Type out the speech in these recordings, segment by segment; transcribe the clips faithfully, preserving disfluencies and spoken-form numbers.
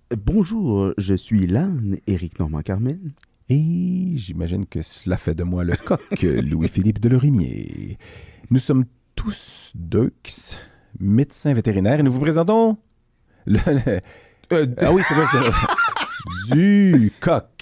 Bonjour, je suis l'âne, Éric Normand-Carmel. Et j'imagine que cela fait de moi le coq, Louis-Philippe Delorimier. Nous sommes tous deux médecins vétérinaires et nous vous présentons le... le- Euh, ah oui, c'est vrai. c'est- du coq.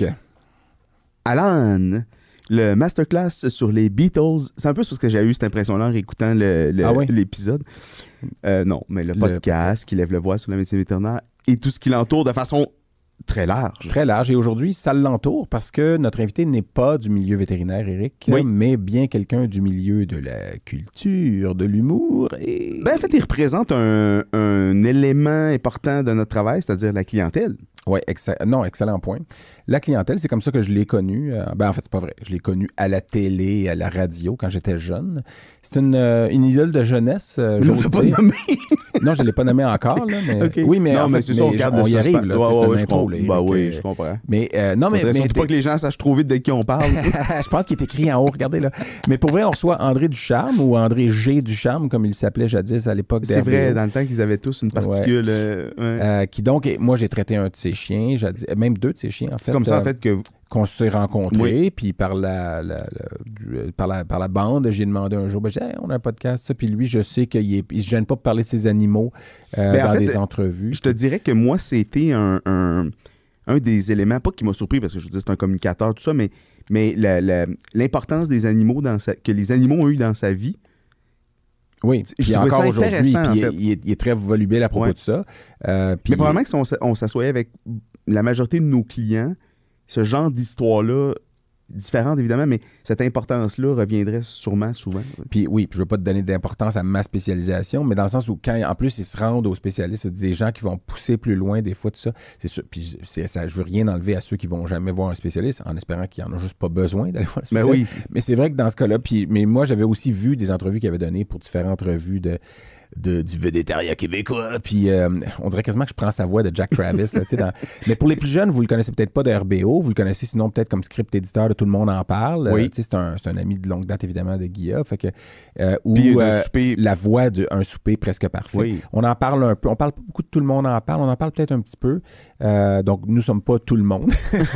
Alan, le masterclass sur les Beatles. C'est un peu parce que j'ai eu cette impression-là en réécoutant le- le- Ah oui? l'épisode. Euh, non, mais le Le podcast, podcast. qui lève le voile sur la médecine vétérinaire et tout ce qui l'entoure de façon très large. Très large. Et aujourd'hui, ça l'entoure parce que notre invité n'est pas du milieu vétérinaire, Éric, Oui. mais bien quelqu'un du milieu de la culture, de l'humour et... Ben, en fait, il représente un, un élément important de notre travail, c'est-à-dire la clientèle. Oui, non, excellent point. La clientèle, c'est comme ça que je l'ai connue. Euh, ben, en fait, c'est pas vrai. Je l'ai connue à la télé, à la radio, quand j'étais jeune. C'est une, euh, une idole de jeunesse, euh, Je j'ose l'ai pas dire. nommé. Non, je ne l'ai pas nommé encore, là, mais... OK. Oui, mais non, en mais fait, c'est ça, on mais garde on le y suspense. arrive, là. Ouais, c'est ouais, une ouais, je intro, comprends. là, Ben Éric, oui, euh, je comprends. Mais, euh, non, mais... Faudrait mais surtout pas que les gens sachent trop vite de qui on parle. je pense qu'il est écrit en haut, regardez là. Mais pour vrai, on reçoit André Ducharme ou André G. Ducharme, comme il s'appelait jadis à l'époque C'est vrai, d'R B O. dans le temps qu'ils avaient tous une particule. euh, ouais. Euh, qui donc, est- moi j'ai traité un de ses chiens, jadis- même deux de ses chiens en fait. C'est comme ça, en euh, fait, que qu'on s'est rencontrés, Oui. puis par la, la- la- du- par, la, par la bande, j'ai demandé un jour, ben, j'ai dit, Hey, on a un podcast, ça, puis lui, je sais qu'il est, il se gêne pas pour parler de ses animaux euh, Ben, en dans fait, des entrevues. je te dirais que moi, c'était un, un, un des éléments, pas qui m'a surpris, parce que je veux dire, c'est un communicateur, tout ça, mais, mais la- la- l'importance des animaux dans sa, que les animaux ont eu dans sa vie. Oui, je puis trouvais encore ça aujourd'hui, intéressant, puis en il, fait. il est, il est très volubile à propos Ouais. de ça. Euh, puis- Mais probablement que si on, s- on s'assoyait avec la majorité de nos clients, ce genre d'histoire-là, différente évidemment, mais cette importance-là reviendrait sûrement souvent. Puis oui, puis je ne veux pas te donner d'importance à ma spécialisation, mais dans le sens où quand, en plus, ils se rendent aux spécialistes, c'est des gens qui vont pousser plus loin des fois, tout ça. C'est sûr. Puis c'est, ça, je veux rien enlever à ceux qui vont jamais voir un spécialiste, en espérant qu'ils n'en ont juste pas besoin d'aller voir un Mais spécialiste. oui, Mais c'est vrai que dans ce cas-là, puis, mais moi, j'avais aussi vu des entrevues qu'il avait données pour différentes revues de, de- du végétarien québécois. Puis euh, on dirait quasiment que je prends sa voix de Jack Travis. Là, tu sais, dans... Mais pour les plus jeunes, vous le connaissez peut-être pas de R B O. Vous le connaissez sinon peut-être comme script éditeur de Tout le monde en parle. Oui. Euh, tu sais, c'est, un, c'est un ami de longue date, évidemment, de Guilla. Fait que, euh, ou puis d'un euh, souper. la voix d'un souper presque parfait. Oui. On en parle un peu. On parle pas beaucoup de Tout le monde en parle. On en parle peut-être un petit peu. Euh, donc, nous sommes pas tout le monde.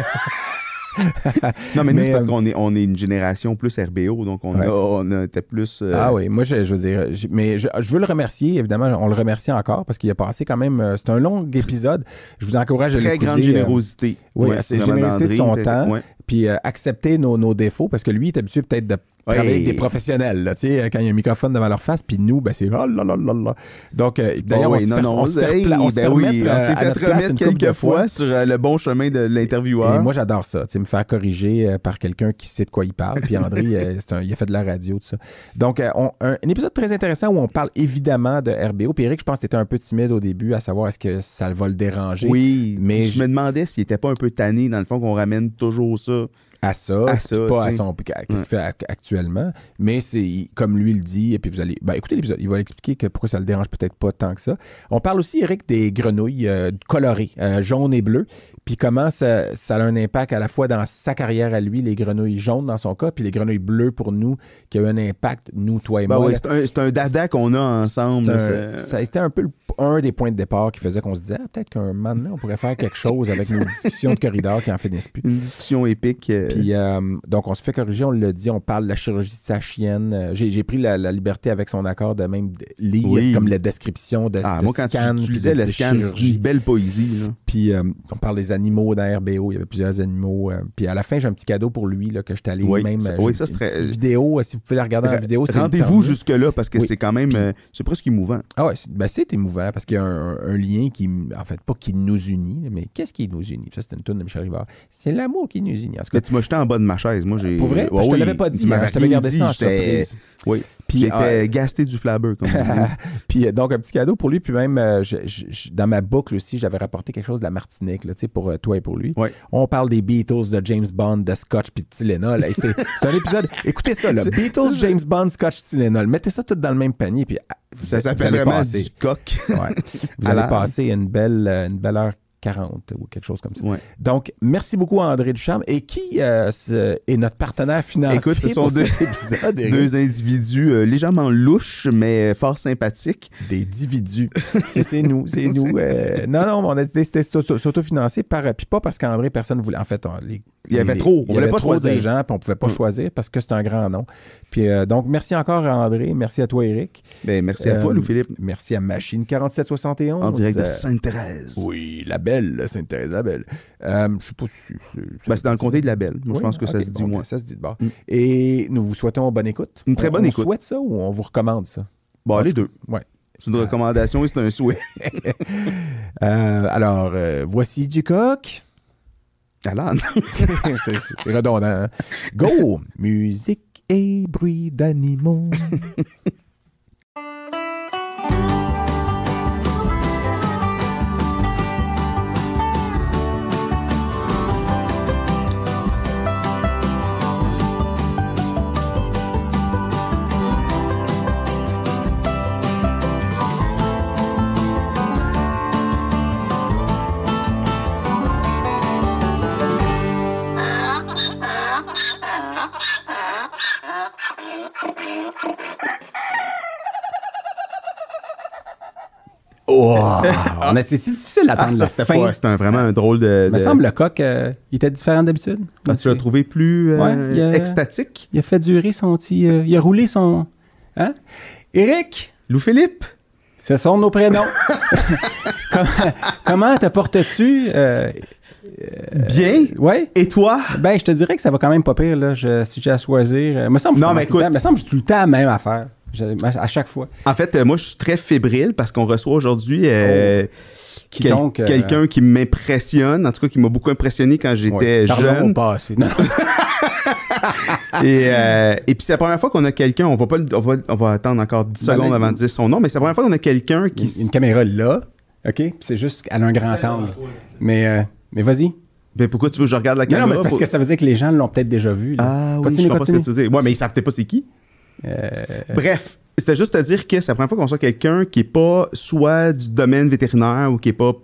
Non, mais nous, Mais, c'est parce euh, qu'on est, on est une génération plus R B O, donc on, Ouais. a, on a été plus... euh, Ah oui, moi, je, je veux dire, j'ai- mais je, je veux le remercier, évidemment, on le remercie encore parce qu'il a passé quand même, euh, c'est un long épisode. Je vous encourage à Très l'écouter. grande euh, générosité. oui, Ouais, c'est vraiment générosité de d'André, son t'es- temps. ouais. Puis euh, accepter nos, nos défauts parce que lui, il est habitué peut-être de Ouais. travailler avec des professionnels, là, tu sais, quand il y a un microphone devant leur face, puis nous, ben c'est oh là là là là. Donc, euh, d'ailleurs, Bon, on oui, se non, fait, non, on se fait, hey, repla- on se ben fait oui, remettre, on euh, s'est à fait notre place remettre une couple de quelques fois fois. sur euh, le bon chemin de l'intervieweur. Et moi, j'adore ça, tu sais, me faire corriger euh, par quelqu'un qui sait de quoi il parle. Puis André, euh, c'est un- il a fait de la radio, tout ça. Donc, euh, on- un, un épisode très intéressant où on parle évidemment de R B O. Puis Eric, je pense que tu étais un peu timide au début à savoir est-ce que ça va le déranger. Oui, mais mais je- je me demandais s'il était pas un peu tanné, dans le fond, qu'on ramène toujours ça. à ça, À puis ça, pas à t'sais. son qu'est-ce qu'il fait ac- actuellement, mais c'est comme lui le dit, et puis vous allez ben, écoutez l'épisode, il va expliquer que pourquoi ça le dérange peut-être pas tant que ça. On parle aussi, Eric, des grenouilles euh, colorées, euh, jaunes et bleues, puis comment ça, ça a un impact à la fois dans sa carrière à lui, les grenouilles jaunes dans son cas, puis les grenouilles bleues pour nous, qui a eu un impact, nous, toi et Ben moi. oui, là. c'est un, c'est un dada qu'on a ensemble. C'est là, un- c'est- ça a été un peu le- un des points de départ qui faisait qu'on se disait ah, peut-être qu'un moment donné, on pourrait faire quelque chose avec nos discussions de corridor qui en finissent plus. Une discussion épique. euh, Puis, euh, donc, on se fait corriger, on l'a dit, on parle de la chirurgie de sa chienne. Euh, J'ai, j'ai pris la, la liberté avec son accord de même de lire Oui. comme la description de, ah, de moi, quand scan, tu, tu puis lisais de- le de scan, c'est chirurgie. une belle poésie. Là. Puis, euh, on parle des animaux dans R B O. Il y avait plusieurs animaux. euh, puis, à la fin, j'ai un petit cadeau pour lui là, que je t'allais Oui, même. ça- euh, oui, j'ai ça une serait- petite vidéo. euh, Si vous pouvez la regarder en Ra- vidéo, c'est Rendez-vous tant mieux. jusque-là parce que Oui. c'est quand même. Puis- euh, c'est presque émouvant. Ah ouais, c'est, ben c'est émouvant parce qu'il y a un, un lien qui, en fait, pas qui nous unit, mais qu'est-ce qui nous unit? Ça, c'est une toune de Michel Rivard. C'est l'amour qui nous unit. En tout cas, Mais tu m'as jeté en bas de ma chaise. Moi, j'ai. pour vrai, Ouais, je te oui, l'avais pas tu dit. m'avais hein, je t'avais rien gardé dit, ça en j'étais- surprise. Oui. Puis, J'étais euh, gasté du flabber, comme on dit. puis euh, donc, un petit cadeau pour lui. Puis même, euh, je- je- je- dans ma boucle aussi, j'avais rapporté quelque chose de la Martinique, là, tu sais, pour euh, toi et pour lui. Ouais. On parle des Beatles, de James Bond, de Scotch puis de Tylenol. Hey, c'est, c'est un épisode... Écoutez ça, là. C'est- Beatles, c'est- James Bond, Scotch, Tylenol. Mettez ça tout dans le même panier. Puis ah, vous, Ça vous s'appelle allez vraiment passer, du coq. ouais, vous À allez la- passer une belle, euh, une belle heure quarante ou quelque chose comme ça. Ouais. Donc, merci beaucoup à André Ducharme. Et qui euh, ce- est notre partenaire financier Écoute, ce sont pour deux, cet épisode, Éric? deux individus euh, légèrement louches, mais fort sympathiques. Des individus. C'est, c'est nous, c'est nous. Euh, non, non, on a décidé de s'autofinancer, par, puis pas parce qu'André, personne ne voulait. En fait, on, les, Il y avait les- trop, on il y voulait avait pas trop choisir. de gens, puis on pouvait pas Mm. choisir parce que c'est un grand nom. Puis euh, donc, merci encore à André, merci à toi, Éric. Ben, merci à toi, Euh, Louis-Philippe. Merci à Machine quarante-sept soixante et onze. En direct de Euh, Sainte-Thérèse. Oui, la belle, Sainte-Thérèse, la belle. Euh, je sais pas si... c'est- Ben, c'est dans le comté de la Belle. Moi, Oui, je pense que ça ok, se dit bon, moins. ben, ça se dit de bord. Mm. Et nous vous souhaitons bonne écoute. Une très On- bonne on écoute. souhaite ça ou on vous recommande ça? Bon, les deux. Ouais. C'est une recommandation et c'est un souhait. Euh, alors, euh, voici du coq. Alors, c'est, c'est redondant. Hein? Go! Musique et bruit d'animaux. Oh, on a, c'est si difficile ah, d'attendre ça, la c'était fin. pas, c'était un- vraiment un drôle de. Il me de- semble le coq, euh, il était différent d'habitude. Ah, tu l'as trouvé plus euh, Ouais, il y a- extatique? Il a fait durer son petit... euh, il a roulé son... Hein? Éric, Louis-Philippe? ce sont nos prénoms. comment, comment te portes-tu? Euh, Bien. ouais. Et toi? Ben, je te dirais que ça va quand même pas pire, là, je- si j'ai à choisir. Euh, me semble que je Non, commence mais tout le écoute- temps- me semble que j'ai tout le temps la même affaire. Je- à chaque fois. En fait, euh, moi, je suis très fébrile parce qu'on reçoit aujourd'hui euh, Qui quel- donc, euh, quelqu'un qui m'impressionne, en tout cas qui m'a beaucoup impressionné quand j'étais ouais, parlons jeune. au passé. Non, Et, euh, et puis c'est la première fois qu'on a quelqu'un, on va pas, le- on va, on va attendre encore dix Ben, secondes là, avant il- de dire son nom, mais c'est la première fois qu'on a quelqu'un qui... une, une caméra là, OK? Puis c'est juste elle a un grand angle. Mais, euh, mais vas-y. Ben, pourquoi tu veux que je regarde la Non, caméra? non, mais c'est parce pour- que ça veut dire que les gens l'ont peut-être déjà vu. Là. Ah oui, Continue, je comprends ce continue. que tu veux dire. Ouais, mais ils savent peut-être pas c'est qui. Euh, Bref, c'était juste à dire que c'est la première fois qu'on soit quelqu'un qui est pas soit du domaine vétérinaire ou qui est pas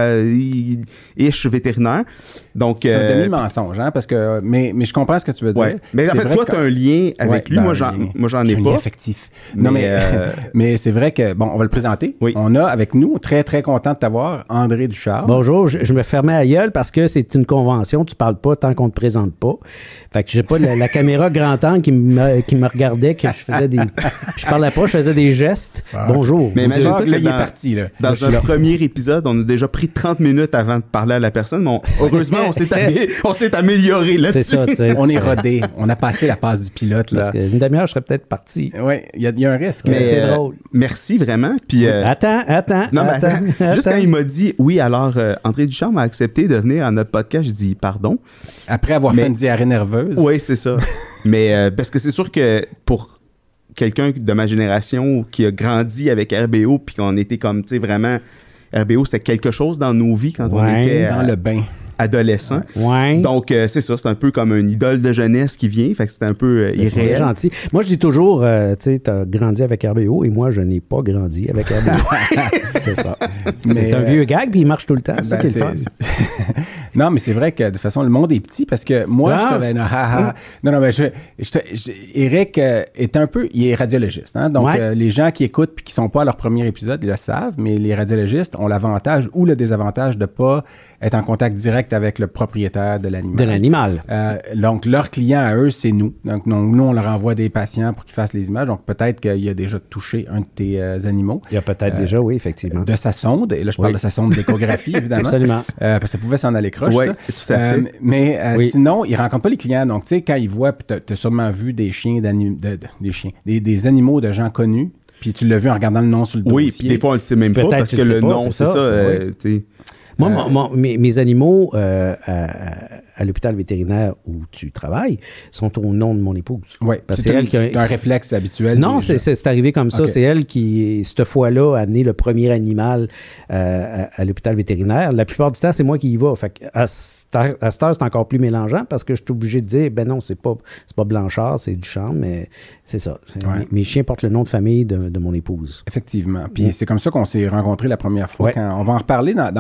para-ish vétérinaire. Donc, c'est un euh, demi-mensonge, hein, parce que... Mais, mais je comprends ce que tu veux dire. ouais. Mais en C'est fait, vrai toi, que- tu as un lien avec Ouais, lui. ben, moi, un j'en, lien. moi, j'en ai J'ai un lien pas. affectif. Non, mais, Mais, euh, mais c'est vrai que... Bon, on va le présenter. Oui. On a avec nous, très, très content de t'avoir, André Ducharme. Bonjour, je, je me fermais à gueule parce que c'est une convention, tu parles pas tant qu'on te présente pas. Fait que j'ai pas la, la caméra grand angle qui me, qui me regardait, que je faisais des... Je parlais pas, je faisais des gestes. Bonjour. Mais imagine- Genre, que là, il est dans- parti, là. Là, Dans je suis un là. premier épisode, on a déjà pris trente minutes avant de parler à la personne. Mais on- heureusement, on s'est, amé- on s'est amélioré là-dessus. C'est ça, tu sais. On est rodé. On a passé la passe du pilote, là. Parce qu'une demi-heure, je serais peut-être parti. Oui, il y, a- il y a un risque. Mais C'était euh, drôle. merci vraiment. Puis, euh, Attends, attends, non, mais attends, attends, juste attends. quand il m'a dit oui, alors euh, André Ducharme a accepté de venir à notre podcast, j'ai dit pardon. Après avoir Mais- fait une diarrhée nerveuse. Oui, c'est ça. Mais euh, parce que c'est sûr que pour quelqu'un de ma génération qui a grandi avec R B O puis qu'on était comme, tu sais, vraiment... R B O, c'était quelque chose dans nos vies quand on Ouais, était Dans euh, le bain. adolescent. Ouais. Donc, euh, c'est ça, c'est un peu comme une idole de jeunesse qui vient. Fait que c'est un peu euh, Mais c'est irréel. gentil. Moi, je dis toujours, euh, tu sais, t'as grandi avec R B O et moi, je n'ai pas grandi avec R B O. C'est ça. Mais, C'est un euh, vieux gag, puis il marche tout le temps. C'est ça Ben, qui est c'est- le fun. c'est- non, mais c'est vrai que de toute façon, le monde est petit parce que moi, Ah. je te. ben, non, ha, ha. non, non, mais je, je te- je- Éric euh, est un peu. Il est radiologiste. Hein? Donc, Ouais. euh, les gens qui écoutent puis qui sont pas à leur premier épisode, ils le savent, mais les radiologistes ont l'avantage ou le désavantage de pas être en contact direct avec le propriétaire de l'animal. De l'animal. Euh, donc, leurs clients à eux, c'est nous. Donc, non- nous, on leur envoie des patients pour qu'ils fassent les images. Donc, peut-être qu'il a déjà touché un de tes euh, animaux Il y a peut-être Euh, déjà, oui, effectivement. de sa sonde. Et là, je parle Oui. de sa sonde d'échographie, évidemment. Absolument. Euh, parce que ça pouvait s'en aller croche, Oui, ça. tout à fait. Euh, mais euh, Oui. sinon, ils ne rencontrent pas les clients. Donc, tu sais, quand ils voient, tu as sûrement vu des chiens, d'ani- de- de- des chiens, des, des animaux de gens connus, puis tu l'as vu en regardant le nom sur le Oui, dossier. puis des fois, on le sait même pas Peut-être parce tu que le sais le pas, nom, c'est c'est ça. ça. euh, tu sais. Moi, Euh, mon- mon- mes, mes animaux euh, à, à l'hôpital vétérinaire où tu travailles sont au nom de mon épouse. Oui, Parce c'est que c'est un, elle qui a- c'est un réflexe habituel. Non, des c'est, gens. c'est, c'est arrivé comme ça. Ok. C'est elle qui, cette fois-là, a amené le premier animal euh, à, à l'hôpital vétérinaire. La plupart du temps, c'est moi qui y vais. Fait que à, cette heure- à cette heure, c'est encore plus mélangeant parce que je suis obligé de dire, ben non, c'est pas, c'est pas Blanchard, c'est Duchamp, mais c'est ça. C'est- Ouais. mes, mes chiens portent le nom de famille de, de mon épouse. Effectivement. Puis Ouais. c'est comme ça qu'on s'est rencontrés la première fois. Ouais. Quand, on va en reparler dans, dans quelques minutes.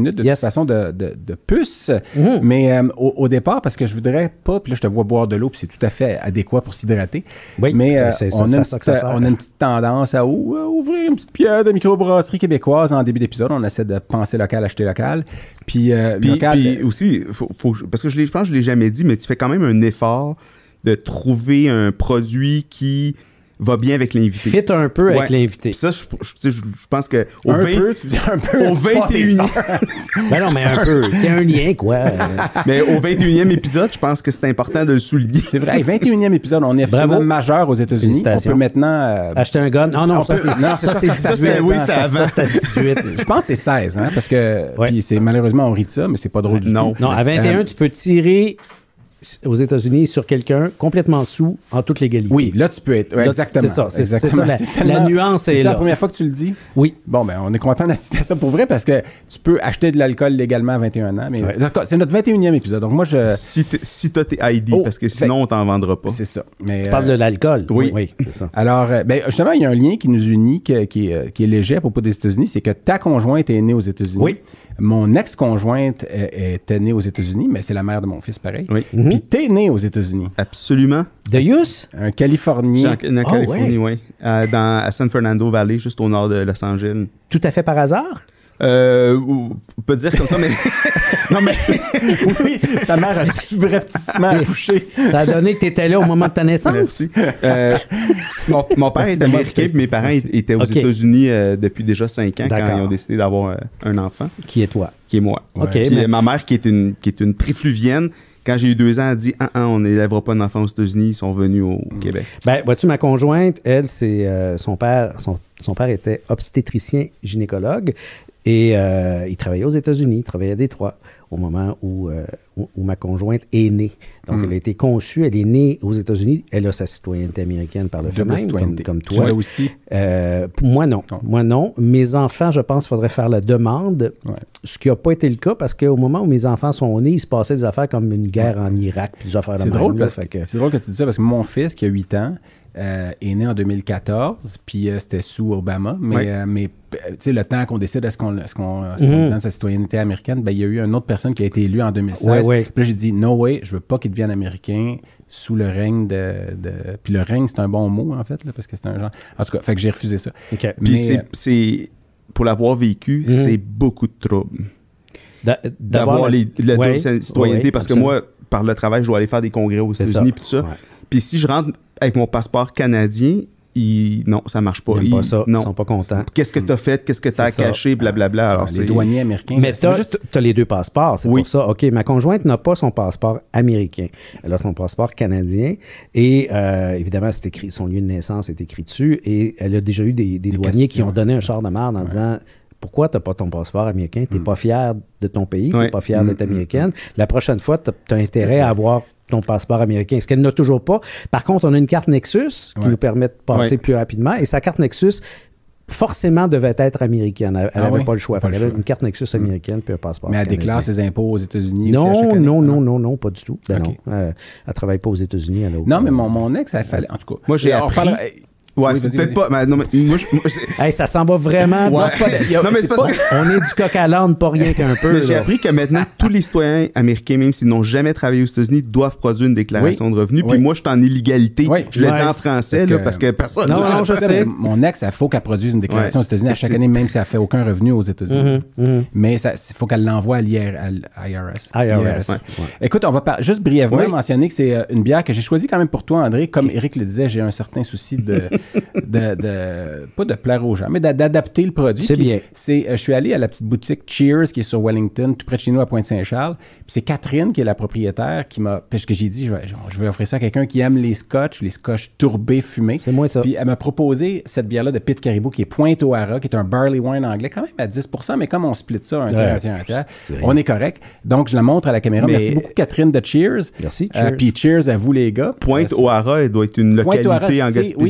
minutes de Yes. toute façon de, de, de puce. Mhm. Mais euh, au, au départ, parce que je voudrais pas, puis là, je te vois boire de l'eau, puis c'est tout à fait adéquat pour s'hydrater. Oui, mais c'est- euh, c'est- on, c'est a à une ça que petite, ça sert. on a une petite tendance à ou- à ouvrir une petite pierre de microbrasserie québécoise en début d'épisode. On essaie de penser local, acheter local. Puis, euh, Puis, local, puis aussi, faut, faut- parce que je, l'ai- je pense que je l'ai jamais dit, mais tu fais quand même un effort de trouver un produit qui va bien avec l'invité. Fit un peu avec Ouais. l'invité. Puis ça, je, je, tu sais, je- je pense que au un vingt peu, tu dis un peu. au tu pars des vingt et unième heures. Ben non, mais un peu. Qu'il y a un lien, quoi. Euh, mais au vingt et unième épisode, je pense que c'est important de le souligner. C'est vrai. Hey, vingt et unième épisode, on est officiellement Bravo. majeur aux États-Unis. On Félicitations. peut maintenant. euh, Acheter un gun. Non, non, On ça, peut- c'est non, ça, ça, c'est ça, dix-huit. c'est- oui, ans. c'était Ça, avant. ça, c'était dix-huit. Je pense que c'est seize, hein, parce que Ouais. puis c'est malheureusement on rit de ça, mais c'est pas drôle du Non. tout. Non, à vingt et un, Euh, tu peux tirer aux États-Unis sur quelqu'un complètement sous en toute légalité. Oui, là tu peux être ouais, Là, exactement. c'est ça, c'est- exactement. c'est ça, la- tellement- la nuance c'est est la là. première fois que tu le dis. Oui. Bon, ben, on est content d'assister à ça pour vrai parce que tu peux acheter de l'alcool légalement à vingt et un ans. Mais Ouais. d'accord, c'est notre vingt et unième épisode. Donc, moi, je. Si, t'es- si t'as tes I D, Oh, parce que sinon, on t'en vendra pas. C'est ça. Mais, Tu parles de euh, l'alcool. oui. Oui, c'est ça. Alors, euh, ben, justement, il y a un lien qui nous unit, qui, qui est, euh, qui est léger à propos des États-Unis, c'est que ta conjointe est née aux États-Unis. Oui. Mon ex-conjointe euh, était née aux États-Unis, mais c'est la mère de mon fils, pareil. Oui. Mhm. Puis t'es né aux États-Unis. Absolument. De Use? Un Californien. En, en Ah, Californie, oui. Euh, dans, à San Fernando Valley, juste au nord de Los Angeles. Tout à fait par hasard? Euh, ou- on peut dire comme ça, mais. non, mais. Oui, sa mère a subrepticement accouché. Ça a donné que tu étais là au moment de ta naissance? Merci. Euh, mon, mon père est Merci, américain, Marc. puis mes parents Merci. étaient aux Ok. États-Unis euh, depuis déjà cinq ans quand D'accord. ils ont décidé d'avoir euh, un enfant, Qui est toi? qui est moi. OK, Puis mais- euh, ma mère, qui est une, qui est une trifluvienne, quand j'ai eu deux ans, a dit ah, ah, on n'élèvera pas d'enfants aux États-Unis, ils sont venus au Québec. Ben, vois-tu, ma conjointe, elle, c'est euh, son père. Son, son père était obstétricien gynécologue et euh, il travaillait aux États-Unis, il travaillait à Détroit au moment où, euh, où, où ma conjointe est née. Donc, Mm. elle a été conçue, elle est née aux États-Unis, elle a sa citoyenneté américaine par le fait Double même, comme, citoyenneté. comme Tu toi. l'as aussi. Euh, pour moi, non. Non. Moi, non. Mes enfants, je pense qu'il faudrait faire la demande, Ouais. ce qui n'a pas été le cas parce qu'au moment où mes enfants sont nés, il se passait des affaires comme une guerre en Irak, puis des affaires de C'est même, drôle, là, parce fait que, que- c'est drôle que tu dis ça parce que mon fils, qui a huit ans, euh, est né en deux mille quatorze, puis euh, c'était sous Obama. Mais, Ouais. euh, mais euh, tu sais, le temps qu'on décide est-ce qu'on, est-ce qu'on, est-ce qu'on Mhm. lui donne sa citoyenneté américaine, ben, il y a eu une autre personne qui a été élue en deux mille seize. Ouais, ouais. Puis là, j'ai dit, no way, je veux pas qu'il devienne américain sous le règne de, de... Puis le règne, c'est un bon mot, en fait, là, parce que c'est un genre... En tout cas, fait que j'ai refusé ça. OK. Puis Mais, c'est- euh, c'est. Pour l'avoir vécu, Mhm. c'est beaucoup de trouble. D'a- D'avoir les- la Ouais, double citoyenneté, ouais, parce que absolument. moi, par le travail, je dois aller faire des congrès aux C'est États-Unis, ça. puis tout ça. Ouais. Puis si je rentre avec mon passeport canadien, il... non, ça marche pas. Ils n'aiment Il- pas ça, non. ils sont pas contents. Qu'est-ce que t'as fait? Qu'est-ce que t'as C'est ça. caché? Blablabla. Alors, les c'est... douaniers américains... Mais c'est tu as juste... les deux passeports, c'est Oui. pour ça. OK, ma conjointe n'a pas son passeport américain. Elle a son passeport canadien et euh, évidemment, c'est écrit, son lieu de naissance est écrit dessus et elle a déjà eu des, des Des douaniers questions. qui ont donné un char de merde en disant pourquoi tu n'as pas ton passeport américain? Tu n'es pas fier de ton pays, tu n'es Ouais. pas fier Mm, d'être mm, américaine. La prochaine fois, tu as intérêt de- à avoir ton passeport américain, ce qu'elle n'a toujours pas. Par contre, on a une carte Nexus qui Ouais. nous permet de passer Ouais. plus rapidement et sa carte Nexus forcément devait être américaine. Elle Ah n'avait oui? pas le choix. Pas le Elle avait choix. une carte Nexus américaine puis un passeport Mais elle canadien. déclare ses impôts aux États-Unis aussi à chaque Non, année? non, non, non, non, pas du tout. Ben OK. non. Euh, elle travaille pas aux États-Unis. Elle a Non, mais aucun- mon, mon ex, elle fallait... En tout cas... Moi, j'ai on appris- reparlera- Ouais, Oui, c'est vas-y, peut-être vas-y. pas... mais non, mais moi, je- moi, c'est- Hey, ça s'en va vraiment. Ouais. Non, c'est pas- Non, mais c'est pas ça. On est du coq à l'âne, pas rien qu'un peu. Mais j'ai là. appris que maintenant, tous les citoyens américains, même s'ils n'ont jamais travaillé aux États-Unis, doivent produire une déclaration Oui. de revenus. Puis Oui. moi, je suis en illégalité. Oui. Je le dis Ouais. en français, Parce là, que- parce que personne... Non, non, je sais. Mon ex, il faut qu'elle produise une déclaration Ouais. aux États-Unis à chaque C'est- année, même si elle ne fait aucun revenu aux États-Unis. Mhm, mhm. Mais il faut qu'elle l'envoie à l'I R à l'I R S. I R S. Ouais. Ouais. Écoute, on va par- juste brièvement Oui. mentionner que c'est euh, une bière que j'ai choisie quand même pour toi, André. Comme Éric le disait, j'ai un certain souci de, de, de- pas de plaire aux gens, mais d'a- d'adapter le produit. C'est Puis bien. C'est, euh, je suis allé à la petite boutique Cheers qui est sur Wellington, tout près de chez nous à Pointe-Saint-Charles. Puis c'est Catherine qui est la propriétaire qui m'a, parce que j'ai dit, je vais, je vais offrir ça à quelqu'un qui aime les scotch, les scotch tourbés fumés. C'est moi ça. Puis elle m'a proposé cette bière-là de Pit Caribou qui est Pointe O'Hara, qui est un barley wine anglais, quand même à dix pour cent, mais comme on split ça, un tiers, Ouais. un tiers, un tiers, C'est rien. on est correct. Donc, je la montre à la caméra. Mais- Merci beaucoup, Catherine de Cheers. Merci, Euh, cheers. Puis cheers à vous, les gars. Pointe Euh, O'Hara, elle doit être une Pointe localité O'Hara, en c'est- Gaspésie, oui, c'est euh, ça?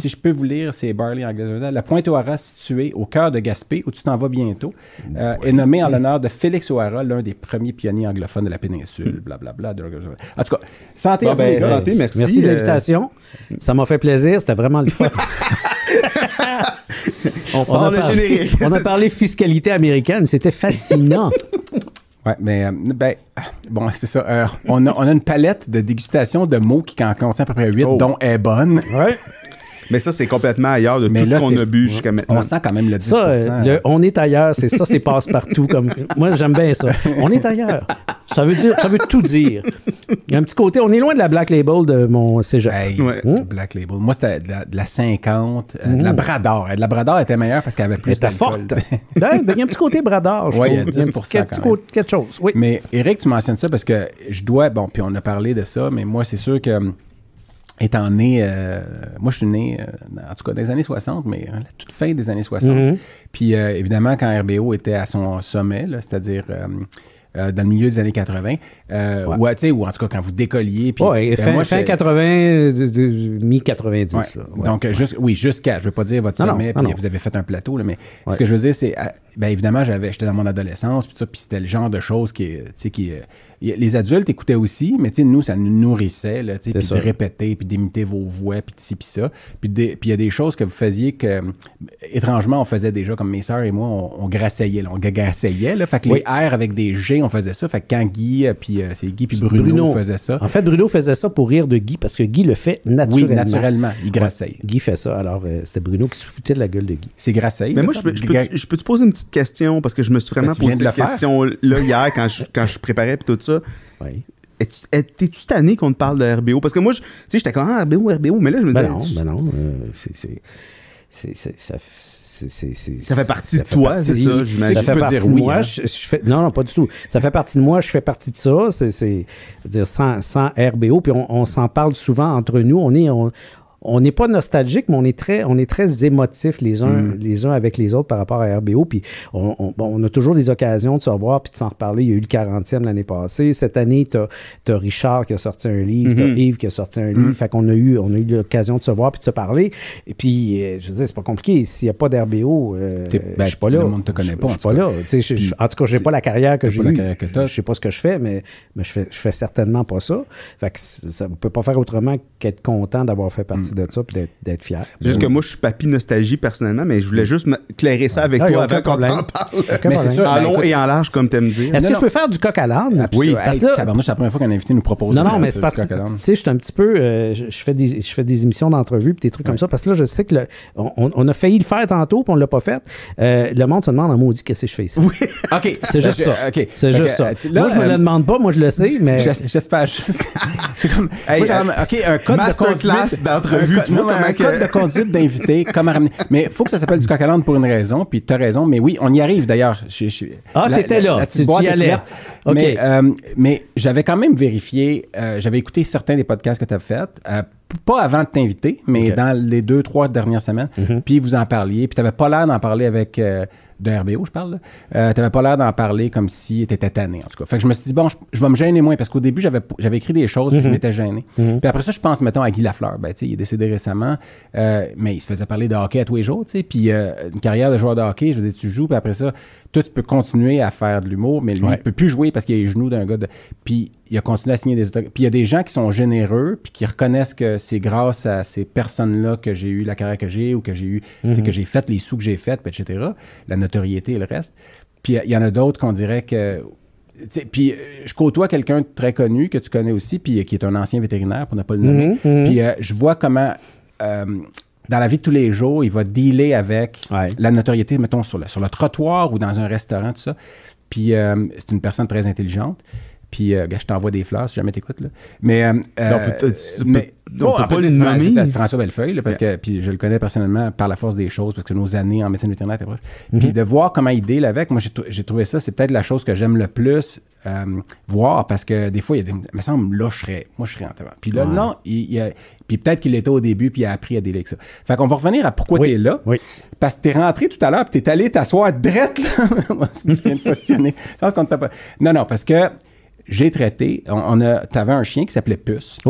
si je peux vous lire, c'est Barley anglais. La Pointe-O'Hara, située au cœur de Gaspé, où tu t'en vas bientôt, euh, est nommée en l'honneur de Félix O'Hara, l'un des premiers pionniers anglophones de la péninsule, blablabla. Bla, bla. En tout cas, santé bon, à ben, vous, santé, merci. Merci de euh... l'invitation. Ça m'a fait plaisir. C'était vraiment le fun. on parle le générique. On a parlé fiscalité américaine. C'était fascinant. Oui, mais, euh, ben, bon, c'est ça. Euh, on, a, on a une palette de dégustation de mots qui en contient à peu près huit, oh. dont est bonne. Ouais. Mais ça, c'est complètement ailleurs de mais tout là, ce qu'on a bu jusqu'à maintenant. On sent quand même le dix pour cent. Ça, le, on est ailleurs, c'est ça, c'est passe-partout. Comme, moi, j'aime bien ça. On est ailleurs. Ça veut dire, ça veut tout dire. Il y a un petit côté, on est loin de la Black Label de mon cégep. Hey, ouais. mmh? Black Label. Moi, c'était de la, de la cinquante, euh, mmh. de la Brador. De la Brador était meilleure parce qu'elle avait plus d'alcool. Elle était forte. Il y a un petit côté Brador, je Oui, trouve. il y a dix pour cent il y a un petit, côté, quelque chose, oui. Mais Éric, tu mentionnes ça parce que je dois, bon, puis on a parlé de ça, mais moi, c'est sûr que étant né, euh, moi je suis né, euh, en tout cas dans les années soixante, mais à la toute fin des années soixante. Mm-hmm. Puis euh, évidemment, quand R B O était à son sommet, là, c'est-à-dire euh, euh, dans le milieu des années quatre-vingts, euh, ouais. ou, ou en tout cas quand vous décolliez. Puis, ouais, fin, moi, fin quatre-vingts, mi-quatre-vingt-dix. Ouais. Là. Ouais. Donc, juste, oui, jusqu'à, je ne veux pas dire votre non, sommet, non, puis non. vous avez fait un plateau, là, mais ouais. ce que je veux dire, c'est, bien évidemment, j'avais, j'étais dans mon adolescence, puis ça, puis c'était le genre de choses qui, tu sais, qui... Les adultes écoutaient aussi, mais nous, ça nous nourrissait, là, puis de répéter, puis d'imiter vos voix, puis de ci, puis ça. Puis il y a des choses que vous faisiez que, étrangement, on faisait déjà, comme mes sœurs et moi, on, on grasseillait, là, on gagasseillait, là. Fait que oui. les R avec des G, on faisait ça. Fait que quand Guy, puis euh, c'est Guy puis Bruno, Bruno faisaient ça. En fait, Bruno faisait ça pour rire de Guy, parce que Guy le fait naturellement. Oui, naturellement, il grasseille. Ouais, Guy fait ça, alors euh, c'était Bruno qui se foutait de la gueule de Guy. C'est grasseille. Mais moi, je peux, je, peux, je peux te poser une petite question, parce que je me suis vraiment posé cette question-là hier, quand je, quand je préparais, puis tout ça. Oui. T'es-tu tanné qu'on te parle de R B O? Parce que moi, tu sais, j'étais comme, ah, R B O, R B O, mais là, je me disais... Ben non, tu... ben non, euh, c'est... c'est, c'est, c'est ça, c'est, c'est, c'est, ça fait partie ça de fait toi, partie, c'est ça, j'imagine. Ça fait tu peux partie dire de oui, moi. hein? Je, je fais, non, non, pas du tout. Ça fait partie de moi, je fais partie de ça. C'est, c'est dire, sans, sans R B O, puis on, on s'en parle souvent entre nous. On est... On, On n'est pas nostalgique, mais on est très, on est très émotifs les uns, mm. les uns avec les autres par rapport à R B O. Puis on, on, bon, on a toujours des occasions de se revoir puis de s'en reparler. Il y a eu le quarantième l'année passée. Cette année, tu as Richard qui a sorti un livre, mm-hmm. tu as Yves qui a sorti un livre. Mm. Fait qu'on a eu, on a eu l'occasion de se voir puis de se parler. Et puis, euh, je veux dire, c'est pas compliqué. S'il n'y a pas d'R B O, euh, ben, je suis pas là. Le monde te connaît pas. Je suis pas là. Je, je, en tout cas, j'ai pas la carrière que j'ai eue. Je sais pas ce que je fais, mais, mais je fais, je fais certainement pas ça. Fait que ça, on peut pas faire autrement qu'être content d'avoir fait partie mm. de ça puis d'être, d'être fier. Juste que moi, je suis papy nostalgie personnellement, mais je voulais juste clairer ça avec ah, toi avant qu'on t'en parle. Mais c'est ça, en long et en large, comme tu aimes dire. Est-ce non, que non. je peux faire du coq à l'âne? Oui. Parce que là, c'est la première fois qu'un invité nous propose non, de non, mais c'est parce que, tu sais, je suis un petit peu... Euh, je, fais des, je fais des émissions d'entrevue puis des trucs ouais. comme ça, parce que là, je sais que le, on, on a failli le faire tantôt puis on l'a pas fait. Euh, le monde se demande en maudit qu'est-ce que je fais ici. Oui. OK. C'est juste ça. OK. C'est juste ça. Moi, je me le demande pas, moi, je le sais, mais... J'espère. C'est comme... OK, un code de conduite d'entrevue. Un code de conduite d'invité, comment ramener. Mais il faut que ça s'appelle du coq à l'âne pour une raison, puis tu as raison, mais oui, on y arrive d'ailleurs. Je, je, ah, la, t'étais là, la, la tu y allais. Okay. Mais, euh, mais j'avais quand même vérifié, euh, j'avais écouté certains des podcasts que tu as faits, euh, pas avant de t'inviter, mais okay. dans les deux, trois dernières semaines, mm-hmm. puis vous en parliez, puis tu n'avais pas l'air d'en parler avec... Euh, de R B O, je parle, là. Euh, t'avais pas l'air d'en parler comme si t'étais tanné, en tout cas. Fait que je me suis dit, bon, je, je vais me gêner moins, parce qu'au début, j'avais, j'avais écrit des choses, puis mm-hmm. je m'étais gêné. Mm-hmm. Puis après ça, je pense, mettons, à Guy Lafleur. Ben, tu sais, il est décédé récemment, euh, mais il se faisait parler de hockey à tous les jours, tu sais. Puis euh, une carrière de joueur de hockey, je veux dire, tu joues, puis après ça, toi, tu peux continuer à faire de l'humour, mais lui, ouais. il peut plus jouer parce qu'il a les genoux d'un gars de... Puis il a continué à signer des autographes. Puis il y a des gens qui sont généreux, puis qui reconnaissent que c'est grâce à ces personnes-là que j'ai eu la carrière que j'ai, ou que j'ai eu, mm-hmm. tu sais, que j'ai fait les sous que j'ai fait, puis et cetera. La notoriété et le reste. Puis il y en a d'autres qu'on dirait que... Puis je côtoie quelqu'un de très connu, que tu connais aussi, puis qui est un ancien vétérinaire, pour ne pas le nommer. Mm-hmm, mm-hmm. Puis euh, je vois comment... Euh, dans la vie de tous les jours, il va dealer avec ouais. la notoriété, mettons, sur le, sur le trottoir ou dans un restaurant, tout ça. Puis euh, c'est une personne très intelligente. Puis, euh, je t'envoie des fleurs si jamais t'écoutes, là. Mais, euh, non, peut mais, on peut pas le nommer. C'est François Bellefeuille, là, parce yeah. que, puis je le connais personnellement par la force des choses, parce que nos années en médecine vétérinaire étaient proches. Mm-hmm. Puis de voir comment il deal avec, moi, j'ai, j'ai trouvé ça, c'est peut-être la chose que j'aime le plus euh, voir, parce que des fois, il y a des, il me semble, là, je serais, moi, je serais en train. Puis là, ouais. non, il, il a, puis peut-être qu'il était au début, puis il a appris à dealer avec ça. Fait qu'on va revenir à pourquoi oui. t'es là. Oui. Parce que t'es rentré tout à l'heure, puis t'es allé t'asseoir drette, là. Je viens de questionner. Je pense qu'on t'a pas... Non, non, parce que j'ai traité, on, on a, t'avais un chien qui s'appelait Puce. Oui.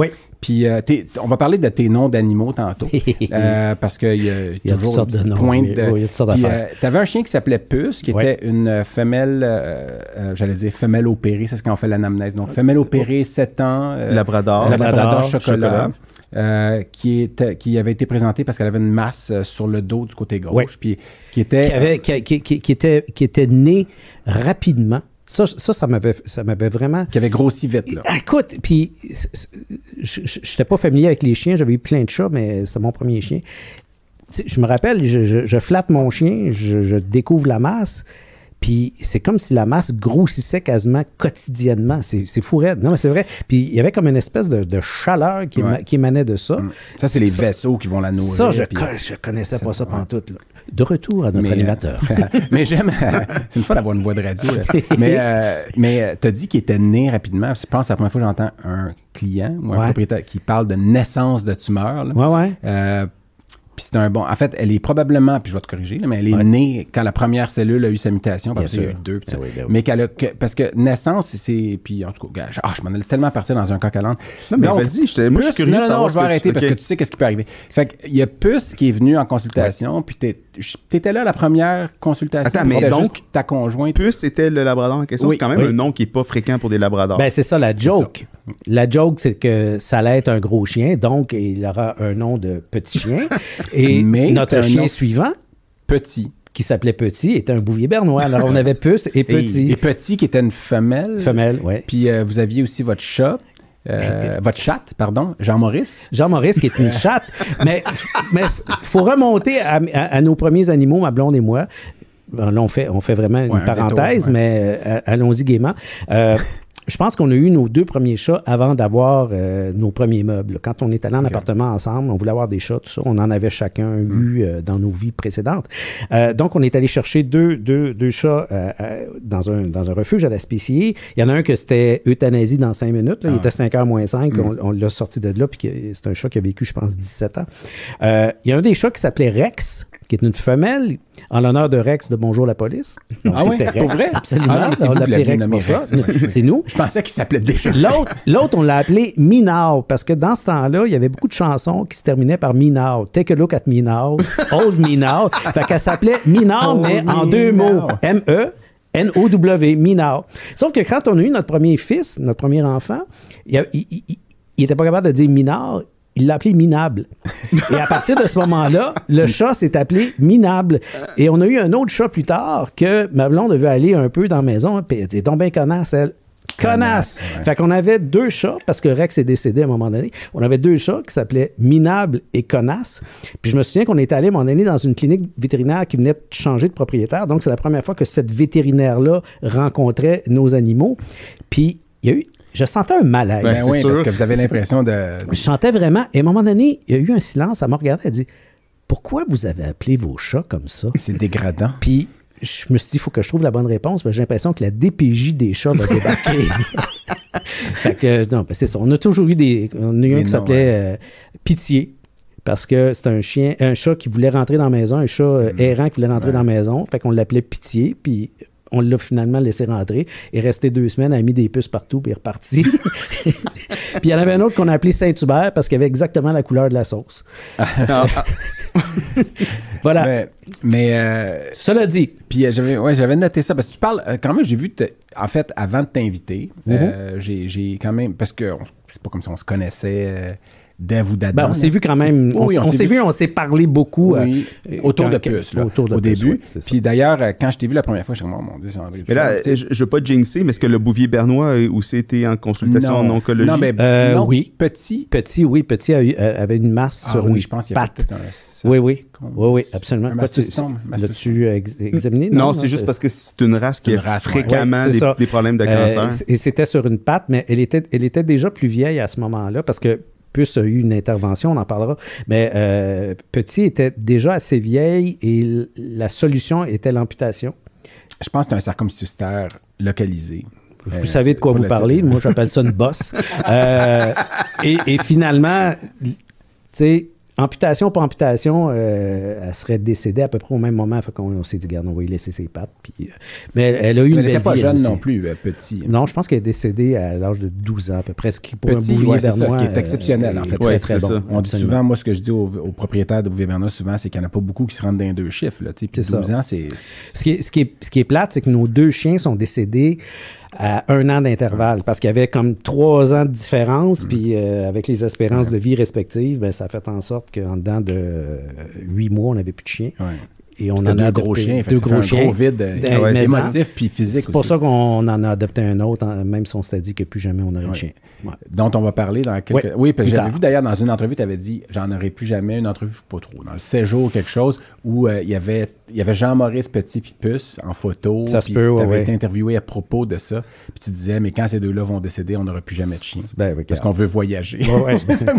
Puis, euh, on va parler de tes noms d'animaux tantôt, euh, parce qu'il y a, il y a toujours une une pointe de... Oui, il y a toutes sortes Puis, d'affaires. euh, tu avais un chien qui s'appelait Puce, qui Ouais. était une femelle, euh, euh, j'allais dire femelle opérée, c'est ce qu'on fait l'anamnèse. Donc, femelle opérée, sept ans. Euh, Labrador. Labrador, Labrador, chocolat. chocolat. Euh, qui, était, qui avait été présentée parce qu'elle avait une masse euh, sur le dos du côté gauche, Ouais. puis qui était... Qui, avait, qui, qui, qui, qui était, qui était né rapidement. Ça, ça, ça m'avait, ça m'avait vraiment... qui avait grossi vite, là. Écoute, puis je n'étais pas familier avec les chiens, j'avais eu plein de chats, mais c'était mon premier chien. Tu sais, je me rappelle, je, je, je flatte mon chien, je, je découvre la masse, puis c'est comme si la masse grossissait quasiment quotidiennement. C'est, c'est fou raide. Non, mais c'est vrai. Puis il y avait comme une espèce de, de chaleur qui, Ouais. éma- qui émanait de ça. Mm. Ça, c'est les Ça- vaisseaux qui vont la nourrir. Ça, je, puis- co- je connaissais pas ça ouais. pantoute. Là. De retour à notre Mais, animateur. euh, mais j'aime. C'est une fois d'avoir une voix de radio. Là. Mais, euh, mais tu as dit qu'il était né rapidement. Je pense que c'est la première fois que j'entends un client ou un Ouais. propriétaire qui parle de naissance de tumeur. Là. Ouais, ouais. Euh, puis c'est un bon. En fait, elle est probablement, puis je vais te corriger, là, mais elle est Ouais. née quand la première cellule a eu sa mutation, Bien parce qu'il y a eu sûr. deux. puis ça. Ben oui, ben oui. Mais qu'elle a. que- parce que naissance, c'est. Puis en tout cas, gars, je, ah, je m'en allais tellement partir dans un coq à l'âne. Non, mais Donc, vas-y, j'étais- moi, je suis Puce- curieux non, de non, savoir non, je vais ce que tu- arrêter parce ok. que tu sais qu'est-ce qui peut arriver. Fait qu'il y a Puce qui est venu en consultation, puis t'es- t'étais là à la première consultation. Attends, puis mais c'était donc- juste ta conjointe. Puce était le labrador en question. Oui, c'est quand même oui. un nom qui n'est pas fréquent pour des labradors. Ben, c'est ça la joke. La joke, c'est que ça allait être un gros chien, donc il aura un nom de petit chien. Et Mais notre c'est un chien nom- suivant, Petit. qui s'appelait Petit, était un bouvier bernois. Alors, on avait Puce et Petit. Et Petit qui était une femelle. Femelle, oui. Puis euh, vous aviez aussi votre chat. euh, votre chatte, pardon, Jean-Maurice. Jean-Maurice, qui est une chatte. Mais il faut remonter à, à- à nos premiers animaux, ma blonde et moi. Bon, là, on fait, on fait vraiment une Ouais, un parenthèse, détour, ouais. mais euh, allons-y gaiement. Euh, je pense qu'on a eu nos deux premiers chats avant d'avoir euh, nos premiers meubles. Quand on est allé en Ok. appartement ensemble, on voulait avoir des chats, tout ça. On en avait chacun eu euh, dans nos vies précédentes. Euh, donc, on est allé chercher deux, deux, deux chats euh, euh, dans, un, dans un refuge à la Spécier. Il y en a un que c'était euthanasie dans cinq minutes. Là. Il Ah. était cinq heures moins cinq. On, on l'a sorti de là. Puis que- c'est un chat qui a vécu, je pense, dix-sept ans. Euh, il y a un des chats qui s'appelait Rex, qui est une femelle, en l'honneur de Rex de Bonjour la police. Donc, Ah oui? c'était Pour Rex, vrai? absolument. Ah non, mais c'est on vous qui l'appelait l'aviez Rex nommé pour ça. Rex, ouais. C'est nous. Je pensais qu'il s'appelait déjà. L'autre, l'autre, on l'a appelé Me Now, parce que dans ce temps-là, il y avait beaucoup de chansons qui se terminaient par Me Now. Take a look at Me Now, Hold Me Now. Fait qu'elle s'appelait Me Now, Hold mais me en deux now. mots. M-E. N O W, Me Now. Sauf que quand on a eu notre premier fils, notre premier enfant, il n'était pas capable de dire Minard, il l'a appelé Minable. Et à partir de ce moment-là, le chat s'est appelé Minable. Et on a eu un autre chat plus tard que ma blonde devait aller un peu dans la maison, puis elle était donc bien connasse, elle. Connasse! Connasse, ouais. Fait qu'on avait deux chats, parce que Rex est décédé à un moment donné. On avait deux chats qui s'appelaient Minable et Connasse. Puis je me souviens qu'on était allé à un moment donné dans une clinique vétérinaire qui venait de changer de propriétaire. Donc, c'est la première fois que cette vétérinaire-là rencontrait nos animaux. Puis, il y a eu... Je sentais un malaise. Ben c'est oui, sûr. parce que vous avez l'impression de. Je sentais vraiment... Et à un moment donné, il y a eu un silence. Elle m'a regardé, elle a dit « Pourquoi vous avez appelé vos chats comme ça? » C'est dégradant. Puis je me suis dit, il faut que je trouve la bonne réponse, parce que j'ai l'impression que la D P J des chats va débarquer. Fait que, non, ben c'est ça. On a toujours eu des... On a eu Des un qui noms, s'appelait euh, Pitié, parce que c'est un chien, un chat qui voulait rentrer dans la maison, un chat euh, errant qui voulait rentrer Ouais. dans la maison. Fait qu'on l'appelait Pitié, puis on l'a finalement laissé rentrer. Il est resté deux semaines, il a mis des puces partout, puis il est reparti. Puis il y en avait un autre qu'on a appelé Saint-Hubert, parce qu'il avait exactement la couleur de la sauce. Voilà. Mais, mais euh, Cela dit, puis euh, j'avais, ouais, j'avais noté ça parce que tu parles euh, quand même. J'ai vu, te- en fait, avant de t'inviter, euh, j'ai, j'ai quand même parce que on- c'est pas comme si on se connaissait euh, d'Ève ou d'Adam. ben, on s'est là. vu quand même. On, Oui, on s'est vu, on s'est parlé beaucoup. Oui, euh, autour quand- de puce, là, autour de au puce, début. oui, c'est ça. Puis d'ailleurs, euh, quand je t'ai vu la première fois, je me suis dit, oh, mon Dieu, c'est André Mais Duchamp. là, Tu sais, je ne veux pas jinxer, mais est-ce que le bouvier bernois a aussi été en consultation en oncologie? Non, mais Euh, non, oui. petit. Petit, oui, Petit a eu- euh, avait une masse Ah sur oui, une je pense qu'il y a patte. fait peut-être un... Oui, oui. Con- Oui, oui, absolument. Un Quoi, tu- mastocystome, L'as-tu euh, ex- examiné? Non, c'est juste parce que c'est une race qui C'est a une race, ouais. fréquemment Ouais, c'est des, ça. des problèmes de Euh, cancer. et c'était sur une patte, mais elle était, elle était déjà plus vieille à ce moment-là parce que Puce a eu une intervention, on en parlera. Mais euh, Petit était déjà assez vieille et l- la solution était l'amputation. Je pense que c'est un sarcome cystère localisé. Vous Euh, savez de quoi c'est vous pas la parlez. tête. Moi, j'appelle ça une bosse. Euh, et, et finalement, tu sais, amputation pour amputation, euh, elle serait décédée à peu près au même moment. Fait qu'on on s'est dit, regarde, on va y laisser ses pattes. Puis, euh, mais elle, elle a eu une Mais elle belle n'était pas vie, jeune elle non aussi. plus, euh, petit. Non, je pense qu'elle est décédée à l'âge de douze ans à peu près. Ce qui, pour Petit, un bouvier ouais, c'est ça, bernois, ce qui est exceptionnel, euh, en fait. Très, Ouais, très c'est bon. ça. On dit Absolument. souvent, moi, ce que je dis aux, aux propriétaires de bouvier bernois, souvent, c'est qu'il n'y en a pas beaucoup qui se rendent dans les deux chiffres. Là, puis C'est douze ça. ans, c'est... Ce qui est, ce qui est, ce qui est plate, c'est que nos deux chiens sont décédés à un an d'intervalle parce qu'il y avait comme trois ans de différence, puis euh, avec les espérances de vie respectives, ben, ça a fait en sorte qu'en dedans de euh, huit mois, on n'avait plus de chiens. Ouais. Et on C'était en a deux adopté gros chiens. Fait deux que ça gros fait chiens. un gros vide euh, Ben, ouais, mais émotif puis physique C'est pour aussi. ça qu'on en a adopté un autre, hein, même si on s'était dit que plus jamais on aurait Ouais. de chien. Ouais. Dont on va parler dans quelques... Ouais, Oui, puis plus j'avais tard. vu d'ailleurs dans une entrevue, tu avais dit « J'en aurai plus jamais une entrevue, je sais pas trop, dans le séjour quelque chose, où euh, il y avait il y avait Jean-Maurice Petit puis Puce en photo. Ça se puis peut, ouais, t'avais ouais. été interviewé à propos de ça. Puis tu disais « Mais quand ces deux-là vont décéder, on n'aura plus jamais de chien. Ben, regarde. Parce qu'on veut voyager. Ouais, ouais.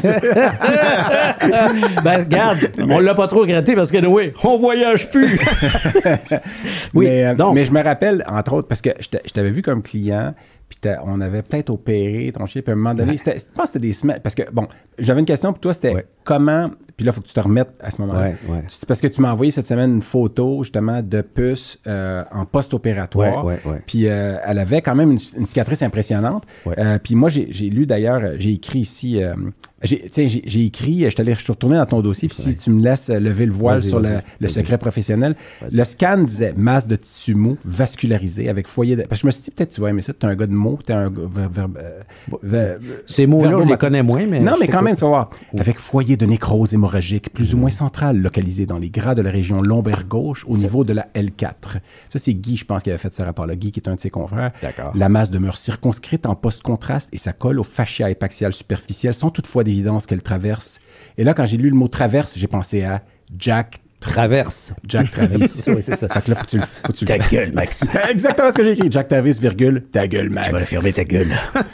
ben, regarde, on l'a pas trop regretté parce que, oui, on voyage plus. Oui, mais, euh, donc. mais je me rappelle, entre autres, parce que je t'a- je t'avais vu comme client, puis t'as- on avait peut-être opéré ton chien, puis à un moment donné, Ouais. c'était- je pense que c'était des semaines, parce que, bon, j'avais une question pour toi, c'était Ouais. comment, puis là, il faut que tu te remettes à ce moment-là. Ouais, ouais. Tu- Parce que tu m'as envoyé cette semaine une photo, justement, de Puce euh, en post-opératoire, Ouais, ouais, ouais. puis euh, elle avait quand même une, une cicatrice impressionnante. Ouais. Euh, puis moi, j'ai j'ai lu d'ailleurs, euh, j'ai écrit ici, euh, j'ai tu sais, j'ai- j'ai écrit, je t'allais- je suis retourné dans ton dossier, puis si tu me laisses euh, lever le voile Vas-y, sur le, vas-y, le vas-y. secret professionnel, Vas-y. le scan disait masse de tissu mou vascularisé avec foyer de... Parce que je me suis dit, peut-être tu vas aimer ça, tu es un gars de mots, tu es un gars... ver- ver- euh, ver- Ces mots-là, je les verbomoteur. connais moins, mais. Non, je mais quand t'écoute. même, tu vas voir. Avec foyer de nécrose hémorragique plus ou moins central, localisé dans les gras de la région lombaire gauche au niveau de la L quatre. Ça, c'est Guy, je pense, qui avait fait ce rapport-là. Guy, qui est un de ses confrères. D'accord. La masse demeure circonscrite en post-contraste et sa colle au fascia épaxial superficiel sans toutefois d'évidence qu'elle traverse. Et là, quand j'ai lu le mot traverse, j'ai pensé à Jack Traverse. Jack Travis. Oui, c'est ça. Fait que là, faut que tu le, faut que tu le Ta gueule, Max. C'est exactement ce que j'ai écrit. Jack Travis, virgule, ta gueule, Tu vas Max. fermer ta gueule.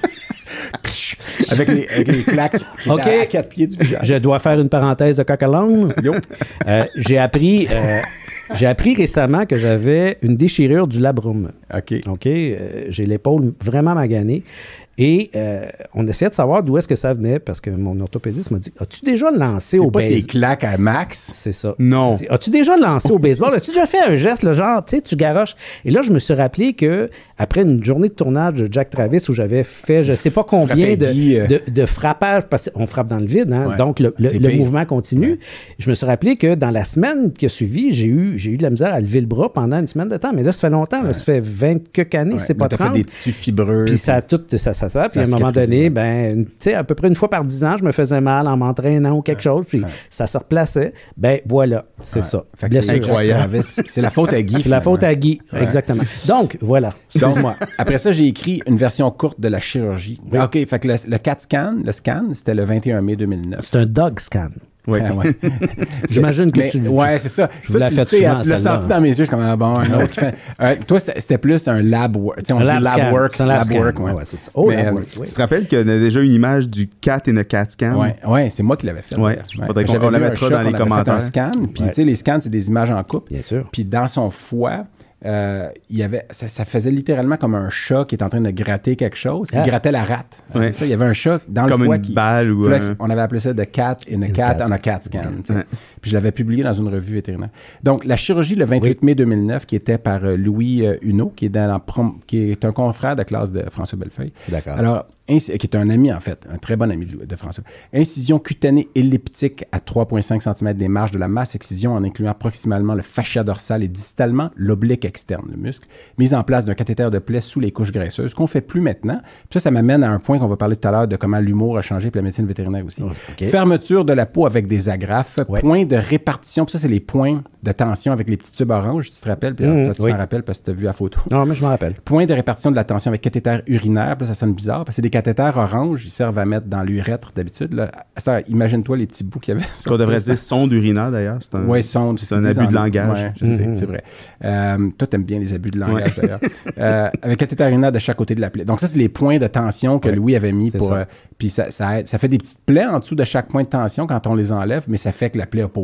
Avec les, avec les claques qui OK. étaient à quatre pieds du visage. Je dois faire une parenthèse de coq à l'âne. Yo. Euh, j'ai appris, euh, j'ai appris récemment que j'avais une déchirure du labrum. OK. OK? Euh, j'ai l'épaule vraiment maganée. Et euh, on essayait de savoir d'où est-ce que ça venait parce que mon orthopédiste m'a dit As-tu déjà lancé C'est au pas tes baseball? claques à Max. C'est ça. Non. Il dit, As-tu déjà lancé au baseball? As-tu déjà fait un geste, le genre, tu sais, tu garoches? Et là, je me suis rappelé que après une journée de tournage de Jack Travis où j'avais fait, je sais pas tu combien frappais de, Guy, euh. de, de frappage, parce qu'on frappe dans le vide, hein, Ouais. donc le, le- C'est le pire. mouvement continue. Je me suis rappelé que dans la semaine qui a suivi, j'ai eu, j'ai eu de la misère à lever le bras pendant une semaine de temps. Mais là, ça fait longtemps, là, ça fait vingt quelques années, Ouais. c'est pas Là, t'as fait trente. des tissus fibreux. Puis ça a tout, ça, ça, ça. Puis à un Ça a moment cicatrisé, donné, ouais. ben, une- tu sais, à peu près une fois par dix ans, je me faisais mal en m'entraînant ou quelque chose, puis ça se replaçait. Ben voilà, c'est Ouais. ça. Fait que c'est Blessure. Jack Incroyable. Travis. C'est la faute à Guy. C'est la finalement. faute à Guy, exactement. Donc, voilà. Donc, moi, après ça, j'ai écrit une version courte de la chirurgie. Ah, OK, fait que le, le CAT scan, le scan, c'était le vingt et un mai deux mille neuf. C'est un dog scan. Oui. Ah, ouais. J'imagine que Mais, tu- Ouais, c'est ça. je Ça, vous la tu fais le sais, hein, souvent, tu l'as celle-là, senti hein. dans mes yeux, je suis comme, ah, bon, un autre qui fait... Euh, toi, c'est- c'était plus un lab work. Tu sais, on Un dit lab lab scan. work. C'est un lab scan. work, ouais. Ouais, c'est ça. Oh, Mais, lab euh, work, oui. Tu te rappelles qu'il y a déjà une image du cat in a cat scan? Ouais, ouais, c'est moi qui l'avais fait. Ouais. d'ailleurs. Faudrait qu'on- J'avais on la vu un mettra chat dans qu'on les avait fait commentaires. un scan, puis Ouais. tu sais, les scans, c'est des images en coupe. Bien sûr. Puis dans son foie, euh, il y avait, ça, ça faisait littéralement comme un chat qui est en train de gratter quelque chose. Il Ah. grattait la rate. Ouais. C'est ça, il y avait un chat dans Comme le foie une qui... balle ou Flex, un- On avait appelé ça « The cat in a cat cat on a cat scan ». tu sais. Ouais. Puis je l'avais publié dans une revue vétérinaire. Donc, la chirurgie le vingt-huit mai deux mille neuf, qui était par euh, Louis euh, Huneau, qui est, dans la prom- qui est un confrère de classe de François Bellefeuille. D'accord. Alors, inci- qui est un ami, en fait, un très bon ami de, de François. Incision cutanée elliptique à trois virgule cinq centimètres des marges de la masse excision en incluant proximalement le fascia dorsal et distalement l'oblique externe, le muscle. Mise en place d'un cathéter de plaie sous les couches graisseuses, qu'on fait plus maintenant. Puis ça, ça m'amène à un point qu'on va parler tout à l'heure de comment l'humour a changé, puis la médecine vétérinaire aussi. OK. Fermeture de la peau avec des agrafes, Ouais. point de répartition. Puis ça, c'est les points de tension avec les petits tubes oranges, tu te rappelles. Puis Mmh, en fait, tu oui. t'en rappelles parce que tu as vu la photo. Non, mais je m'en rappelle. Point de répartition de la tension avec cathéter urinaire. Puis là, ça sonne bizarre parce que c'est des cathéters oranges. Ils servent à mettre dans l'urètre d'habitude. Là. Ça, imagine-toi les petits bouts qu'il y avait. Ce qu'on devrait dire sonde urinaire, d'ailleurs. C'est un, Oui, sonde. c'est un abus de langage. Ouais, je sais, c'est vrai. Euh, toi, t'aimes bien les abus de langage, d'ailleurs. Euh, avec cathéter urinaire de chaque côté de la plaie. Donc, ça, c'est les points de tension que Ouais, Louis avait mis c'est pour... ça. euh, puis ça, ça, aide- ça fait des petites plaies en dessous de chaque point de tension quand on les enlève, mais ça fait que la plaie n'a pas ouvert.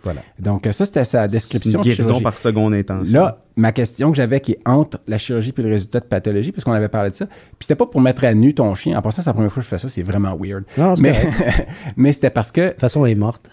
Voilà. Donc, ça, c'était sa description. C'est une guérison par seconde intention. Là, ma question que j'avais qui est entre la chirurgie et le résultat de pathologie, parce qu'on avait parlé de ça, puis c'était pas pour mettre à nu ton chien. En passant, c'est la première fois que je fais ça, c'est vraiment weird. Non, c'est mais mais c'était parce que... De toute façon, elle est morte.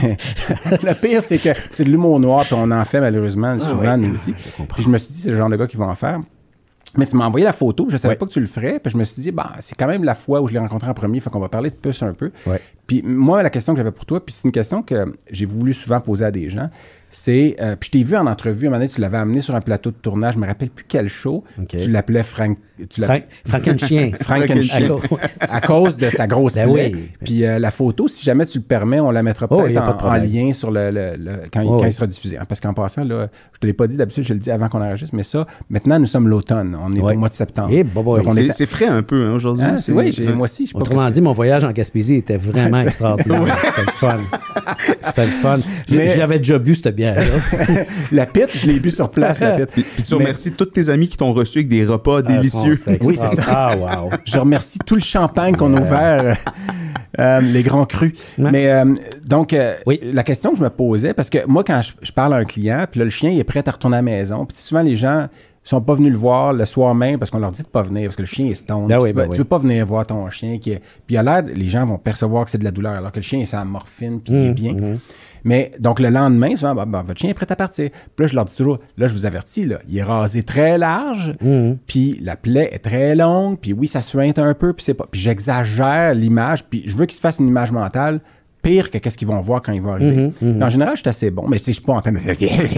Le pire, c'est que c'est de l'humour noir, puis on en fait malheureusement souvent, ah, oui. nous aussi. Puis je me suis dit, c'est le genre de gars qui va en faire. Mais tu m'as envoyé la photo, je savais ouais. pas que tu le ferais, puis je me suis dit, bah, c'est quand même la fois où je l'ai rencontré en premier, fait qu'on va parler de puce un peu. Ouais. Puis moi, la question que j'avais pour toi, puis c'est une question que j'ai voulu souvent poser à des gens, c'est, euh, puis je t'ai vu en entrevue, à un moment donné, tu l'avais amené sur un plateau de tournage, je me rappelle plus quel show, okay. tu l'appelais Frank... Tu Frank, Frankenchien. Frankenchien. À cause de sa grosse ben plaie. Oui. Puis euh, la photo, si jamais tu le permets, on la mettra peut-être oh, en, en lien sur le, le, le quand, oh, quand oui. il sera diffusé. Parce qu'en passant, là, je te l'ai pas dit, d'habitude, je le dis avant qu'on enregistre, mais ça, maintenant, nous sommes l'automne. On est oui. au mois de septembre. Hey, bah, bah, c'est, est... c'est frais un peu hein, aujourd'hui. Hein, c'est, oui, j'ai, moi aussi. Je Autrement dit, mon voyage en Gaspésie était vraiment extraordinaire. C'était le fun. C'était le fun. Mais... Je l'avais déjà bu, cette bière-là. La pite, je l'ai bu sur place, la pite. Puis, puis tu mais... remercies tous tes amis qui t'ont reçu avec des repas ah, délicieux. Son, oui, c'est ça. Ah, wow. Je remercie tout le champagne qu'on a ouvert, euh, les grands crus. Ouais. Mais euh, donc, euh, oui. la question que je me posais, parce que moi, quand je, je parle à un client, puis là, le chien, il est prêt à retourner à la maison, puis souvent, les gens sont pas venus le voir le soir même parce qu'on leur dit de pas venir, parce que le chien est stone. Ben oui, tu, ben veux, oui. tu veux pas venir voir ton chien qui est... Puis à l'air, les gens vont percevoir que c'est de la douleur, alors que le chien est sa morphine, puis mmh, il est bien. Mmh. Mais donc, le lendemain, souvent, bah, bah, votre chien est prêt à partir. Puis là, je leur dis toujours, là, je vous avertis, là, il est rasé très large, mmh. puis la plaie est très longue, puis oui, ça suinte un peu, puis c'est pas... Puis j'exagère l'image, puis je veux qu'il se fasse une image mentale pire que qu'est-ce qu'ils vont voir quand ils vont arriver. Mmh, mmh. En général, je suis assez bon, mais je suis pas en train de... vous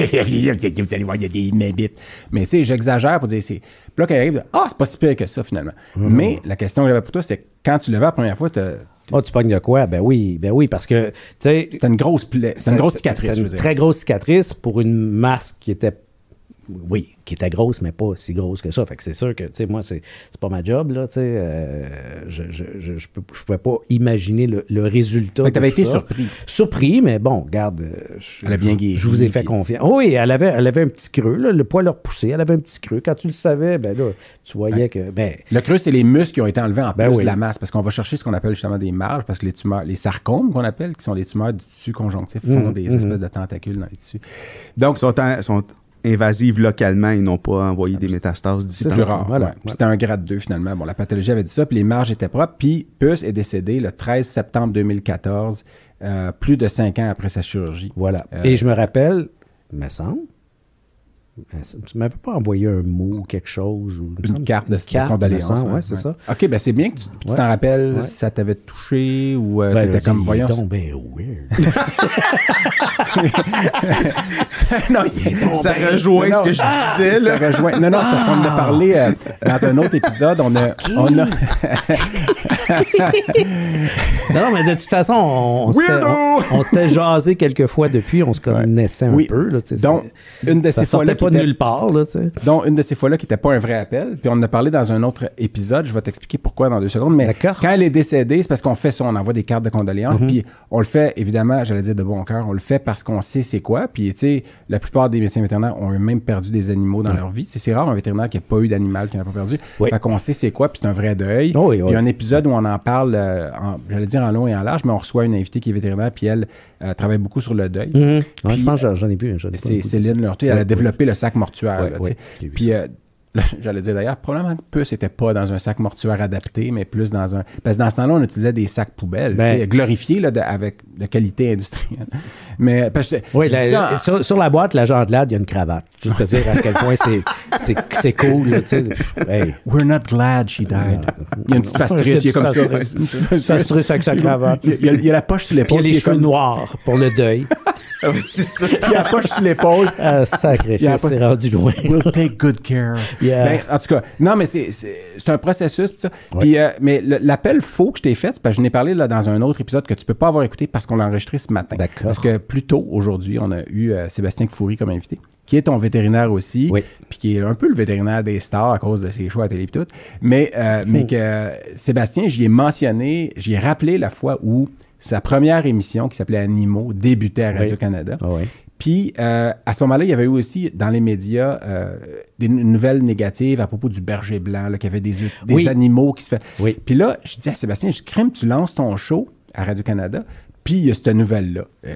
allez voir, il y a des mébites. Mais tu sais, j'exagère pour dire... c'est. Puis là, quand il arrive, ah, c'est pas si pire que ça, finalement. Mmh. Mais la question que j'avais pour toi, c'est quand tu le vois la première fois, t'as... Oh, tu pognes de quoi? Ben oui, ben oui, parce que, tu sais... C'était une grosse plaie, c'était une grosse cicatrice, c'était une je veux dire. Très grosse cicatrice pour une masse qui était... Oui, qui était grosse, mais pas si grosse que ça. Fait que c'est sûr que, tu sais, moi, c'est, c'est pas ma job, là, tu sais. Euh, je je, je, je, peux, je pouvais pas imaginer le, le résultat. Fait que t'avais été ça. surpris. Surpris, mais bon, regarde. Je, elle a bien guéri. Je vous ai fait confiance. Oh, oui, elle avait, elle avait un petit creux, là. Le poil a repoussé. Elle avait un petit creux. Quand tu le savais, ben là, tu voyais ouais. que. Ben, le creux, c'est les muscles qui ont été enlevés en ben plus oui. de la masse. Parce qu'on va chercher ce qu'on appelle justement des marges, parce que les tumeurs, les sarcomes qu'on appelle, qui sont les tumeurs du tissu conjonctif, font mmh, des mmh. espèces de tentacules dans les tissus. Donc, sont, en, sont invasives localement et n'ont pas envoyé des métastases distantes. C'est plus rare. Voilà. Ouais. Ouais. C'était un grade deux finalement. Bon, la pathologie avait dit ça, puis les marges étaient propres. Puis Puce est décédé le treize septembre deux mille quatorze, euh, plus de cinq ans après sa chirurgie. Voilà. Euh, et je me rappelle, me semble, tu m'avais pas envoyé un mot ou quelque chose? Ou, une semble, carte de carte, condoléances. Oui, ouais, c'est ouais. ça. OK, ben c'est bien que tu, tu ouais. t'en rappelles ouais. si ça t'avait touché ou euh, ben, t'étais comme, dit, voyons... Donc, ben weird. non, c'est ça rejoint non, ce que je ah, disais. Là. Ça rejoint... Non, non, c'est parce qu'on en a parlé euh, dans un autre épisode. On a... Okay. On a... non, mais de toute façon, on, on, s'était, on, on s'était jasé quelques fois depuis. On se connaissait ouais. un oui. peu. Là, donc, une de ces fois-là... pas de nulle part, là, tu sais. Donc, une de ces fois-là qui n'était pas un vrai appel. Puis on en a parlé dans un autre épisode. Je vais t'expliquer pourquoi dans deux secondes. Mais D'accord. quand elle est décédée, c'est parce qu'on fait ça. On envoie des cartes de condoléances. Mm-hmm. Puis on le fait, évidemment, j'allais dire de bon cœur, on le fait parce qu'on sait c'est quoi. Puis, tu sais, la plupart des médecins vétérinaires ont même perdu des animaux dans mm-hmm. leur vie. T'sais, c'est rare un vétérinaire qui n'a pas eu d'animal, qui n'a pas perdu. Oui. Fait qu'on sait c'est quoi. Puis c'est un vrai deuil. Oh, oui, oui. Puis il y a un épisode où on en parle, euh, en, j'allais dire en long et en large, mais on reçoit une invitée qui est vétérinaire. Puis elle euh, travaille beaucoup sur le deuil. Mm-hmm. Puis, ouais, je pense que j'en ai vu. J'en ai c'est Céline Leurté. Elle a développé le sac mortuaire. Ouais, là, ouais, puis, euh, là, j'allais dire d'ailleurs, probablement que Puce n'était pas dans un sac mortuaire adapté, mais plus dans un... Parce que dans ce temps-là, on utilisait des sacs poubelles, ben, glorifiés là, de, avec de qualité industrielle. Mais... Parce que, oui, la, ça, sur, sur la boîte, la Gendelade, il y a une cravate. Je veux te dire à quel point c'est, c'est, c'est cool. Là, tu sais. Hey. We're not glad she died. Il y a une petite fastrice, il y a comme ça. Une fastrice avec sa cravate. Il y a, il y a la poche sur l'épaule. Puis il y a les cheveux comme... noirs pour le deuil. C'est ça. Il y a la poche sur l'épaule. Ah, sacrifice, c'est rendu loin. We'll take good care. Yeah. Ben, en tout cas, non, mais c'est, c'est, c'est un processus. Pis ça. Ouais. Puis, euh, mais le, l'appel faux que je t'ai fait, c'est parce que je n'ai parlé là, dans un autre épisode que tu peux pas avoir écouté parce qu'on l'a enregistré ce matin. D'accord. Parce que plus tôt, aujourd'hui, on a eu euh, Sébastien Kfoury comme invité, qui est ton vétérinaire aussi, oui. puis qui est un peu le vétérinaire des stars à cause de ses choix à télé et tout. Mais, euh, mmh. mais que euh, Sébastien, j'y ai mentionné, j'y ai rappelé la fois où sa première émission qui s'appelait Animaux débutait à Radio-Canada. Oui. Oh, oui. Puis, euh, à ce moment-là, il y avait eu aussi, dans les médias, euh, des nouvelles négatives à propos du berger blanc, là, qu'il y avait des, des oui. animaux qui se faisaient. Oui. Puis là, je dis à Sébastien, je crime, tu lances ton show à Radio-Canada, puis il y a cette nouvelle-là. Euh,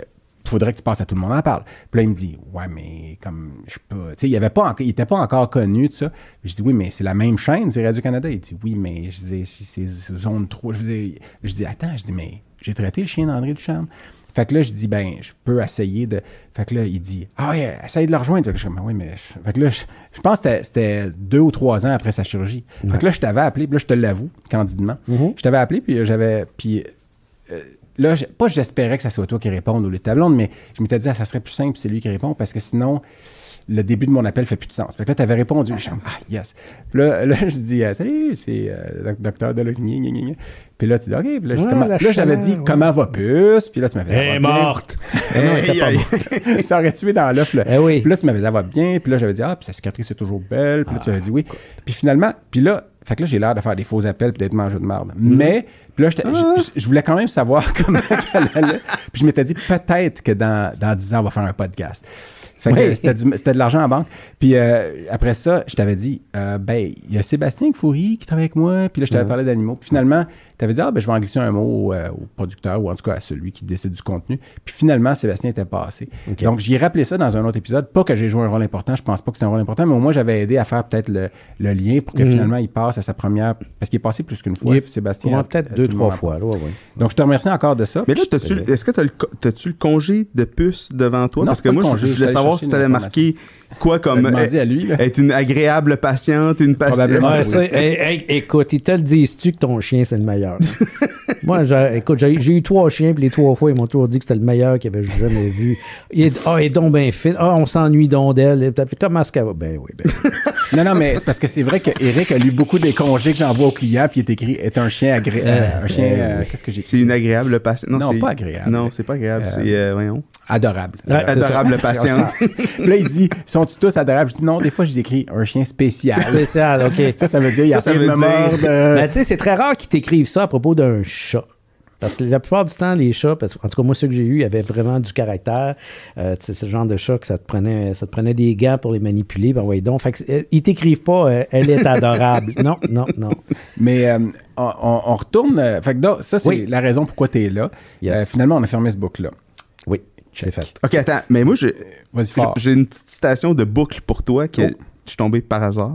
faudrait que tu passes à tout le monde en parle. Puis là, il me dit, ouais, mais comme, je sais pas, tu sais, il avait pas, il était pas encore connu, tout ça. Puis je dis, oui, mais c'est la même chaîne, c'est Radio-Canada. Il dit, oui, mais je disais, c'est zone trois. Je dis, je dis, attends, je dis, mais j'ai traité le chien d'André Ducharme. Fait que là, je dis, ben, je peux essayer de. Fait que là, il dit, ah ouais, essaye de le rejoindre. Fait que je dis, oui, mais. Fait que là, je, je pense que c'était, c'était deux ou trois ans après sa chirurgie. Ouais. Fait que là, je t'avais appelé, puis là, je te l'avoue, candidement. Mm-hmm. Je t'avais appelé, puis j'avais. Puis euh, là, pas j'espérais que ça soit toi qui réponde ou le tableau, mais je m'étais dit, ah, ça serait plus simple si c'est lui qui répond, parce que sinon, le début de mon appel fait plus de sens. Fait que là, tu avais répondu. Je suis ah, yes. Puis là, là je dis, salut, c'est euh, docteur Delogny. Puis là, tu dis, OK. Puis là, ah, là j'avais dit, ouais. Comment va Puce? Puis là, tu m'avais dit, elle est morte. Non, elle était pas morte. Ça aurait tué dans l'œuf. Là. Eh oui. Puis là, tu m'avais dit, elle va bien. Puis là, j'avais dit, ah, puis sa cicatrice, c'est toujours belle. Puis là, tu m'avais dit, oui. Puis finalement, puis là, fait que là, j'ai l'air de faire des faux appels puis d'être mangé de merde. Mm. Mais, puis là, ah. je, je voulais quand même savoir comment elle allait. Puis je m'étais dit, peut-être que dans, dans dix ans, on va faire un podcast. Fait que oui. c'était, du, c'était de l'argent en banque. Puis euh, après ça, je t'avais dit, euh, ben, il y a Sébastien Foury qui travaille avec moi. Puis là, je t'avais ouais. parlé d'animaux. Puis finalement, tu avais dit, ah, ben, je vais en glisser un mot au, euh, au producteur ou en tout cas à celui qui décide du contenu. Puis finalement, Sébastien était passé. Okay. Donc, j'y ai rappelé ça dans un autre épisode. Pas que j'ai joué un rôle important, je pense pas que c'était un rôle important, mais au moins, j'avais aidé à faire peut-être le, le lien pour que mm. finalement, il passe à sa première. Parce qu'il est passé plus qu'une fois, il est, Sébastien. Peut-être deux, trois fois. Là, ouais, ouais. Donc, je te remercie encore de ça. Mais là, t'as-tu, est-ce que tu as le, t'as-tu le congé de Puce devant toi? Non, parce que moi, je voulais savoir si tu avais marqué quoi comme à lui, là. Être une agréable patiente, une patiente. Ouais, ça, hey, hey, écoute, ils te le disent-tu que ton chien, c'est le meilleur? Moi, j'ai, écoute, j'ai, j'ai eu trois chiens, puis les trois fois, ils m'ont toujours dit que c'était le meilleur qu'ils avaient jamais vu. Il est, ah, il est donc bien fit. Ah, on s'ennuie donc d'elle. Comment est-ce qu'elle va? Ben oui, ben oui. Non, non, mais c'est parce que c'est vrai qu'Éric a lu beaucoup des congés que j'envoie aux clients, puis il est écrit « est un chien agréable euh, ». Un chien, euh, euh, qu'est-ce que j'ai C'est une agréable patiente. Non, non c'est, pas agréable. Non, c'est pas agréable, euh, c'est, euh, voyons. Adorable. Ouais, adorable patiente. Puis là, il dit, sont-ils tous adorables? Je dis, non, des fois, j'écris un chien spécial. Spécial, OK. Ça, ça veut dire, il y a ça, ça veut dire... de... Mais tu sais, c'est très rare qu'ils t'écrivent ça à propos d'un chat. Parce que la plupart du temps, les chats, parce que, en tout cas, moi, ceux que j'ai eus, avaient vraiment du caractère. Euh, c'est ce genre de chat que ça te prenait, ça te prenait des gants pour les manipuler. Ben ouais, donc, fait que, euh, ils t'écrivent pas, euh, elle est adorable. Non, non, non. Mais euh, on, on retourne. Euh, fait que donc, ça, c'est oui. la raison pourquoi tu es là. Yes. Euh, finalement, on a fermé ce book-là. Oui, c'est fait. OK, attends, mais moi, j'ai, Vas-y fort. j'ai une petite citation de boucle pour toi que oh. je suis tombé par hasard.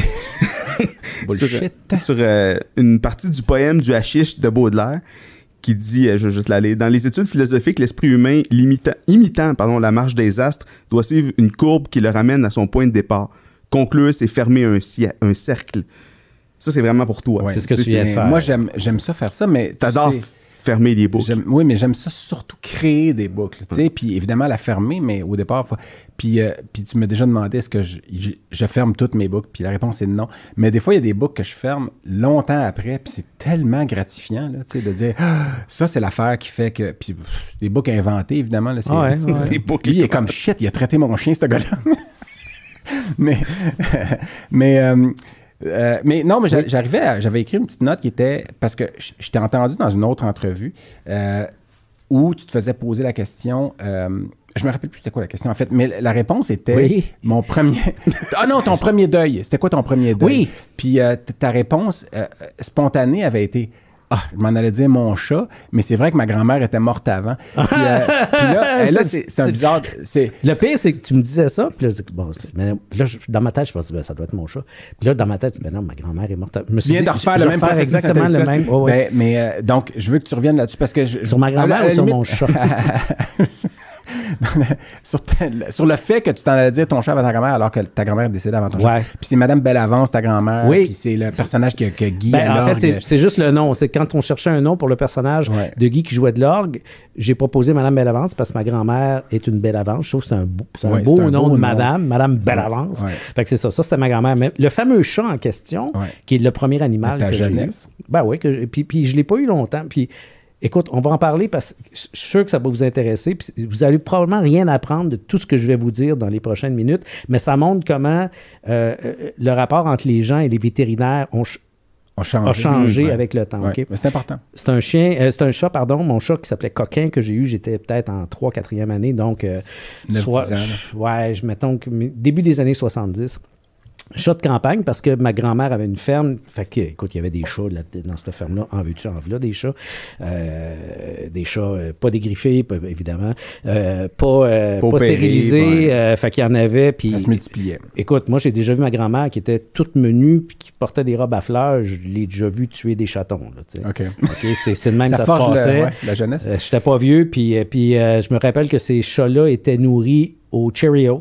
Bullshit. Sur, sur euh, une partie du poème du Hachiche de Baudelaire. Qui dit, je vais juste l'aller, dans les études philosophiques, l'esprit humain limita, imitant pardon, la marche des astres doit suivre une courbe qui le ramène à son point de départ. Conclure, c'est fermer un, un cercle. Ça, c'est vraiment pour toi. Ouais, c'est ce que tu viens de faire. Moi, j'aime, j'aime ça faire ça, mais... T'adores fermer des boucles. J'aime, oui, mais j'aime ça surtout créer des boucles, tu sais, hum. Puis évidemment la fermer, mais au départ, faut, puis, euh, puis tu m'as déjà demandé est-ce que je, je, je ferme toutes mes boucles, puis la réponse est non. Mais des fois, il y a des boucles que je ferme longtemps après, puis c'est tellement gratifiant, là, tu sais, de dire ah, ça, c'est l'affaire qui fait que, puis c'est des boucles inventées, évidemment, là, c'est ah ouais, ouais. des boucles. Lui, il est comme shit, il a traité mon chien, ce gars-là. mais, mais, euh, Euh, mais non, mais oui. j'arrivais à, j'avais écrit une petite note qui était, parce que je t'ai entendu dans une autre entrevue euh, où tu te faisais poser la question, euh, je me rappelle plus c'était quoi la question en fait, mais la réponse était oui. mon premier, ah non, ton premier deuil, c'était quoi ton premier deuil? Oui. Puis euh, ta réponse euh, spontanée avait été, ah, je m'en allais dire mon chat, mais c'est vrai que ma grand-mère était morte avant. Puis, euh, puis là, là c'est, c'est un bizarre... C'est, le pire, c'est que tu me disais ça, puis là, bon, mais là je, dans ma tête, je pensais, ben, ça doit être mon chat. Puis là, dans ma tête, ben non, ma grand-mère est morte. Je me tu viens dit, de refaire le même processus exactement le même. Oh, oui. ben, mais euh, donc, je veux que tu reviennes là-dessus parce que... Je, sur ma grand-mère ou sur limite... mon chat? sur, ta, sur le fait que tu t'en allais dire ton chat avant ta grand-mère alors que ta grand-mère est décédée avant ton ouais. chat. Puis c'est Madame Bellavance, ta grand-mère. Oui. Puis c'est le personnage que, que Guy ben, à en fait, c'est, c'est juste le nom. C'est quand on cherchait un nom pour le personnage ouais. de Guy qui jouait de l'orgue, j'ai proposé Madame Bellavance parce que ma grand-mère est une Bellavance. Je trouve que c'est un beau, c'est un ouais, beau c'est un nom beau de Madame, nom. Madame Bellavance. Ouais. Fait que c'est ça. Ça, c'était ma grand-mère. Mais le fameux chat en question, ouais. qui est le premier animal ta que jeunesse. j'ai eu. Ben oui, que, puis, puis je ne l'ai pas eu longtemps. Puis écoute, on va en parler parce que je suis sûr que ça va vous intéresser. Puis vous allez probablement rien apprendre de tout ce que je vais vous dire dans les prochaines minutes, mais ça montre comment euh, le rapport entre les gens et les vétérinaires ont, ont changé, a changé mmh, ouais. avec le temps. Ouais. Okay? Mais c'est important. C'est un chien, euh, c'est un chat, pardon, mon chat qui s'appelait Coquin que j'ai eu, j'étais peut-être en trois quatrième année, donc euh, neuf, soit, dix ans, ouais, je mettons que début des années soixante-dix. Chat de campagne, parce que ma grand-mère avait une ferme. Fait que, écoute, il y avait des chats là, dans cette ferme-là. En veux-tu, en veux-là, des chats. Euh, des chats euh, pas dégriffés, pas, évidemment. Euh, pas euh, pas, pas stérilisés. Ouais. Euh, fait qu'il y en avait. Puis, ça se multipliait. Écoute, moi, j'ai déjà vu ma grand-mère qui était toute menue puis qui portait des robes à fleurs. Je l'ai déjà vu tuer des chatons. Là, OK. okay c'est, c'est de même ça, ça se passait. Le, ouais, la jeunesse. Euh, j'étais pas vieux. Puis, puis euh, je me rappelle que ces chats-là étaient nourris aux Cheerios.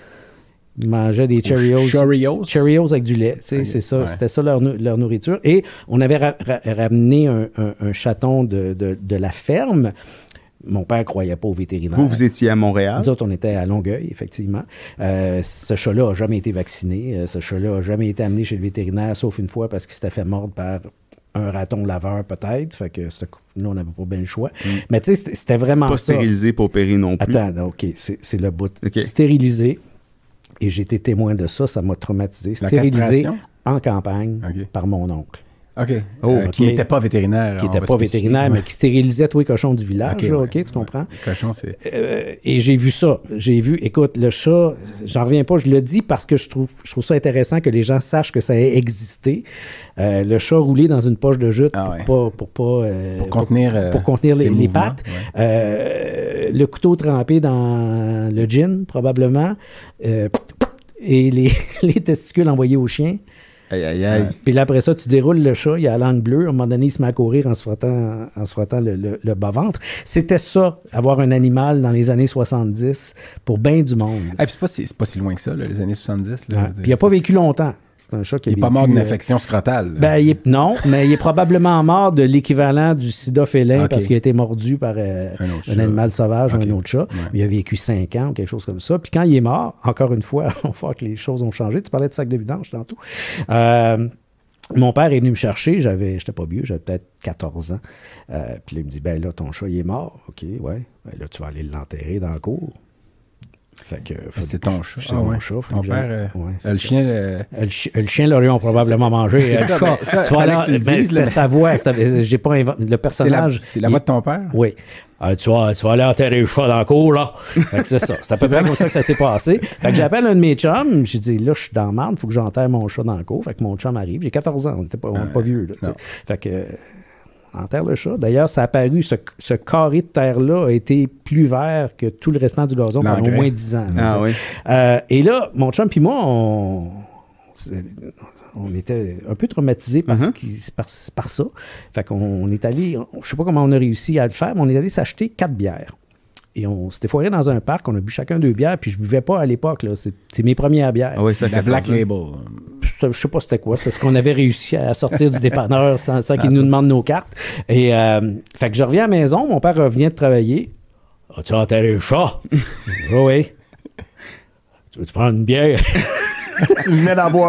Ils mangeaient des Cheerios. Cheerios? Cheerios avec du lait. Okay. C'est ça, ouais. C'était ça leur, leur nourriture. Et on avait ra- ra- ramené un, un, un chaton de, de, de la ferme. Mon père ne croyait pas au vétérinaire. Vous, vous étiez à Montréal? Nous autres, on était à Longueuil, effectivement. Euh, ce chat-là n'a jamais été vacciné. Ce chat-là n'a jamais été amené chez le vétérinaire, sauf une fois parce qu'il s'était fait mordre par un raton laveur, peut-être. Fait que là, on n'avait pas bien le choix. Mm. Mais tu sais, c'était, c'était vraiment pas ça. Pas stérilisé, pas opéré non plus. Attends, OK, c'est, c'est le bout. Okay. Stérilisé. Et j'ai été témoin de ça, ça m'a traumatisé. La Stérilisé castration? en campagne okay. par mon oncle. OK. Oh, euh, okay. Qui n'était pas vétérinaire. Qui n'était pas vétérinaire, mais qui stérilisait tous les cochons du village. Okay, là, ouais, OK, tu ouais. comprends? Les cochons, c'est... Euh, et j'ai vu ça. J'ai vu, écoute, le chat, j'en reviens pas, je le dis parce que je trouve, je trouve ça intéressant que les gens sachent que ça ait existé. Euh, le chat roulé dans une poche de jute ah, pour, ouais. pas, pour pas... Euh, pour contenir, pour, pour contenir les, les pattes. Ouais. Euh, le couteau trempé dans le gin, probablement. Euh, et les, les testicules envoyés au chien. Aïe, aïe, aïe. Ouais. Puis là, après ça, tu déroules le chat, il a la langue bleue. À un moment donné, il se met à courir en se frottant, en se frottant le, le, le bas-ventre. C'était ça, avoir un animal dans les années soixante-dix pour bien du monde. Ah, puis c'est, pas si, c'est pas si loin que ça, là, les années soixante-dix. Là, ah, puis il n'a pas vécu longtemps. C'est un chat qui il n'est pas mort d'une euh, infection scrotale. Ben, il est, non, mais il est probablement mort de l'équivalent du sida félin okay. parce qu'il a été mordu par euh, un, un animal sauvage okay. ou un autre chat. Ouais. Il a vécu cinq ans ou quelque chose comme ça. Puis quand il est mort, encore une fois, on voit que les choses ont changé. Tu parlais de sac de vidange tantôt. Euh, Mon père est venu me chercher, j'avais, j'étais pas vieux, j'avais peut-être quatorze ans. Euh, puis là, il me dit, ben là, ton chat, il est mort. OK, ouais. Ben là, tu vas aller l'enterrer dans la cour. Fait que, faut, c'est ton chat. C'est ah, mon ouais. chat. Ton père, euh, ouais, le, chien, le... Le, chi- le chien, là, lui, ont probablement mangé. C'est ça, ben, ça, voilà, que tu le ben, dises, c'était là. sa voix. C'était, j'ai pas inventé. Le personnage... C'est la, c'est la voix de ton père? Oui. Ah, tu, vas, tu vas aller enterrer le chat dans la cour, là. Fait que c'est ça. C'est à peu près comme ça que ça s'est passé. Fait que j'appelle un de mes chums. J'ai dit, là, je suis dans la marde, il faut que j'enterre mon chat dans la cour. Fait que mon chum arrive. J'ai quatorze ans. On n'était pas, ah, pas vieux, là. Fait que... enterre le chat. D'ailleurs, ça a apparu, ce, ce carré de terre-là a été plus vert que tout le restant du gazon pendant au moins dix ans. Ah, oui. euh, et là, mon chum puis moi, on, on était un peu traumatisés par, uh-huh. par, par ça. Fait qu'on on est allé, je sais pas comment on a réussi à le faire, mais on est allé s'acheter quatre bières. Et on s'était foiré dans un parc, on a bu chacun deux bières, puis je buvais pas à l'époque, là. C'est, c'est mes premières bières. Ah oui, c'est la Black Label. Je sais pas c'était quoi, c'était ce qu'on avait réussi à sortir du dépanneur sans, sans qu'il nous demande nos cartes. Et euh, fait que je reviens à la maison, mon père revient de travailler. As-tu enterré le chat? Oui, oui. Tu veux-tu prendre une bière? Tu venais d'en boire.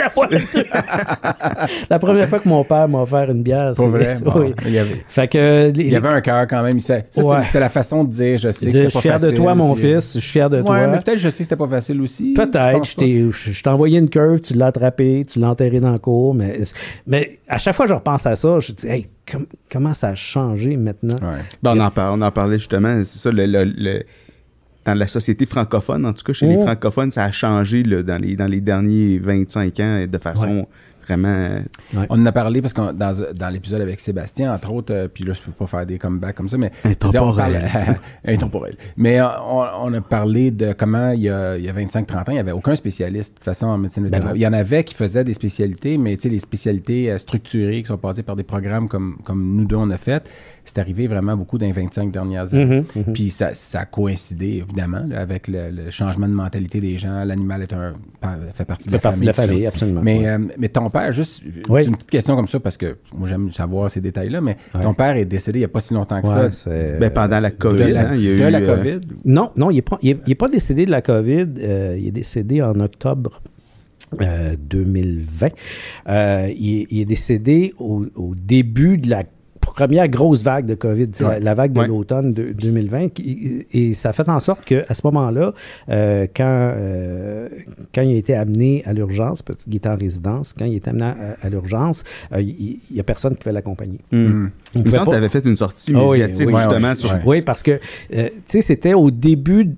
La première fois que mon père m'a offert une bière, c'est vrai. Bon, oui. il, y avait, fait que, il y avait un cœur quand même. Ça, ouais. C'était la façon de dire, je sais que c'était pas facile. Je suis fier de toi, mon puis... fils. Je suis fier de ouais, toi. Ouais, mais peut-être je sais que c'était pas facile aussi. Peut-être. Je t'ai, je t'ai envoyé une curve, tu l'as attrapé, tu l'as enterré dans le cours. Mais, mais à chaque fois que je repense à ça, je dis, hey, com- comment ça a changé maintenant? Ouais. Ben, on, en par- on en parlait justement. C'est ça, le... le, le... dans la société francophone, en tout cas chez oh. les francophones, ça a changé là, dans, les, dans les derniers vingt-cinq ans de façon ouais. vraiment... Ouais. On en a parlé parce que dans, dans l'épisode avec Sébastien, entre autres, euh, puis là, je peux pas faire des comebacks comme ça, mais... Intemporel. Intemporel. Mais euh, on, on a parlé de comment, il y a, il y a vingt-cinq trente ans, il n'y avait aucun spécialiste, de toute façon, en médecine vétérinaire. Ben il y en avait qui faisaient des spécialités, mais tu sais, les spécialités euh, structurées qui sont passées par des programmes comme, comme nous deux, on a fait, c'est arrivé vraiment beaucoup dans les vingt-cinq dernières années. Mm-hmm, mm-hmm. Puis ça, ça a coïncidé, évidemment, là, avec le, le changement de mentalité des gens. L'animal est un, fait partie de fait la partie famille. de la famille, absolument. Mais, ouais. euh, mais ton père, juste, oui. c'est une petite question comme ça, parce que moi, j'aime savoir ces détails-là, mais ouais. ton père est décédé il n'y a pas si longtemps que ouais, ça. Ben, pendant la COVID, de la, hein, il y a de eu... la euh... COVID? Non, non, il n'est pas, il est, il est pas décédé de la COVID. Euh, il est décédé en octobre euh, deux mille vingt. Euh, il, il est décédé au, au début de la première grosse vague de COVID, ouais. la, la vague de ouais. l'automne de deux mille vingt. Et, et ça a fait en sorte qu'à ce moment-là, euh, quand, euh, quand il a été amené à l'urgence, parce qu'il était en résidence, quand il était amené à, à l'urgence, euh, il n'y a personne qui pouvait l'accompagner. Mmh. Il me semble que tu avais fait une sortie médiatique, oh, oui, justement. Oui, sur... oui, parce que, euh, tu sais, c'était au début...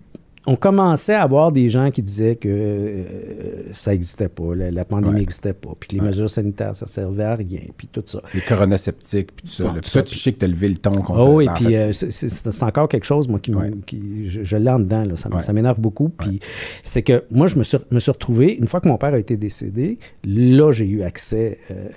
on commençait à avoir des gens qui disaient que euh, ça n'existait pas, la, la pandémie n'existait ouais. pas, puis que les ouais. mesures sanitaires, ça servait à rien, puis tout ça. Les coronosceptiques, puis tout ça. Bon, là, tout ça, tu sais que tu as levé le ton contre... Oh oui, puis euh, c'est, c'est, c'est encore quelque chose, moi, qui, ouais. qui je, je l'ai en dedans, là, ça, ouais. ça m'énerve beaucoup, puis ouais. c'est que moi, je me suis, me suis retrouvé, une fois que mon père a été décédé, là, j'ai eu accès... Euh,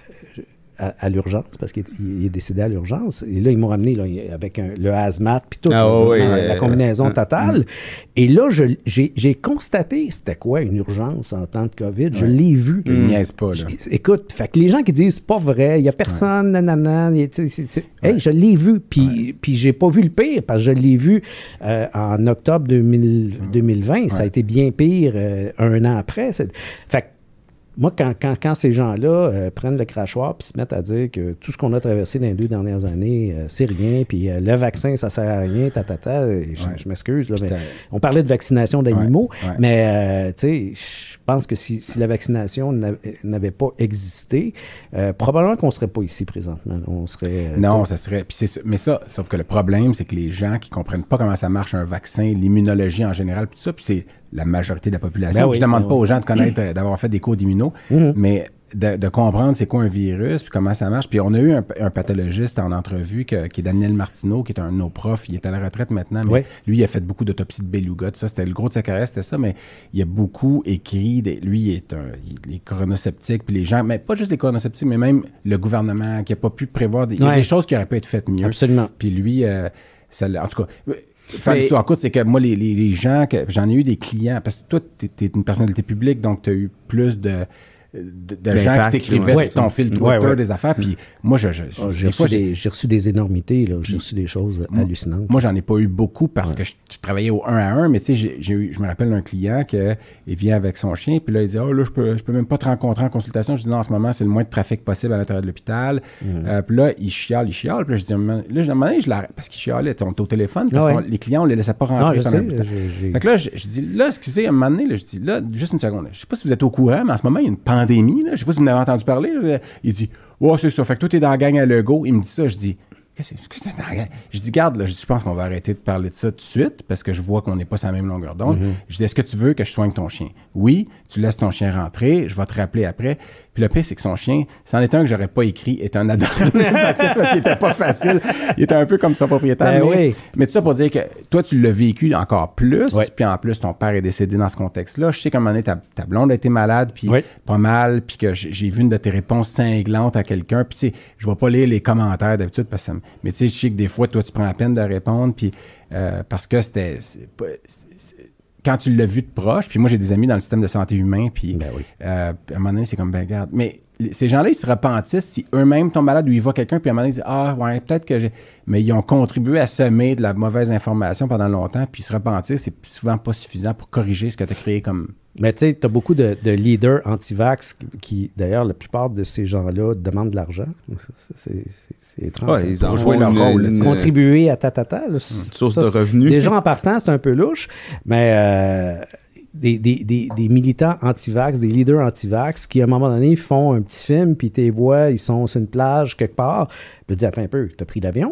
À, à l'urgence, parce qu'il est, il est décédé à l'urgence. Et là, ils m'ont ramené là, avec un, le hazmat, puis tout, ah, là, oui, la, euh, la combinaison euh, totale. Euh, et là, je, j'ai, j'ai constaté c'était quoi une urgence en temps de COVID. Ouais. Je l'ai vu. Il niaise pas, là. Écoute, fait que les gens qui disent c'est pas vrai, il y a personne, ouais. nanana, y a, c'est, c'est, c'est, ouais. hey, je l'ai vu. Puis, ouais. puis j'ai pas vu le pire, parce que je l'ai vu euh, en octobre deux mille vingt. Ouais. Ça a été bien pire euh, un an après. C'est, fait que moi, quand, quand, quand ces gens-là euh, prennent le crachoir puis se mettent à dire que tout ce qu'on a traversé dans les deux dernières années, euh, c'est rien, puis euh, le vaccin, ça sert à rien, ta, ta, ta, je, ouais. je m'excuse, là, mais on parlait de vaccination d'animaux, ouais. Ouais. mais euh, tu sais, je pense que si, si la vaccination n'avait pas existé, euh, probablement qu'on ne serait pas ici présentement. On serait... Euh, non, ça serait... Puis c'est, mais ça, sauf que le problème, c'est que les gens qui ne comprennent pas comment ça marche un vaccin, l'immunologie en général, puis tout ça, puis c'est la majorité de la population. Ben oui, je ne demande ben pas oui. aux gens de connaître, mmh. d'avoir fait des cours d'immuno, mmh. mais de, de comprendre c'est quoi un virus, puis comment ça marche. Puis on a eu un, un pathologiste en entrevue que, qui est Daniel Martineau, qui est un de nos profs. Il est à la retraite maintenant, mais oui. lui, il a fait beaucoup d'autopsies de beluga. Ça, c'était le gros de sa carrière, c'était ça, mais il a beaucoup écrit. Des, lui, il est un, il, les coronosceptiques, puis les gens, mais pas juste les coronosceptiques, mais même le gouvernement qui n'a pas pu prévoir. Des, ouais. Il y a des choses qui auraient pu être faites mieux. Absolument. Puis lui, euh, ça, en tout cas... Faire mais... l'histoire courte, c'est que moi, les, les, les gens, que j'en ai eu des clients, parce que toi, tu es une personnalité publique, donc tu as eu plus de, de, de gens qui t'écrivaient ouais. sur ton fil Twitter ouais, ouais. des affaires, puis moi, je, je, oh, j'ai, reçu fois, des, j'ai reçu des énormités, là. J'ai reçu des choses moi, hallucinantes. Moi, j'en ai pas eu beaucoup parce ouais. que je, je travaillais au un à un, mais tu sais, j'ai, j'ai eu, je me rappelle d'un client qui vient avec son chien, puis là, il dit « Ah, oh, là, je peux, je peux même pas te rencontrer en consultation. » Je dis « Non, en ce moment, c'est le moins de trafic possible à l'intérieur de l'hôpital. Mm. » euh, Puis là, il chiale, il chiale, puis là, je dis « Là, je demandais, je l'arrête, parce qu'il chialait, on était au téléphone, parce ah, que ouais. les clients, on les laissait pas rentrer dans l'hôpital. » Fait que là, je, je dis « Là, excusez, à un moment donné, là, je dis « Là, juste une seconde, je sais pas si vous êtes au courant, mais en ce moment, il y a une pandémie, là, je sais pas si vous en avez entendu parler. » Il dit « Ouais, c'est ça. Fait que toi, t'es dans la gang à Legault. » Il me dit ça. Je dis « Qu'est-ce que c'est dans la gang? » Je dis « Garde, là, je, dis, je pense qu'on va arrêter de parler de ça tout de suite parce que je vois qu'on n'est pas sur la même longueur d'onde. Mm-hmm. » Je dis « Est-ce que tu veux que je soigne ton chien? » Oui, tu laisses ton chien rentrer. Je vais te rappeler après. Puis le pire, c'est que son chien, c'en était un que j'aurais pas écrit, est un adorable patient parce qu'il était pas facile. Il était un peu comme son propriétaire. Ben mais, oui. mais tout ça pour dire que toi, tu l'as vécu encore plus. Oui. Puis en plus, ton père est décédé dans ce contexte-là. Je sais qu'à un moment donné, ta, ta blonde a été malade, puis oui. pas mal, puis que j'ai, j'ai vu une de tes réponses cinglantes à quelqu'un. Puis tu sais, je vais pas lire les commentaires d'habitude, parce que ça me... mais tu sais, je sais que des fois, toi, tu prends la peine de répondre, puis euh, parce que c'était... C'est pas, c'est, quand tu l'as vu de proche, puis moi, j'ai des amis dans le système de santé humain, puis ben oui. euh, à un moment donné, c'est comme, ben regarde, mais ces gens-là, ils se repentissent si eux-mêmes tombent malades ou ils voient quelqu'un, puis à un moment donné, ils disent, ah, ouais, peut-être que j'ai... Mais ils ont contribué à semer de la mauvaise information pendant longtemps, puis se repentir, c'est souvent pas suffisant pour corriger ce que tu as créé comme... Mais tu sais, tu as beaucoup de, de leaders anti-vax qui, qui, d'ailleurs, la plupart de ces gens-là demandent de l'argent. C'est, c'est, c'est étrange. Ouais, ils ont joué leur rôle. Une, contribuer à tatata. Une source ça, de revenus. Déjà en partant, c'est un peu louche, mais... Euh, Des, des, des, des militants anti-vax, des leaders anti-vax qui, à un moment donné, font un petit film, puis tes voix, ils sont sur une plage quelque part. Puis tu dis, attends un peu, t'as pris l'avion?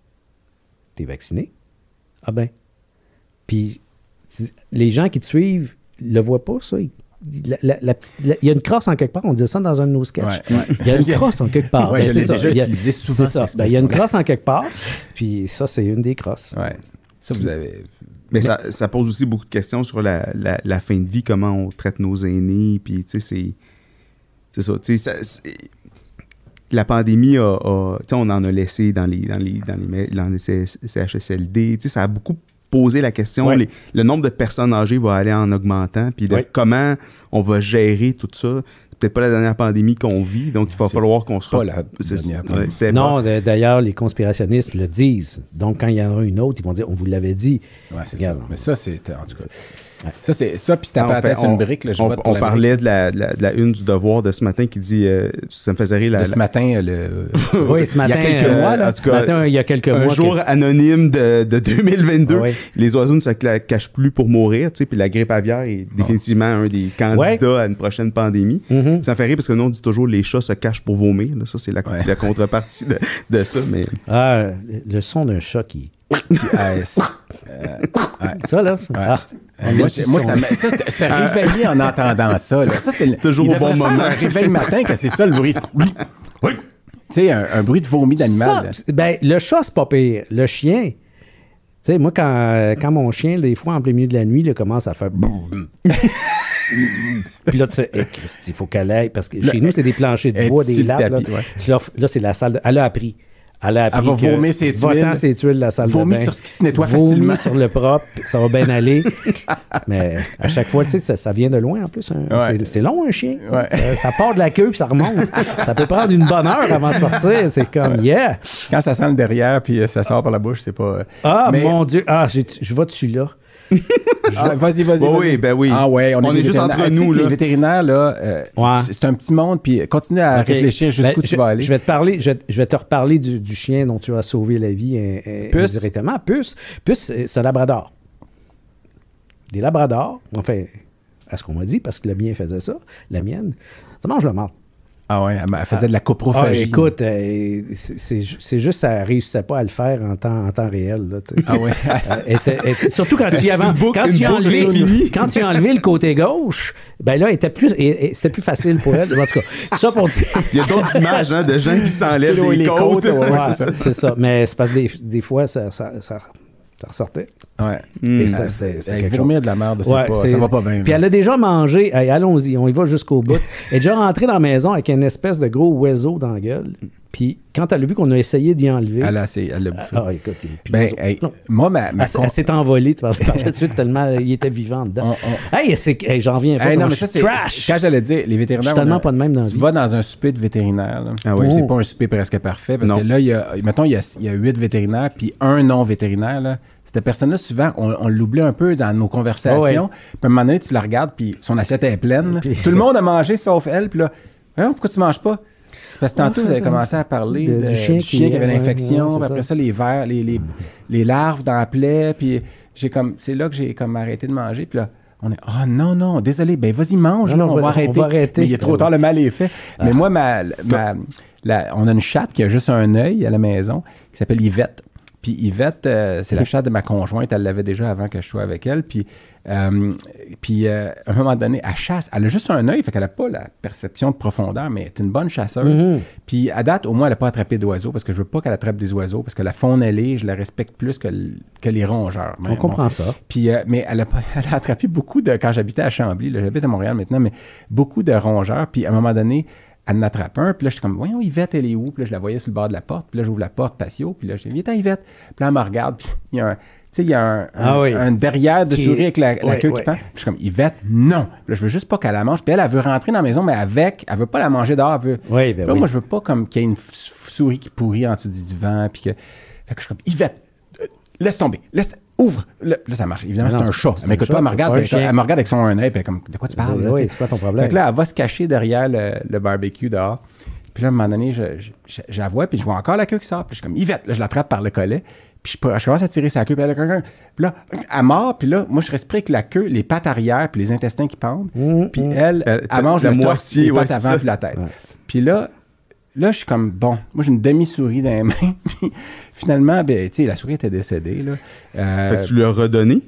T'es vacciné? Ah ben. Puis les gens qui te suivent le voient pas, ça. La, la, la petite, la, il y a une crosse en quelque part, on disait ça dans un de nos sketchs. Ouais, ouais. Il y a une crosse en quelque part. Ouais, ben, je c'est l'ai ça. déjà il y a, utilisé souvent. C'est ça. Ben, il y a une crosse en quelque part, puis ça, c'est une des crosses. Ouais. Ça, vous avez... Mais, mais ça, ça pose aussi beaucoup de questions sur la, la, la fin de vie, comment on traite nos aînés, puis tu sais, c'est... C'est ça, tu sais, ça, c'est, la pandémie a... a tu sais, on en a laissé dans les, dans les, dans les, dans les C H S L D, tu sais, ça a beaucoup posé la question, ouais. les, le nombre de personnes âgées va aller en augmentant, puis de ouais. comment on va gérer tout ça. Peut-être pas la dernière pandémie qu'on vit, donc il va c'est falloir qu'on se... Pas la dernière pandémie. Ouais, non, pas... d'ailleurs, les conspirationnistes le disent. Donc, quand il y en aura une autre, ils vont dire, on vous l'avait dit. Oui, c'est Regarde. ça. Mais ça, c'est... En tout cas... Ouais. Ça, c'est ça, puis c'était pas la tête sur une brique. Là, je on vote on la parlait de la, de, la, de la une du Devoir de ce matin qui dit, euh, ça me faisait rire. La, de ce la... matin, le... oui, ce matin, il y a quelques euh, mois, là. En tout cas, ce matin, il y a quelques un mois. Un jour que... anonyme de, de deux mille vingt-deux. Ah, oui. Les oiseaux ne se cachent plus pour mourir, tu sais, puis la grippe aviaire est définitivement oh. un des candidats ouais. à une prochaine pandémie. Mm-hmm. Ça me fait rire parce que nous, on dit toujours les chats se cachent pour vomir. Là. Ça, c'est la, ouais. la contrepartie de, de ça. Mais... Ah, le son d'un chat qui... qui euh, euh, ouais. Ça, là? Ça. Ouais. Ah. Euh, moi, je- moi, ça, m'a- ça, t- se réveiller en entendant ça, là, ça c'est le- Toujours il au bon devrait faire moment. un réveil matin que c'est ça le bruit. Tu sais, un, un bruit de vomi d'animal. là. Ça, ben, le chat, c'est pas pire. Le chien, tu sais, moi, quand, quand mon chien, des fois, en plein milieu de la nuit, il commence à faire... Puis là, tu fais, hey, Christy, il faut qu'elle aille. Parce que Là, chez nous, c'est des planchers de elle est bois, sur des le lattes. Là, tapis, ouais. Puis là, là, c'est la salle de... Elle a appris. Elle a appris Elle va que vomir ses tuiles. va-t'en ses tuiles de la salle Vomir de bain. sur ce qui se nettoie Vomir facilement. sur le propre, ça va bien aller. Mais à chaque fois, tu sais, ça, ça vient de loin en plus. hein. Ouais. C'est, c'est long, un chien. Ouais. Ça, ça part de la queue puis ça remonte. Ça peut prendre une bonne heure avant de sortir. C'est comme, yeah! Quand ça sent le derrière puis euh, ça sort par la bouche, c'est pas. euh, Ah, Mais- mon Dieu! Ah, j'ai- je vais dessus là. Ah, vas-y, vas-y. Oui, vas-y. oui, ben oui. Ah ouais, on, On est, est des juste vétérinaires. entre Tu sais nous, que là. Les vétérinaires, là, euh, Ouais. c'est c'est un petit monde, puis continue à Ok. réfléchir jusqu'où Ben, tu je, vas aller. Je vais te parler, je, vais- je vais te reparler du, du chien dont tu as sauvé la vie euh, euh, Puce. directement. Puce. Puce, c'est c'est un labrador. Des labradors, enfin, à ce qu'on m'a dit, parce que le mien faisait ça, la mienne, ça mange le marde. Ah ouais, elle, elle faisait de la Ah, coprophagie. écoute, euh, c'est, c'est, c'est juste ça ne réussissait pas à le faire en temps, en temps réel. Là, tu sais. Ah ouais. Euh, était- était- surtout quand tu y avais, une boucle- quand une tu as boucle enlevé, infinie. quand tu as enlevé le côté gauche, ben là, était plus, et- et c'était plus facile pour elle. En tout cas, ça pour dire. Il y a d'autres images hein, de gens qui s'enlèvent C'est là où les, les côtes. côtes, ouais, Ouais, c'est ça. c'est ça. Mais c'est parce que des, des fois, ça, ça, ça, ça ressortait. Ouais. Et Hmm. c'était, c'était, c'était Elle quelque vomir chose. de la merde, c'est Ouais, pas, c'est- ça va pas bien. Puis là. elle a déjà mangé. Hey, allons-y, on y va jusqu'au bout. Elle est déjà rentrée dans la maison avec une espèce de gros oiseau dans la gueule. Puis quand elle a vu qu'on a essayé d'y enlever. Elle a, c'est- elle a bouffé. Ah, écoute, il y a plus Ben, d'oiseau. hey, Non. moi, ma, ma Elle, s'est- con- elle s'est envolée, tu parles par la suite, tellement il était vivant dedans. on- on- Hey, c'est, hey, j'en reviens pas. Hey, non, comment mais je ça, suis c'est. trash. Quand j'allais dire, les vétérinaires. Je suis tellement on a- pas de même dans la Tu vie. vas dans un souper de vétérinaire. Là. Ah oui. C'est Oh. pas un souper presque parfait. Parce Non. que là, il y a, mettons, il y a, il y a huit vétérinaires, puis un non-vétérinaire. Là. Cette personne-là, souvent, on, on l'oublie un peu dans nos conversations. Oh, ouais. Puis à un moment donné, tu la regardes, puis son assiette est pleine. Puis- Tout le monde a mangé sauf elle. Puis là, Voyons, pourquoi tu manges pas? C'est parce que tantôt, vous avez commencé à parler De- de- du chien du chien qui- qui avait ouais, l'infection, ouais, c'est puis après ça. ça, les vers, les, les, les larves dans la plaie, puis j'ai comme, c'est là que j'ai comme arrêté de manger, puis là, on est, ah non, non, désolé, ben vas-y, mange, Non, là, non, on, on va va- arrêter. on va arrêter. Mais il est trop Ah, tard, oui. le mal est fait. Ah. Mais moi, ma, ma, la- on a une chatte qui a juste un œil à la maison, qui s'appelle Yvette. Puis Yvette, euh, c'est la chatte de ma conjointe, elle l'avait déjà avant que je sois avec elle, puis... Euh, puis euh, à un moment donné, elle chasse. Elle a juste un œil, fait qu'elle n'a pas la perception de profondeur, mais elle est une bonne chasseuse. Mhm. Puis à date, au moins, elle n'a pas attrapé d'oiseaux, parce que je veux pas qu'elle attrape des oiseaux, parce que la faune ailée, je la respecte plus que, l- que les rongeurs. Mais On bon. comprend ça. Puis, euh, mais elle a, pas- elle a attrapé beaucoup de... Quand j'habitais à Chambly, là, j'habite à Montréal maintenant, mais beaucoup de rongeurs. Puis à un moment donné, elle en attrape un. Puis là, je suis comme, voyons, Yvette, elle est où? Puis là, je la voyais sur le bord de la porte. Puis là, j'ouvre la porte patio. Puis là, je dis, viens, Yvette. Puis là, elle me regarde. Puis il y a un... Tu sais, il y a un, un, Ah oui. un derrière de Qui- souris avec la, la ouais, queue ouais. qui pend. Puis je suis comme, Yvette, non. Puis là, je veux juste pas qu'elle la mange. Puis elle, elle veut rentrer dans la maison, mais avec, elle veut pas la manger dehors. Elle veut... Oui, ben Puis là, oui. moi, je veux pas comme qu'il y ait une f- souris qui pourrit en dessous du divan. Puis que... Fait que je suis comme, Yvette, euh, laisse tomber. Laisse... Ouvre. Là, là, ça marche. Évidemment, Mais c'est non, un c'est- chat. c'est Elle m'écoute un pas, elle me chat, regarde. c'est puis pas un Elle, chien. elle me regarde avec son un œil. Puis elle est comme, de quoi tu parles? là, Oui, tu sais? c'est quoi ton problème? Fait que là, elle va se cacher derrière le, le barbecue dehors. Puis là, à un moment donné, je, je, je, je la vois, puis je vois encore la queue qui sort. Puis je suis comme, Yvette, là, je l'attrape par le collet. Puis je, je commence à tirer sa queue. Puis elle, a- puis là, elle mord. Puis là, moi, je respire avec la queue, les pattes arrière, puis les intestins qui pendent. Mmh, Puis mmh. elle, Elle- elle mange la le torse, moitié, les ouais, pattes c'est avant, ça. puis la tête. Ouais. Puis là, là, je suis comme, bon, moi, j'ai une demi-souris dans les mains. Puis finalement, ben, tu sais, la souris était décédée, là. Euh, Fait que tu lui as redonné.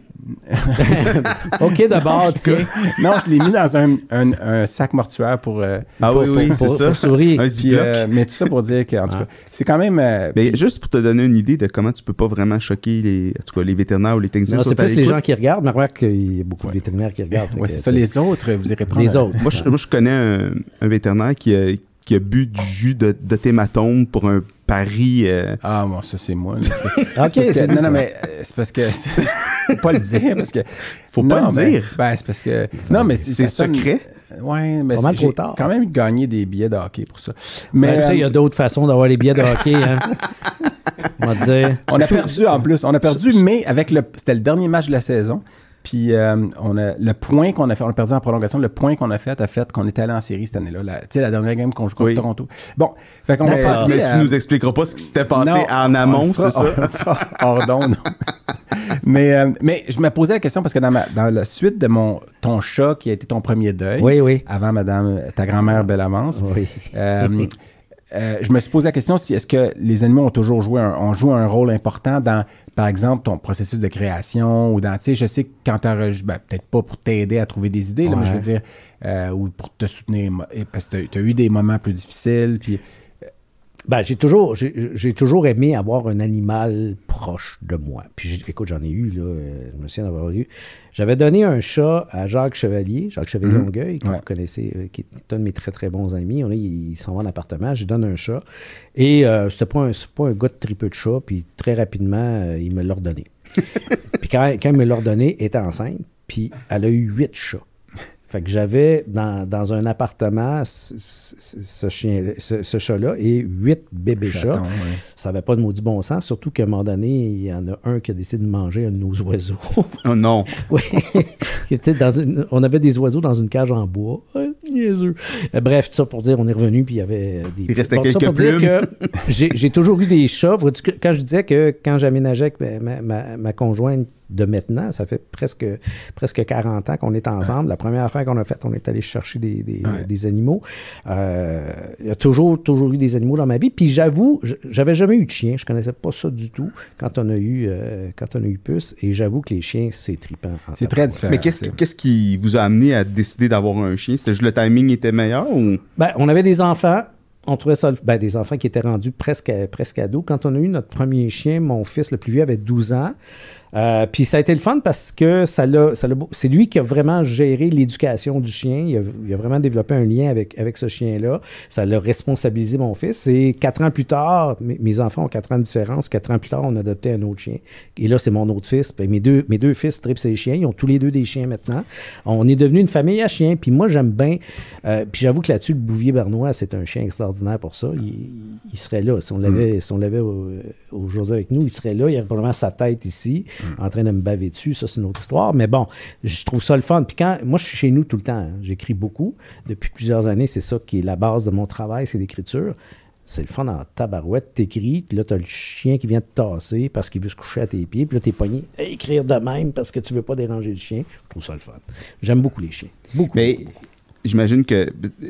OK, d'abord, tiens. non, je l'ai mis dans un, un, un sac mortuaire pour... euh, Ah Pour- oui, oui, pour- c'est pour- ça. pour souris. Un puis, ziploc. euh, mais tout ça pour dire que, en tout Ah. cas, c'est quand même... euh, Mais juste pour te donner une idée de comment tu peux pas vraiment choquer les, en tout cas, les vétérinaires ou les techniciens Non, qui c'est sont à plus les l'écoute. gens qui regardent, mais remarque qu'il y a beaucoup de vétérinaires qui regardent. ouais, Fait c'est que, ça. tu sais, Les autres, vous irez prendre... Les autres. Moi, je, moi, je connais un, un vétérinaire qui a, qui a bu du jus de, de thématome pour un pari. euh, Ah, bon, ça, c'est moi. là. C'est- OK, c'est parce que- c'est non, ça. non, mais euh, c'est parce que... Faut pas le dire, parce que... Faut pas non, le ben- dire. Ben, c'est parce que... Non, mais C'est ça sonne- secret. Ouais, mais Pas mal c'est- j'ai trop tard. quand même gagné des billets de hockey pour ça. Mais Mais tu sais, il y a euh, d'autres façons d'avoir les billets de hockey. Hein. On va te dire. on a perdu en plus. On a perdu, mais avec le... C'était le dernier match de la saison. Puis euh, on a le point qu'on a fait, on a perdu en prolongation. Le point qu'on a fait a fait qu'on était allé en série cette année-là. La- Tu sais, la dernière game qu'on joue contre Oui. Toronto. Bon, fait qu'on D'accord. est passé Mais à- tu nous expliqueras pas ce qui s'était passé Non, en on amont, le fera- c'est ça? on le fera hors d'onde. mais, euh, mais je me posais la question parce que dans, ma, dans la suite de mon ton chat qui a été ton premier deuil, Oui, oui. avant Madame, ta grand-mère Bellavance, Oui. euh, euh, je me suis posé la question si est-ce que les animaux ont toujours joué un, ont joué un rôle important dans, par exemple, ton processus de création ou dans, tu sais, je sais que quand tu as, ben, peut-être pas pour t'aider à trouver des idées, là, Ouais. mais je veux dire, euh, ou pour te soutenir, parce que tu as eu des moments plus difficiles, puis... Ben, j'ai toujours, j'ai, j'ai toujours aimé avoir un animal proche de moi. Puis, j'ai, écoute, j'en ai eu, là, euh, je me souviens d'avoir eu. J'avais donné un chat à Jacques Chevalier, Jacques Chevalier-Longueuil, que Ouais. vous connaissez, euh, qui est un de mes très, très bons amis. On est, il, il s'en va en appartement, je lui donne un chat. Et euh, c'était pas un, c'est pas un gars de tripeux de chat, puis très rapidement, euh, il me l'a redonné. Puis quand, quand il me l'a redonné, elle était enceinte, puis elle a eu huit chats. Fait que j'avais dans, dans un appartement ce, ce, ce chien, ce, ce chat-là et huit bébés Chaton, chats. ouais. Ça n'avait pas de maudit bon sens, surtout qu'à un moment donné, il y en a un qui a décidé de manger un de nos oiseaux. Oh non. Oui. Tu sais, dans une- on avait des oiseaux dans une cage en bois. Ah, niaiseux. Euh, Bref, tout ça pour dire, on est revenu, puis il y avait des... Il restait Bon, tout ça quelques pour dire plumes. que j'ai, j'ai toujours eu des chats. Vois-tu que- Quand je disais que quand j'aménageais avec ma, ma, ma- ma conjointe de maintenant, ça fait presque, presque quarante ans qu'on est ensemble. La première affaire qu'on a faite, on est allé chercher des, des, Ouais. des animaux. Euh, il y a toujours, toujours eu des animaux dans ma vie. Puis j'avoue, j- j'avais jamais eu de chien. Je connaissais pas ça du tout quand on a eu, euh, quand on a eu Puce. Et j'avoue que les chiens, c'est trippant. en C'est très tabarouette. différent. Mais qu'est-ce, c'est- qui- qu'est-ce qui vous a amené à décider d'avoir un chien? C'était juste le timing était meilleur ou... Ben, on avait des enfants. On trouvait ça... le- Ben, des enfants qui étaient rendus presque, presque ados. Quand on a eu notre premier chien, mon fils, le plus vieux, avait douze ans. Euh, puis ça a été le fun parce que ça l'a, ça l'a beau- c'est lui qui a vraiment géré l'éducation du chien. Il a, il a vraiment développé un lien avec, avec ce chien-là. Ça l'a responsabilisé, mon fils. Et quatre ans plus tard, mes, mes enfants ont quatre ans de différence. Quatre ans plus tard, on a adopté un autre chien. Et là, c'est mon autre fils. Puis mes deux, mes deux fils trippent ces chiens. Ils ont tous les deux des chiens maintenant. On est devenu une famille à chiens. Puis moi, j'aime bien. euh, puis j'avoue que là-dessus, le Bouvier bernois, c'est un chien extraordinaire pour ça. Il, il serait là. Si on l'avait, si on l'avait au- aujourd'hui avec nous, il serait là. Il aurait probablement sa tête ici, en train de me baver dessus. Ça, c'est une autre histoire. Mais bon, je trouve ça le fun. Puis quand, moi, je suis chez nous tout le temps. hein. J'écris beaucoup. Depuis plusieurs années, c'est ça qui est la base de mon travail, c'est l'écriture. C'est le fun en tabarouette. T'écris, puis là, t'as le chien qui vient te tasser parce qu'il veut se coucher à tes pieds. Puis là, t'es pogné à écrire de même parce que tu veux pas déranger le chien. Je trouve ça le fun. J'aime beaucoup les chiens. Beaucoup. Mais beaucoup, beaucoup. j'imagine que euh,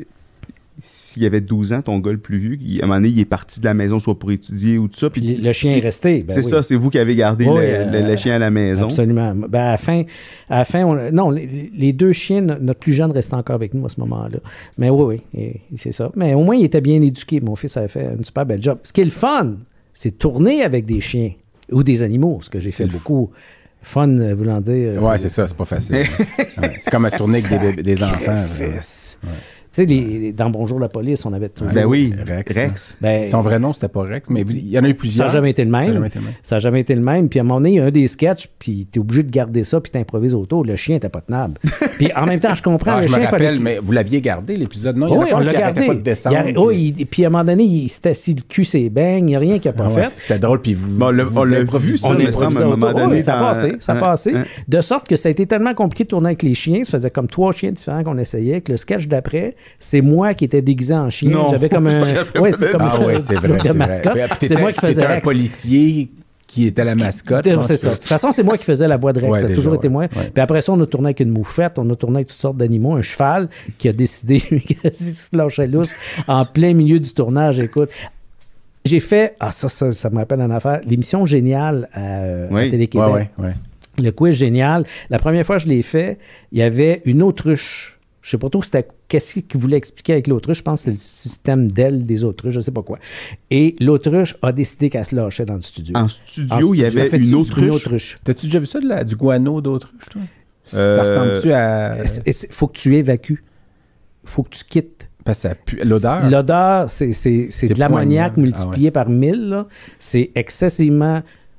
s'il y avait douze ans, ton gars le plus vieux, il- à un moment donné, il est parti de la maison soit pour étudier ou tout ça. Puis Puis le, le chien c'est- est resté. Ben c'est oui. ça, c'est vous qui avez gardé Oui, le, euh, le- le chien à la maison. Absolument. Ben, à la fin, à la fin on- non, les, les deux chiens, no- notre plus jeune restait encore avec nous à ce moment-là. Mais oui, oui, et- c'est ça. Mais au moins, il était bien éduqué. Mon fils avait fait une super belle job. Ce qui est le fun, c'est tourner avec des chiens ou des animaux, ce que j'ai C'est fait le beaucoup. Fun, euh, voulant dire. Ouais, c'est ça, c'est pas facile. Ouais, c'est comme à tourner avec des, bébés- des enfants. Sacrifice. Tu sais, les- les- dans Bonjour la police, on avait toujours... Ben oui, Rex. Rex. Ben, Son vrai nom, c'était pas Rex, mais il y en a eu ça plusieurs. n'a jamais été le Ça a même. jamais été le même. Ça n'a jamais été le même. Puis à un moment donné, il y a un des sketchs, puis tu es obligé de garder ça, puis tu improvises autour. Le chien n'était pas tenable. Puis en même temps, je comprends, Ah, le je me chien rappelle, fallait... mais vous l'aviez gardé, l'épisode, non? Il y en a Oui, pas on un l'a qui arrêtait gardé. pas de descendre. Il arrête- puis- oui, il- puis à un moment donné, il s'était assis le cul ses beignes, il n'y a rien qu'il n'a pas Ah ouais, fait. C'était drôle, puis vous. Bon, on l'a- vous on l'a improvisez. vu, ça, On me est semble, à un moment donné, ça a dans- passé, ça a hein, passé. hein. De sorte que ça a été tellement compliqué de tourner avec les chiens, ça faisait comme trois chiens différents qu'on essayait, que le sketch d'après, c'est moi qui étais déguisé en chien. Non, J'avais comme je un... me rappelle Ouais, pas c'est de comme ça. Ah un oui, c'est petit vrai. truc de c'est vrai. mascotte. Puis C'est t'étais- moi qui faisais t'étais un Rex. policier qui était la mascotte. je pense C'est ça. De que- toute façon, c'est moi qui faisais la voix de Rex. Ouais, ça a déjà, toujours été ouais. moi. Ouais. Puis après ça, on a tourné avec une moufette, on a tourné avec toutes sortes d'animaux, un cheval qui a décidé qu'il se lâchait lousse en plein milieu du tournage. Écoute, j'ai fait, ah ça, ça, ça me rappelle une affaire, l'émission Géniale à, Oui. à Télé-Québec. Ouais, ouais, ouais. Le quiz Génial. La première fois que je l'ai fait, il y avait une autruche. Je sais pas trop c'était qu'est-ce qu'il voulait expliquer avec l'autruche. Je pense que c'était le système d'ailes des autruches, je sais pas quoi. Et l'autruche a décidé qu'elle se lâchait dans le studio. En En studio, il y studio, ça avait fait une du- autruche. Une autruche. T'as-tu déjà vu ça, de la- du guano d'autruche, toi? Euh, Ça ressemble-tu à. Il faut que tu évacues. faut que tu quittes. Parce que ça pue. L'odeur. L'odeur, c'est, c'est, c'est C'est de l'ammoniaque poignant. multiplié par mille. là. C'est excessivement...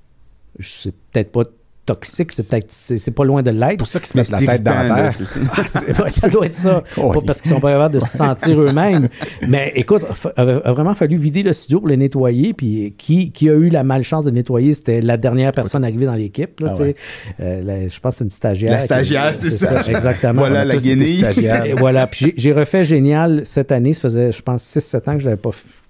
C'est peut-être pas toxique, c'est peut-être c'est, c'est pas loin de C'est l'être. pour ça qu'ils se Mais mettent la c'est tête dans évident, la là, terre. c'est ça. Ah, c'est- ouais, ça doit être ça. Oh, Pas oui. parce qu'ils sont pas capables de se sentir eux-mêmes. Mais écoute, il a vraiment fallu vider le studio pour le nettoyer. Puis qui, qui a eu la malchance de nettoyer, c'était la dernière personne arrivée dans l'équipe. Là, Ah tu sais. ouais. Euh, la- je pense que c'est une stagiaire. La qui- stagiaire, c'est ça. Exactement. Voilà On a la tous été guenille. stagiaires. Et voilà. Puis j'ai, j'ai refait Génial cette année. Ça faisait, je pense, six sept ans que je l'avais pas f-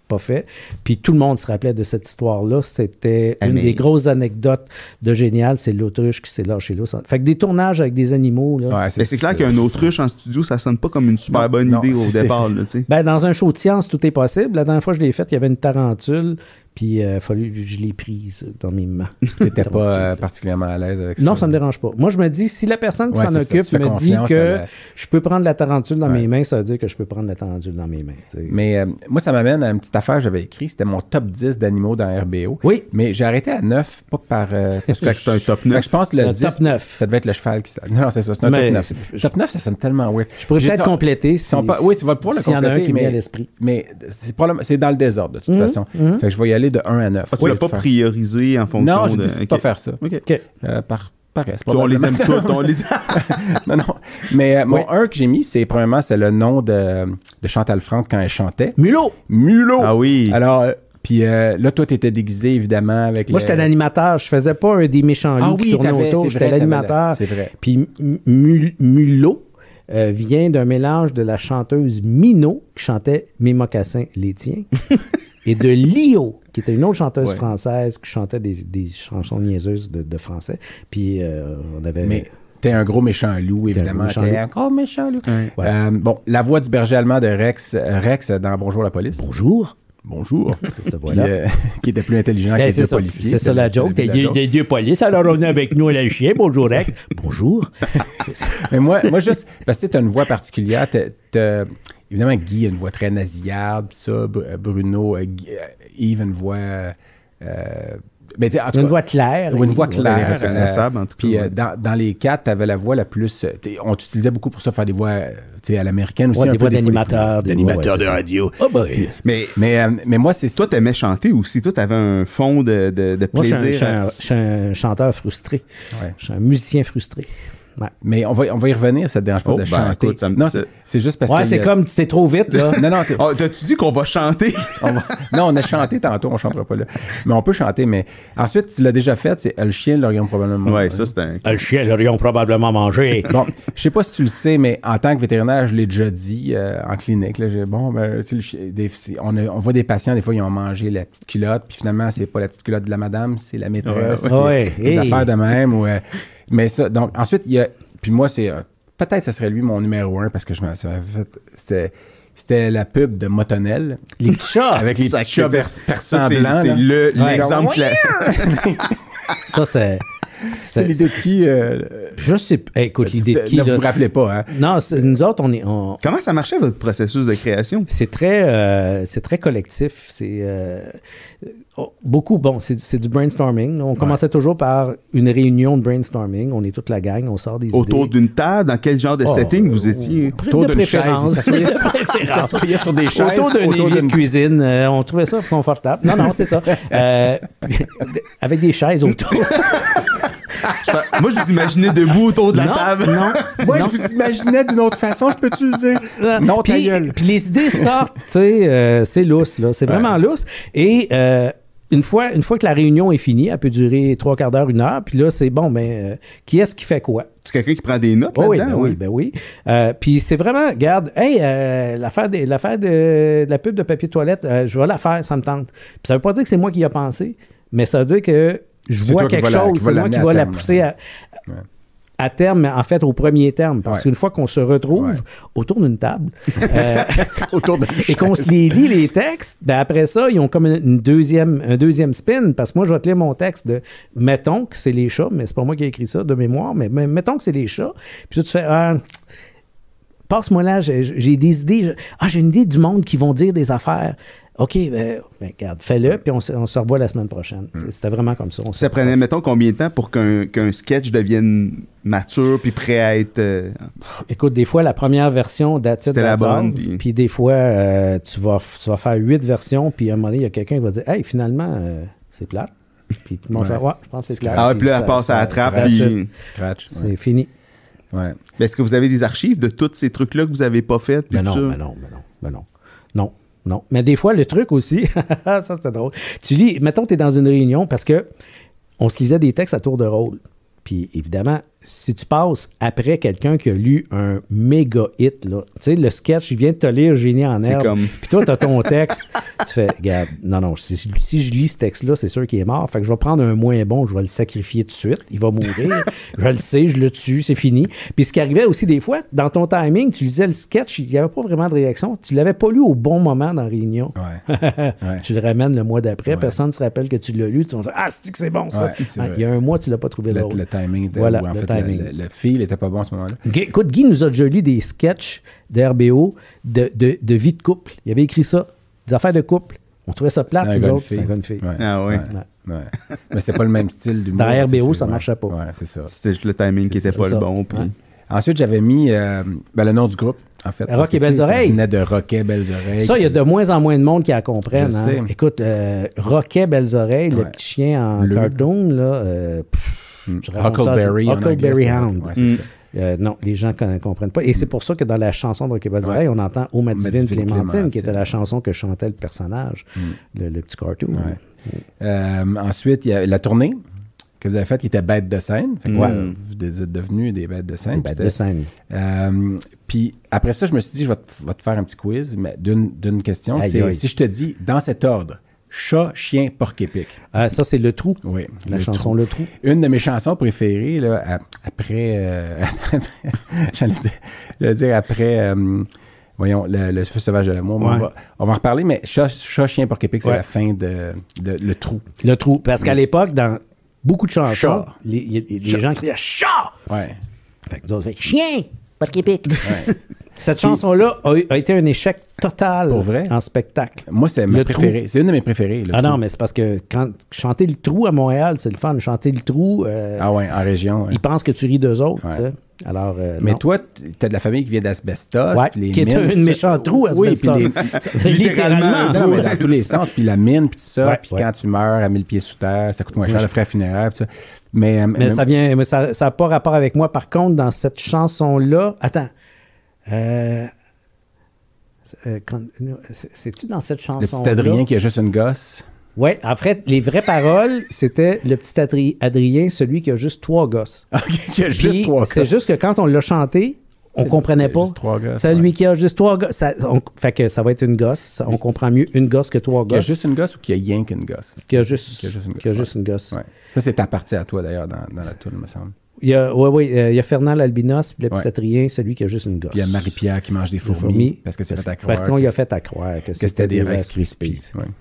pas fait. Puis tout le monde se rappelait de cette histoire-là. C'était Ah, une mais- des grosses anecdotes de Génial, c'est l'autruche qui s'est lâché là. Fait que des tournages avec des animaux, là. Ouais, Mais c'est clair qu'un autruche en studio, ça sonne pas comme une super Non, bonne non, idée au c'est- départ, là, tu sais. Ben, dans un show de science, tout est possible. La dernière fois que je l'ai fait, il y avait une tarentule, puis il a fallu que je l'ai prise dans mes mains. T'étais pas euh, particulièrement à l'aise avec ça. Non, ça me dérange pas. Moi, je me dis, si la personne qui Ouais, s'en c'est ça. occupe Tu fais me dit confiance à que la- je peux prendre la tarentule dans Ouais. mes mains, ça veut dire que je peux prendre la tarentule dans mes mains. tu sais. Mais euh, moi, ça m'amène à une petite affaire que j'avais écrit. C'était mon top dix d'animaux dans R B O. Oui. Mais j'ai arrêté à neuf, pas par... euh, parce que Fait que c'est un top Fait que neuf. je pense que C'est le un dix, top neuf. ça devait être le cheval qui... Non, non, c'est ça, c'est un Mais top neuf. c'est- Top neuf, ça sonne tellement weird. Je pourrais J'ai peut-être ça- compléter si, si on pa- Oui, tu vas pouvoir le s'il y en a un compléter, qui me vient à mais, l'esprit. mais c'est, probablement- c'est dans le désordre, de toute Mhm, façon. mhm. Fait que je vais y aller de un à neuf. Ah, tu l'as pas priorisé en fonction Non, j'ai de... décidé de ok. pas faire ça. OK. OK. Euh, par paresse, Tu- On les probablement. aime tous. On les... non, non. Mais euh, mon Oui. un que j'ai mis, c'est premièrement, c'est le nom de, de Chantal Franck quand elle chantait. Mulot! Mulot! Ah oui. Alors, euh, puis euh, là, toi, t'étais déguisé, évidemment, avec Moi, le... j'étais l'animateur. Je faisais pas un des méchants loups Ah qui oui, tournaient t'avais, autour. c'est J'étais vrai, t'avais l'animateur. la- c'est vrai. Puis M- Mul- Mulot euh, vient d'un mélange de la chanteuse Minot, qui chantait Mes mocassins, les tiens, et de Lio, qui était une autre chanteuse Ouais. française qui chantait des, des chansons niaiseuses de, de français. Puis euh, on avait... Mais t'es un gros méchant loup, T'es un évidemment. gros méchant T'es loup. un gros méchant loup. Ouais. Voilà. Euh, bon, la voix du berger allemand de Rex, euh, Rex dans Bonjour la police. Bonjour. Bonjour. C'est ça, Puis, voilà. euh, qui était plus intelligent que Ben, les c'est deux ça, policiers. c'est ça la C'était- joke. c'était Il la y a joke. des deux polices, alors on est avec nous, le chien. Bonjour, Rex. Bonjour. Mais moi, moi juste, parce que tu as une voix particulière. t'as- t'as- évidemment, Guy a une voix très nasillarde, pis ça. Br- Bruno, euh, Guy- euh, Yves a une voix. euh, ben, t'sais, en tout Une cas, voix claire. ou une voix Et- claire. reconnaissable, en tout cas, Puis euh, ouais. dans, dans les quatre, tu avais la voix la plus. euh, t'sais, on t'utilisait beaucoup pour ça, faire des voix euh, t'sais, à l'américaine aussi. Ouais, un des peu, voix fois, d'animateurs, des D'animateurs voix, ouais, de c'est ça. radio. Ah, ben, Mais Mais, euh, mais moi, c'est toi, t'aimais chanter aussi. Toi, t'avais un fond de, de, de moi, je suis un- plaisir. je suis un, je suis un chanteur frustré. Ouais. Je suis un musicien frustré. Ouais, Mais on va, on va y revenir, ça te dérange pas Oh, de ben, chanter. écoute, ça me- non, ça- c'est, c'est juste parce ouais que. c'est il y a- comme c'était trop vite, là. Non, non, t'es- Oh, t'as-tu dit qu'on va chanter? on va- non, on a chanté tantôt, on chantera pas là. Mais on peut chanter, mais ensuite, tu l'as déjà fait, c'est euh, le chien l'aurions probablement. Ouais, ça, c'est un... Ah, le chien l'aurions probablement mangé. Bon, je sais pas si tu le sais, mais en tant que vétérinaire, je l'ai déjà dit euh, en clinique. Là, j'ai, bon, ben, tu sais, le chien- des- c'est- on, a- on voit des patients, des fois, ils ont mangé la petite culotte, puis finalement, c'est pas la petite culotte de la madame, c'est la maîtresse. Ouais, puis ouais. Des Hey. affaires de même. Ou, euh, mais ça, donc, ensuite, il y a. Puis moi, c'est. euh, peut-être que ça serait lui mon numéro un, parce que je me, ça m'avait fait. C'était. C'était la pub de Motonel. Les petits chats. Avec les petits Sacré chats per- per- persans Ça, c'est- blancs. C'est là. le- Ouais. l'exemple clair. Ça, c'est... C'est l'idée de qui? euh, Je sais pas. Écoute, tu- l'idée de qui, ne là? vous rappelez pas, hein? Non, c'est- nous autres, on est... on- Comment ça marchait, votre processus de création? C'est très, euh, c'est très collectif. C'est euh, oh, beaucoup. Bon, c'est, c'est du brainstorming. On commençait toujours par une réunion de brainstorming. On est toute la gang, on sort des Autour idées. d'une table, dans quel genre de Oh, setting vous étiez? Près Autour de d'une chaise, préférence. il s'asseyait- De Il préférence. s'asseyait sur des chaises. Autour d'un autour évier d'une- de cuisine, euh, on trouvait ça confortable. Non, non, c'est ça. Euh, avec des chaises autour. Moi, je vous imaginais debout autour de la non, table. non. Moi, non. je vous imaginais d'une autre façon, je peux-tu le dire? Non, ta puis, gueule. puis les idées sortent, tu sais, euh, c'est lousse, là. C'est vraiment lousse. Et euh, une fois, une fois que la réunion est finie, elle peut durer trois quarts d'heure, une heure, puis là, c'est bon, ben, euh, qui est-ce qui fait quoi? C'est quelqu'un qui prend des notes Oh oui, là-dedans? ben oui, ben oui. Euh, puis c'est vraiment, regarde, hey, euh, l'affaire, des- l'affaire de, de la pub de papier toilette, euh, je vais la faire, ça me tente. Puis ça veut pas dire que c'est moi qui y a pensé, mais ça veut dire que je C'est vois toi qui quelque va la- chose, qui va c'est moi l'amener qui à va la terme. pousser à, Ouais. à terme, mais en fait au premier terme. Parce Ouais. qu'une fois qu'on se retrouve Ouais. autour d'une table euh, Autour de et qu'on se les lit les textes, ben après ça, ils ont comme une, une deuxième, un deuxième spin, parce que moi, je vais te lire mon texte de « Mettons que c'est les chats », mais c'est pas moi qui ai écrit ça de mémoire, mais, mais mettons que c'est les chats. Puis toi, tu fais ah, « Passe-moi là, j'ai, j'ai des idées. Je- ah, j'ai une idée du monde qui vont dire des affaires. » OK, ben, ben, regarde, fais-le, puis on, se- on se revoit la semaine prochaine. Mm. C'est- C'était vraiment comme ça. On Ça se- prenait, mettons, combien de temps pour qu'un, qu'un sketch devienne mature puis prêt à être... euh, Écoute, des fois, la première version d'Atit C'était la bonne, puis- puis des fois, euh, tu, vas, tu vas faire huit versions, puis à un moment donné, il y a quelqu'un qui va dire « Hey, finalement, euh, c'est plate. » Puis tout le monde Ouais. fait « Ouais, je pense que c'est clair. » Ah, puis là, ça- elle passe à la ça- trappe, ça- puis... Scratch. C'est Ouais. fini. Ouais. Mais est-ce que vous avez des archives de tous ces trucs-là que vous avez pas fait? puis Mais tout non, ça? mais non, mais non, mais non. Non, non. Mais des fois, le truc aussi, ça c'est drôle. Tu lis, mettons, tu es dans une réunion parce que on se lisait des textes à tour de rôle. Puis évidemment, si tu passes après quelqu'un qui a lu un méga hit, là, tu sais, le sketch, il vient de te lire Génie en herbe, comme- puis toi, tu as ton texte, tu fais, regarde, non, non, si, si je lis ce texte-là, c'est sûr qu'il est mort, fait que je vais prendre un moins bon, je vais le sacrifier tout de suite, il va mourir, je le sais, je le tue, c'est fini. Puis ce qui arrivait aussi des fois, dans ton timing, tu lisais le sketch, il n'y avait pas vraiment de réaction, tu l'avais pas lu au bon moment dans la réunion. Ouais. Ouais. Tu le ramènes le mois d'après, Ouais. personne ne se rappelle que tu l'as lu, tu vas dire, ah, c'est que c'est bon ça. Ouais, c'est Ah, vrai. il y a un mois, tu l'as pas trouvé Le, drôle. le timing était, Voilà, ou en le fait, timing. le, le, le feel était pas bon à ce moment-là. Guy- Écoute, Guy nous a déjà lu des sketchs de R B O de, de, de vie de couple. Il avait écrit ça, des affaires de couple. On trouvait ça plate, C'était un nous gars de autres, c'est un fille. gars de fille. Ouais. Ah ouais. Ouais. Ouais. Mais c'est pas le même style d'humour. Dans R B O, tu sais, ça c'est- marchait pas. Ouais, c'est ça. C'était juste le timing qui C'est était ça, pas ça. le bon. Puis... Ouais. Ensuite, j'avais mis euh, ben, le nom du groupe, en fait. Rock parce que, et Belles tu sais, Oreilles. Ça venait de Roquet, Belles Oreilles. Ça, il y a de moins en moins de monde qui la comprennent. Je hein. sais. Écoute, euh, Roquet, Belles Oreilles, le Ouais. petit chien en Bleu. cartoon, là, euh, pff, Hmm. je raconte ça, Huckleberry. en Huckleberry anglais, c'était- Hound. Ouais, c'est Mm. ça. Euh, non, les gens ne comprennent pas. Et c'est pour ça que dans la chanson de Rock et Belles Oreilles, on entend Oh, ma divine Divine Clémentine, Clémentine. qui était la chanson que chantait le personnage, le, le petit cartoon. Ouais. Euh, ensuite, il y a la tournée que vous avez faite qui était bête de scène. Fait que, Ouais. euh, vous êtes devenus des bêtes de scène. Des bêtes Puis de c'était- scène. Euh, puis après ça, je me suis dit, je vais te, vais te faire un petit quiz, mais d'une, d'une question. Aïe, C'est aïe. si je te dis, dans cet ordre, chat, chien, porc épic. Ah, ça, c'est Le Trou. Oui. La le chanson trou. Le Trou. Une de mes chansons préférées, là, à- après. euh, j'allais dire, j'allais dire après. euh, voyons, le, le feu sauvage de l'amour. mais Ouais. On, va, on va en reparler, mais chat, chat chien, porc épic, c'est Ouais. la fin de, de Le Trou. Le Trou. Parce qu'à l'époque, dans beaucoup de chansons, Chat. les, les- les Chat. gens criaient Chat! Ouais. Fait que nous autres, fait, Chien! Porc épic. ouais. Cette chanson-là a, a été un échec total Pour vrai? en spectacle. Moi, c'est ma Le préférée. C'est une de mes préférées. Le Ah Trou. non, mais c'est parce que quand chanter le trou à Montréal, c'est le fun. Chanter le trou, euh, Ah ouais, en région. ouais. ils pensent que tu ris d'eux autres. Ouais. tu sais. Alors, euh, Mais non. toi, tu as de la famille qui vient d'asbestos. Ouais, puis les qui est mines, un tout ça. méchant trou, Oui, puis asbestos. les, Littéralement. Non, mais dans tous les sens. Puis la mine, puis tout ça. Ouais, puis ouais. quand tu meurs à mille pieds sous terre, ça coûte moins cher, Oui. le frais funéraire, puis ça. Mais, euh, Mais mais- ça vient, mais ça n'a pas rapport avec moi. Par contre, dans cette chanson-là, attends. Euh, euh, quand- c'est- c'est-tu dans cette chanson le petit Adrien qui a juste une gosse. Oui, en fait, les vraies paroles, c'était le petit Adri- Adrien, celui qui a juste trois gosses. qui a juste Puis, trois c'est gosses. juste que quand on l'a chanté, on C'est comprenait lui qui a pas. juste trois gosses, Celui ouais. qui a juste trois gosses. Ça, on- fait que ça va être une gosse. Ça- on comprend mieux une gosse que trois Qui a gosses. juste une gosse ou qui a rien qu'une gosse? Qui a juste, Qui a juste une gosse, qui a ouais. juste une gosse. Ouais. Ça, c'est ta partie à toi, d'ailleurs, dans, dans la toune, me semble. Il y a, ouais, ouais, euh, il y a Fernand l'albinos, puis le petit Ouais. Adrien, celui qui a juste une gosse. Puis il y a Marie-Pierre qui mange des Les fourmis, parce que c'est fait à croire Parce qu'on que, y a fait à croire que, que c'était des Rice Krispies. Krispies. Ouais.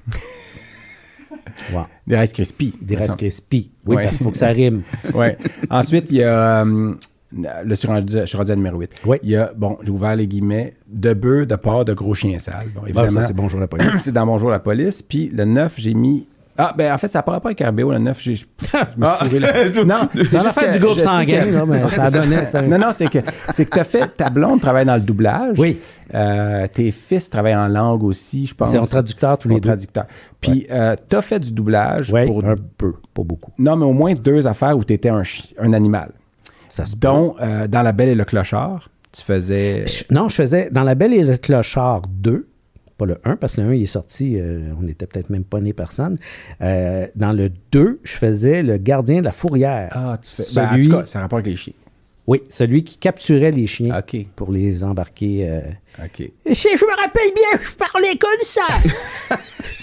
Ouais. Des Rice Krispies. Des me Rice semble. Krispies. Oui, Ouais. parce qu'il faut que ça rime. Ouais. Ensuite, il y a. euh, le je suis rendu, je suis rendu à numéro huit. Oui. Il y a, bon, j'ai ouvert les guillemets, de bœufs, de porc, de gros chiens sales. Bon, Ah, évidemment, ça, c'est bonjour la police. c'est dans Bonjour la police. Puis le neuf, j'ai mis. Ah, ben en fait, ça n'a pas rapport avec R B O. Le neuf, j'ai. Je me Ah, suis trouvé là. c'est- Non, C'est juste l'affaire que du groupe je sais sanguin, que- là, mais ça donnait. ça- Non, non, c'est que, c'est que tu as fait. Ta blonde travaille dans le doublage. Oui. Euh, tes fils travaillent en langue aussi, je pense. C'est en traducteur tous les En deux. traducteur. Puis, tu as fait du doublage Oui, pour. un peu, pas beaucoup. Non, mais au moins deux affaires où tu étais un, chi- un animal. Ça se peut. Dont, euh, dans La Belle et le Clochard, tu faisais. Je- Non, je faisais dans La Belle et le Clochard deux, pas le un, parce que le un, il est sorti, euh, on n'était peut-être même pas né personne. Euh, dans le deux, je faisais le gardien de la fourrière. Ah, tu fais. Ben, en Celui, tout cas, ça a rapport avec les chiens. oui, celui qui capturait les chiens OK. pour les embarquer. euh. OK. Si je me rappelle bien, je parlais comme ça.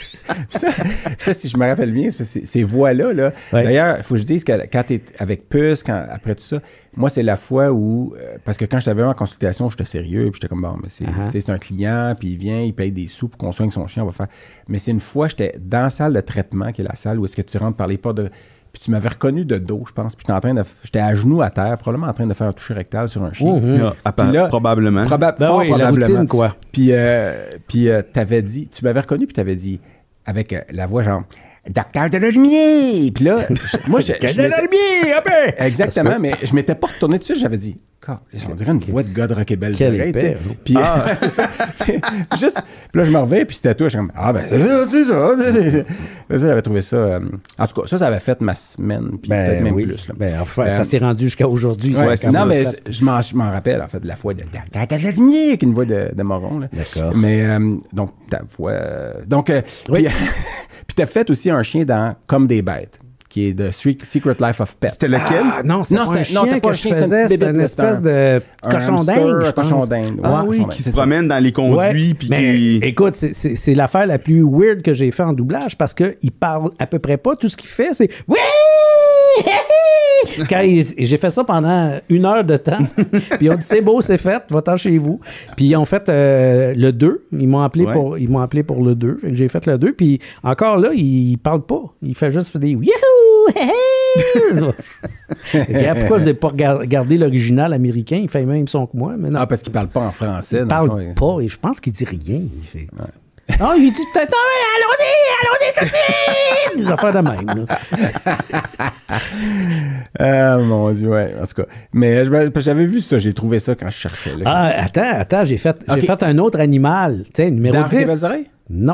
ça, ça, si je me rappelle bien, c'est parce que ces- ces voix-là, là, Ouais. d'ailleurs, il faut que je dise que quand tu es avec Puce, quand, après tout ça, moi, c'est la fois où, euh, parce que quand je t'avais en consultation, j'étais sérieux, puis j'étais comme, bon, mais c'est Uh-huh. c'est- c'est un client, puis il vient, il paye des sous pour qu'on soigne son chien, on va faire. Mais c'est une fois, j'étais dans la salle de traitement, qui est la salle où est-ce que tu rentres par les portes de. Puis tu m'avais reconnu de dos, je pense, puis j'étais en train de. J'étais à genoux à terre, probablement en train de faire un toucher rectal sur un chien. Mhm. Ah, à Puis part- là- probablement. Proba- Ben fort oui, la probablement. routine, quoi. Puis, euh, puis euh, t'avais dit, tu m'avais reconnu, puis t'avais dit, avec euh, la voix genre, Docteur Delormier! Puis là, je- moi, je. je m'étais- Delormier, après! Exactement, mais je m'étais pas retourné dessus, j'avais dit, on dirait une voix de gars de Rock et Belles Quel Oreilles, tu sais. épais, hein. Puis, euh, c'est ça. Juste, puis là, je me reviens, puis c'était toi, je suis comme, ah ben, c'est ça, c'est ça. Ça, j'avais trouvé ça. euh, en tout cas, ça, ça avait fait ma semaine, puis peut-être Ben même oui. plus. Là. Ben, enfin, Euh, ça s'est rendu jusqu'à aujourd'hui. Ouais, ça, non, quand mais même. c'est- je m'en, je m'en rappelle, en fait, de la voix de Delormier, avec une voix de, de moron. Là. D'accord. Mais, euh, donc, ta voix. euh, donc, euh, Oui. puis, puis t'as fait aussi un chien dans Comme des bêtes. qui est The Secret Life of Pets. C'était lequel? Ah, non, c'était Non, pas un c'était- non, chien c'était pas que un je chien, c'était un faisais, petit c'était bébé, une c'était espèce un- de un cochon hamster, d'Inde, je un cochon pense. d'Inde. Ah Ouais, oui, cochon qui d'Inde. se c'est ça. promène dans les conduits. Ouais, Puis mais qui... écoute, c'est- c'est c'est l'affaire la plus weird que j'ai fait en doublage parce qu'il parle à peu près pas. Tout ce qu'il fait, c'est oui! Quand il- et j'ai fait ça pendant une heure de temps. Puis ils ont dit c'est beau, c'est fait, va-t'en chez vous. Puis ils ont fait euh, le deux. Ils m'ont appelé, Ouais. pour, ils m'ont appelé pour le deux. Fait que j'ai fait le deux. Puis encore là, il parle pas. Il fait juste des Yahoo! Fait que, pourquoi vous n'avez pas regard- regardé l'original américain? Il fait le même son que moi. Mais non. Ah, parce qu'il parle pas en français. Il dans le parle fond. pas. Et je pense qu'il dit rien. Il fait. Ah, il dit peut-être, ah, ouais, allons-y, allons-y tout de suite! Des affaires de même, là. Ah, mon Dieu, ouais, en tout cas. Mais je me- j'avais vu ça, j'ai trouvé ça quand je cherchais. Là. Ah, attends, attends, j'ai fait, j'ai Ok. fait un autre animal. Tu sais, numéro Dans dix. Tes belles oreilles? Non.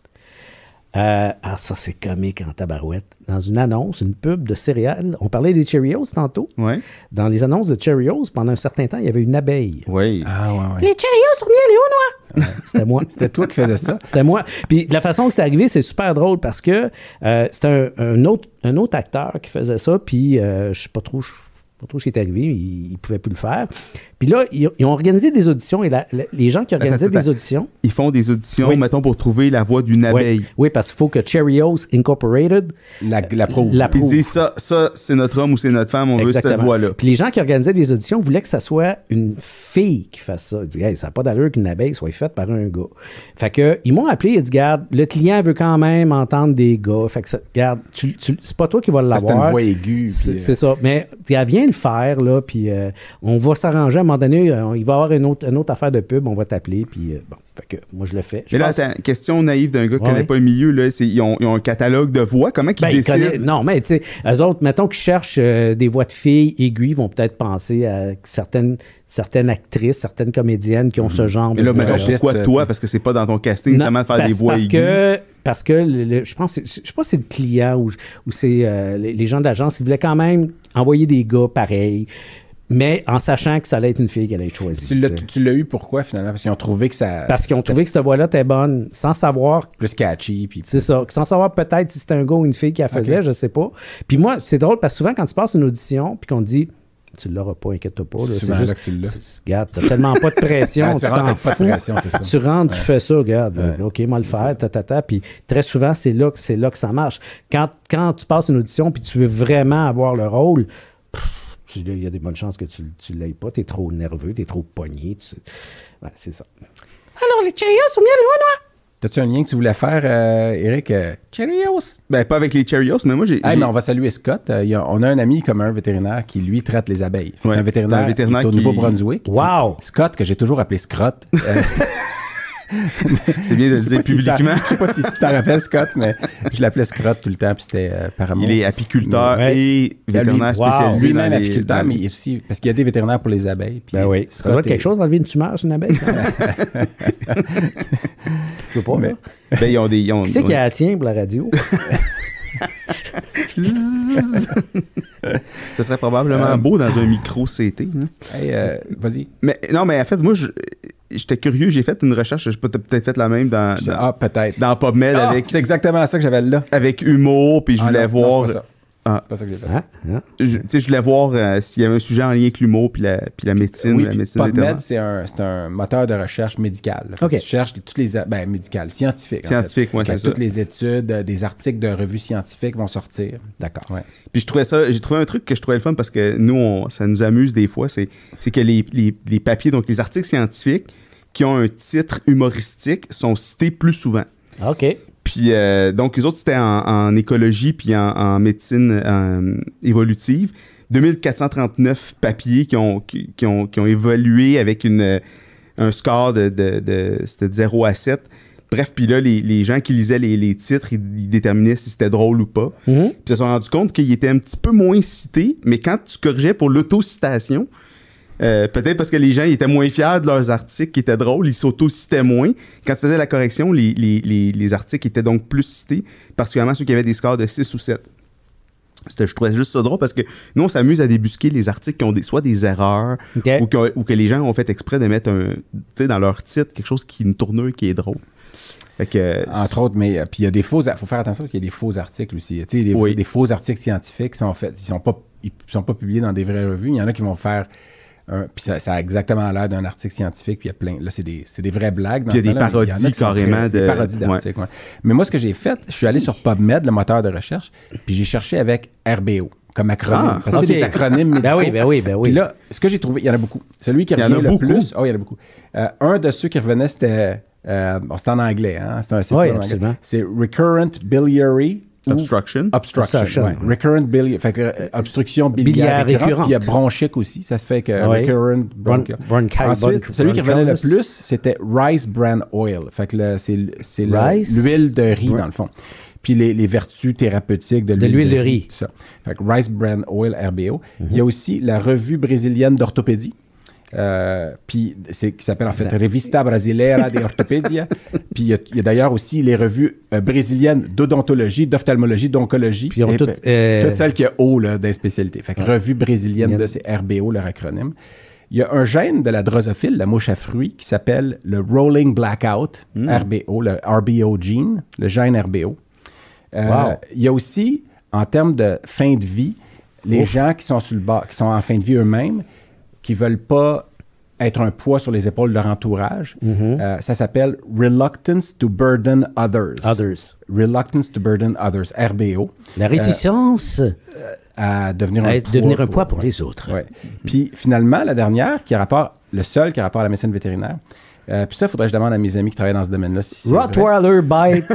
Euh, ah, ça, c'est comique en tabarouette. Dans une annonce, une pub de céréales, on parlait des Cheerios tantôt. Ouais. Dans les annonces de Cheerios, pendant un certain temps, il y avait une abeille. Oui. Ah, ouais, ouais. Les Cheerios sont miel et au noix! C'était moi. C'était toi qui faisais ça? C'était moi. Puis de la façon que c'est arrivé, c'est super drôle parce que euh, c'était un, un autre, un autre acteur qui faisait ça, puis euh, je sais pas trop, je sais pas trop ce qui est arrivé, il, il pouvait plus le faire. Puis là, ils, ils ont organisé des auditions et la- la- les gens qui organisaient Attends, des attends. auditions. Ils font des auditions, Oui. mettons, pour trouver la voix d'une abeille. Oui, oui, parce qu'il faut que Cheerios Incorporated La, la prouve. la Puis ils prouve. disent ça, ça c'est notre homme ou c'est notre femme, on veut cette Exactement. voix-là. Puis les gens qui organisaient les auditions voulaient que ça soit une fille qui fasse ça. Ils disaient, hey, ça n'a pas d'allure qu'une abeille soit faite par un gars. Fait que, ils m'ont appelé, ils disent, garde, le client veut quand même entendre des gars. Fait que, ça, garde, tu, tu- c'est pas toi qui vas C'était l'avoir. une voix aiguë. C'est puis, c'est ça. Mais elle vient le faire, là, puis euh, on va s'arranger à un moment donné. euh, il va y avoir une autre, une autre affaire de pub, on va t'appeler, puis euh, bon. Fait que moi, je le fais. Je Mais là, pense- attends, question naïve d'un gars qui Ouais. connaît pas le milieu, là, c'est, ils, ont, ils ont un catalogue de voix. Comment qu'ils Ben, ils décident? connaissent- non, mais tu sais, eux autres, mettons qu'ils cherchent euh, des voix de filles aiguës, vont peut-être penser à certaines, certaines actrices, certaines comédiennes qui ont ce genre Mais de là, voix. maintenant, registre, pourquoi euh, toi? Parce que c'est pas dans ton casting, Non, nécessairement de faire parce, des voix parce aiguës. que parce que le- le- je pense que c'est- je sais pas si c'est le client ou, ou c'est euh, les, les gens de l'agence qui voulaient quand même envoyer des gars pareils, mais en sachant que ça allait être une fille qui allait être choisie. Tu l'as, tu sais. tu l'as eu pourquoi finalement? Parce qu'ils ont trouvé que ça. Parce qu'ils ont c'était trouvé que cette voix-là était bonne, sans savoir. plus catchy. Puis C'est ça. Sans savoir peut-être si c'était un gars ou une fille qui la faisait, Ok. je sais pas. Puis moi, c'est drôle parce que souvent, quand tu passes une audition puis qu'on te dit tu l'auras pas, inquiète-toi pas. là, C'est c'est souvent juste, là que tu l'as. c'est- Regarde, t'as tellement pas de pression. Ah, tu tu rentres t'en avec pas de fous. pression, c'est ça. Tu rentres, tu fais ça, regarde. Ouais. OK, moi le faire, ta, ta, ta. Puis très souvent, c'est là, que- c'est là que ça marche. Quand, quand tu passes une audition puis tu veux vraiment avoir le rôle, pff, tu- il y a des bonnes chances que tu ne l'aies pas. Tu es trop nerveux, tu es trop pogné. tu sais. Ouais, c'est ça. Alors, les Cheerios sont bien les noix. T'as-tu un lien que tu voulais faire, euh, Eric? Euh, Cheerios! Ben, pas avec les Cheerios, mais moi, j'ai. Hey, j'ai- mais on va saluer Scott. Euh, il y a- on a un ami commun, un vétérinaire, qui lui traite les abeilles. C'est Ouais, un vétérinaire, c'est un vétérinaire qui est au qui- Nouveau-Brunswick. Wow! Scott, que j'ai toujours appelé Scrott. Euh, C'est bien de le je sais dire pas si ça- publiquement. je sais pas si tu t'en rappelles, Scott, mais je l'appelais Scrott tout le temps, puis c'était euh, par amour. Il est apiculteur Ouais. et vétérinaire Wow. spécialisé dans Lui-même les... apiculteur, dans mais les- il est aussi... Parce qu'il y a des vétérinaires pour les abeilles. Puis Ben oui. Ça Scott doit être est- quelque chose d'enlever une tumeur sur une abeille. quand même. Je sais pas. Mais- là. Ben, ils ont des... ils ont- Qui c'est qui a la tient pour la radio? Ça serait probablement Euh, beau dans un micro C T. hein. Hey, euh, vas-y. Mais non, mais en fait, moi, je- j'étais curieux. J'ai fait une recherche. Je peux peut-être fait la même dans, dans, Ah, peut-être. dans PubMed Ah, avec, c'est exactement ça que j'avais là. avec humour. Puis je Ah, voulais non, non, voir... c'est pas ça. Ah. C'est pas ça que j'ai fait. Hein? Hein? je, tu sais, je voulais voir euh, s'il y avait un sujet en lien avec l'humour puis la, puis la médecine. Oui, la puis médecine PubMed, vétérinaire. c'est un, c'est un moteur de recherche médicale. Fait que OK. Tu cherches toutes les... a- Ben, médical, scientifique. en Scientifique, fait. ouais, Fait que c'est ça. Toutes les études, euh, des articles de revues scientifiques vont sortir. D'accord. Ouais. Puis je trouvais ça, j'ai trouvé un truc que je trouvais le fun parce que nous, on- ça nous amuse des fois, c'est, c'est que les, les, les papiers, donc les articles scientifiques qui ont un titre humoristique sont cités plus souvent. OK. Puis euh, donc les autres, c'était en, en écologie puis en, en médecine euh, évolutive. deux mille quatre cent trente-neuf papiers qui ont, qui, qui ont, qui ont évolué avec une, euh, un score de, de, de, c'était de zéro à sept. Bref, puis là, les, les gens qui lisaient les, les titres, ils, ils déterminaient si c'était drôle ou pas. Mhm. Puis ils se sont rendus compte qu'il était un petit peu moins cité, mais quand tu corrigeais pour l'autocitation, euh, peut-être parce que les gens ils étaient moins fiers de leurs articles qui étaient drôles, ils s'auto-citaient moins. Quand tu faisais la correction, les, les, les, les articles étaient donc plus cités, particulièrement ceux qui avaient des scores de six ou sept. C'était, je trouvais juste ça drôle parce que nous, on s'amuse à débusquer les articles qui ont des, soit des erreurs OK. ou, que, ou que les gens ont fait exprès de mettre un, tu sais, dans leur titre quelque chose qui une tournure qui est drôle. Fait que, Entre autres, mais puis il y a des faux... Il faut faire attention parce qu'il y a des faux articles aussi. Tu sais, des, Oui. des faux articles scientifiques qui sont faits, ils sont pas, ils sont pas publiés dans des vraies revues. Il y en a qui vont faire... Un, puis ça, ça a exactement l'air d'un article scientifique, puis il y a plein... Là, c'est des, c'est des vraies blagues. Dans Puis il y a des ce temps-là, mais il y en parodies qui sont carrément très- de- Des parodies d'articles, ouais. Mais moi, ce que j'ai fait, je suis allé sur PubMed, le moteur de recherche, puis j'ai cherché avec R B O comme acronyme. Ah, parce que ok. c'est des acronymes médicaux. Ben oui, ben oui, ben oui. Puis là, ce que j'ai trouvé, il y en a beaucoup. Celui qui Il y en revient a le beaucoup. plus... Oh, il y en a beaucoup. Euh, un de ceux qui revenait, c'était... Euh, bon, c'était en anglais, hein? C'est un site Oui, web en anglais. absolument. C'est Recurrent Biliary... ou- Obstruction. Obstruction, Obstruction, ouais. ouais. Recurrent biliary, fait que euh, obstruction biliaire, Biliaire récurrente. récurrente. Puis il y a bronchique aussi, ça se fait que Oui. recurrent Bron- bronchi- bronchi- Ensuite, bron- celui qui revenait le bronchiosis. plus, c'était rice bran oil. Fait que le- c'est c'est le- Rice? l'huile de riz Ouais. dans le fond. Puis les, les vertus thérapeutiques de l'huile, l'huile de riz. tout ça. Fait que rice bran oil R B O. Il y a aussi la revue brésilienne d'orthopédie. Euh, puis c'est qui s'appelle en fait Revista Brasileira de Ortopedia. Puis il y a, il y a d'ailleurs aussi les revues euh, brésiliennes d'odontologie, d'ophtalmologie, d'oncologie. Puis ils ont Et- toutes, euh, toutes celles qui a O là, des spécialités. Fait que revue brésilienne Bien. de c'est R B O leur acronyme. Il y a un gène de la drosophile, la mouche à fruits, qui s'appelle le Rolling Blackout, R B O, le R B O gene, le gène R B O. Euh, Wow. Il y a aussi, en termes de fin de vie, les Ouf. gens qui sont sur le bas, qui sont en fin de vie eux-mêmes, qui veulent pas être un poids sur les épaules de leur entourage. Euh, ça s'appelle Reluctance to Burden Others. Others. Reluctance to Burden Others, R B O. La réticence À devenir à un être- devenir un pour- poids pour ouais. les autres. Ouais. Puis finalement, la dernière, qui a rapport, le seul qui a rapport à la médecine vétérinaire, euh, puis ça, il faudrait que je demande à mes amis qui travaillent dans ce domaine-là si c'est vrai. Rottweiler bite.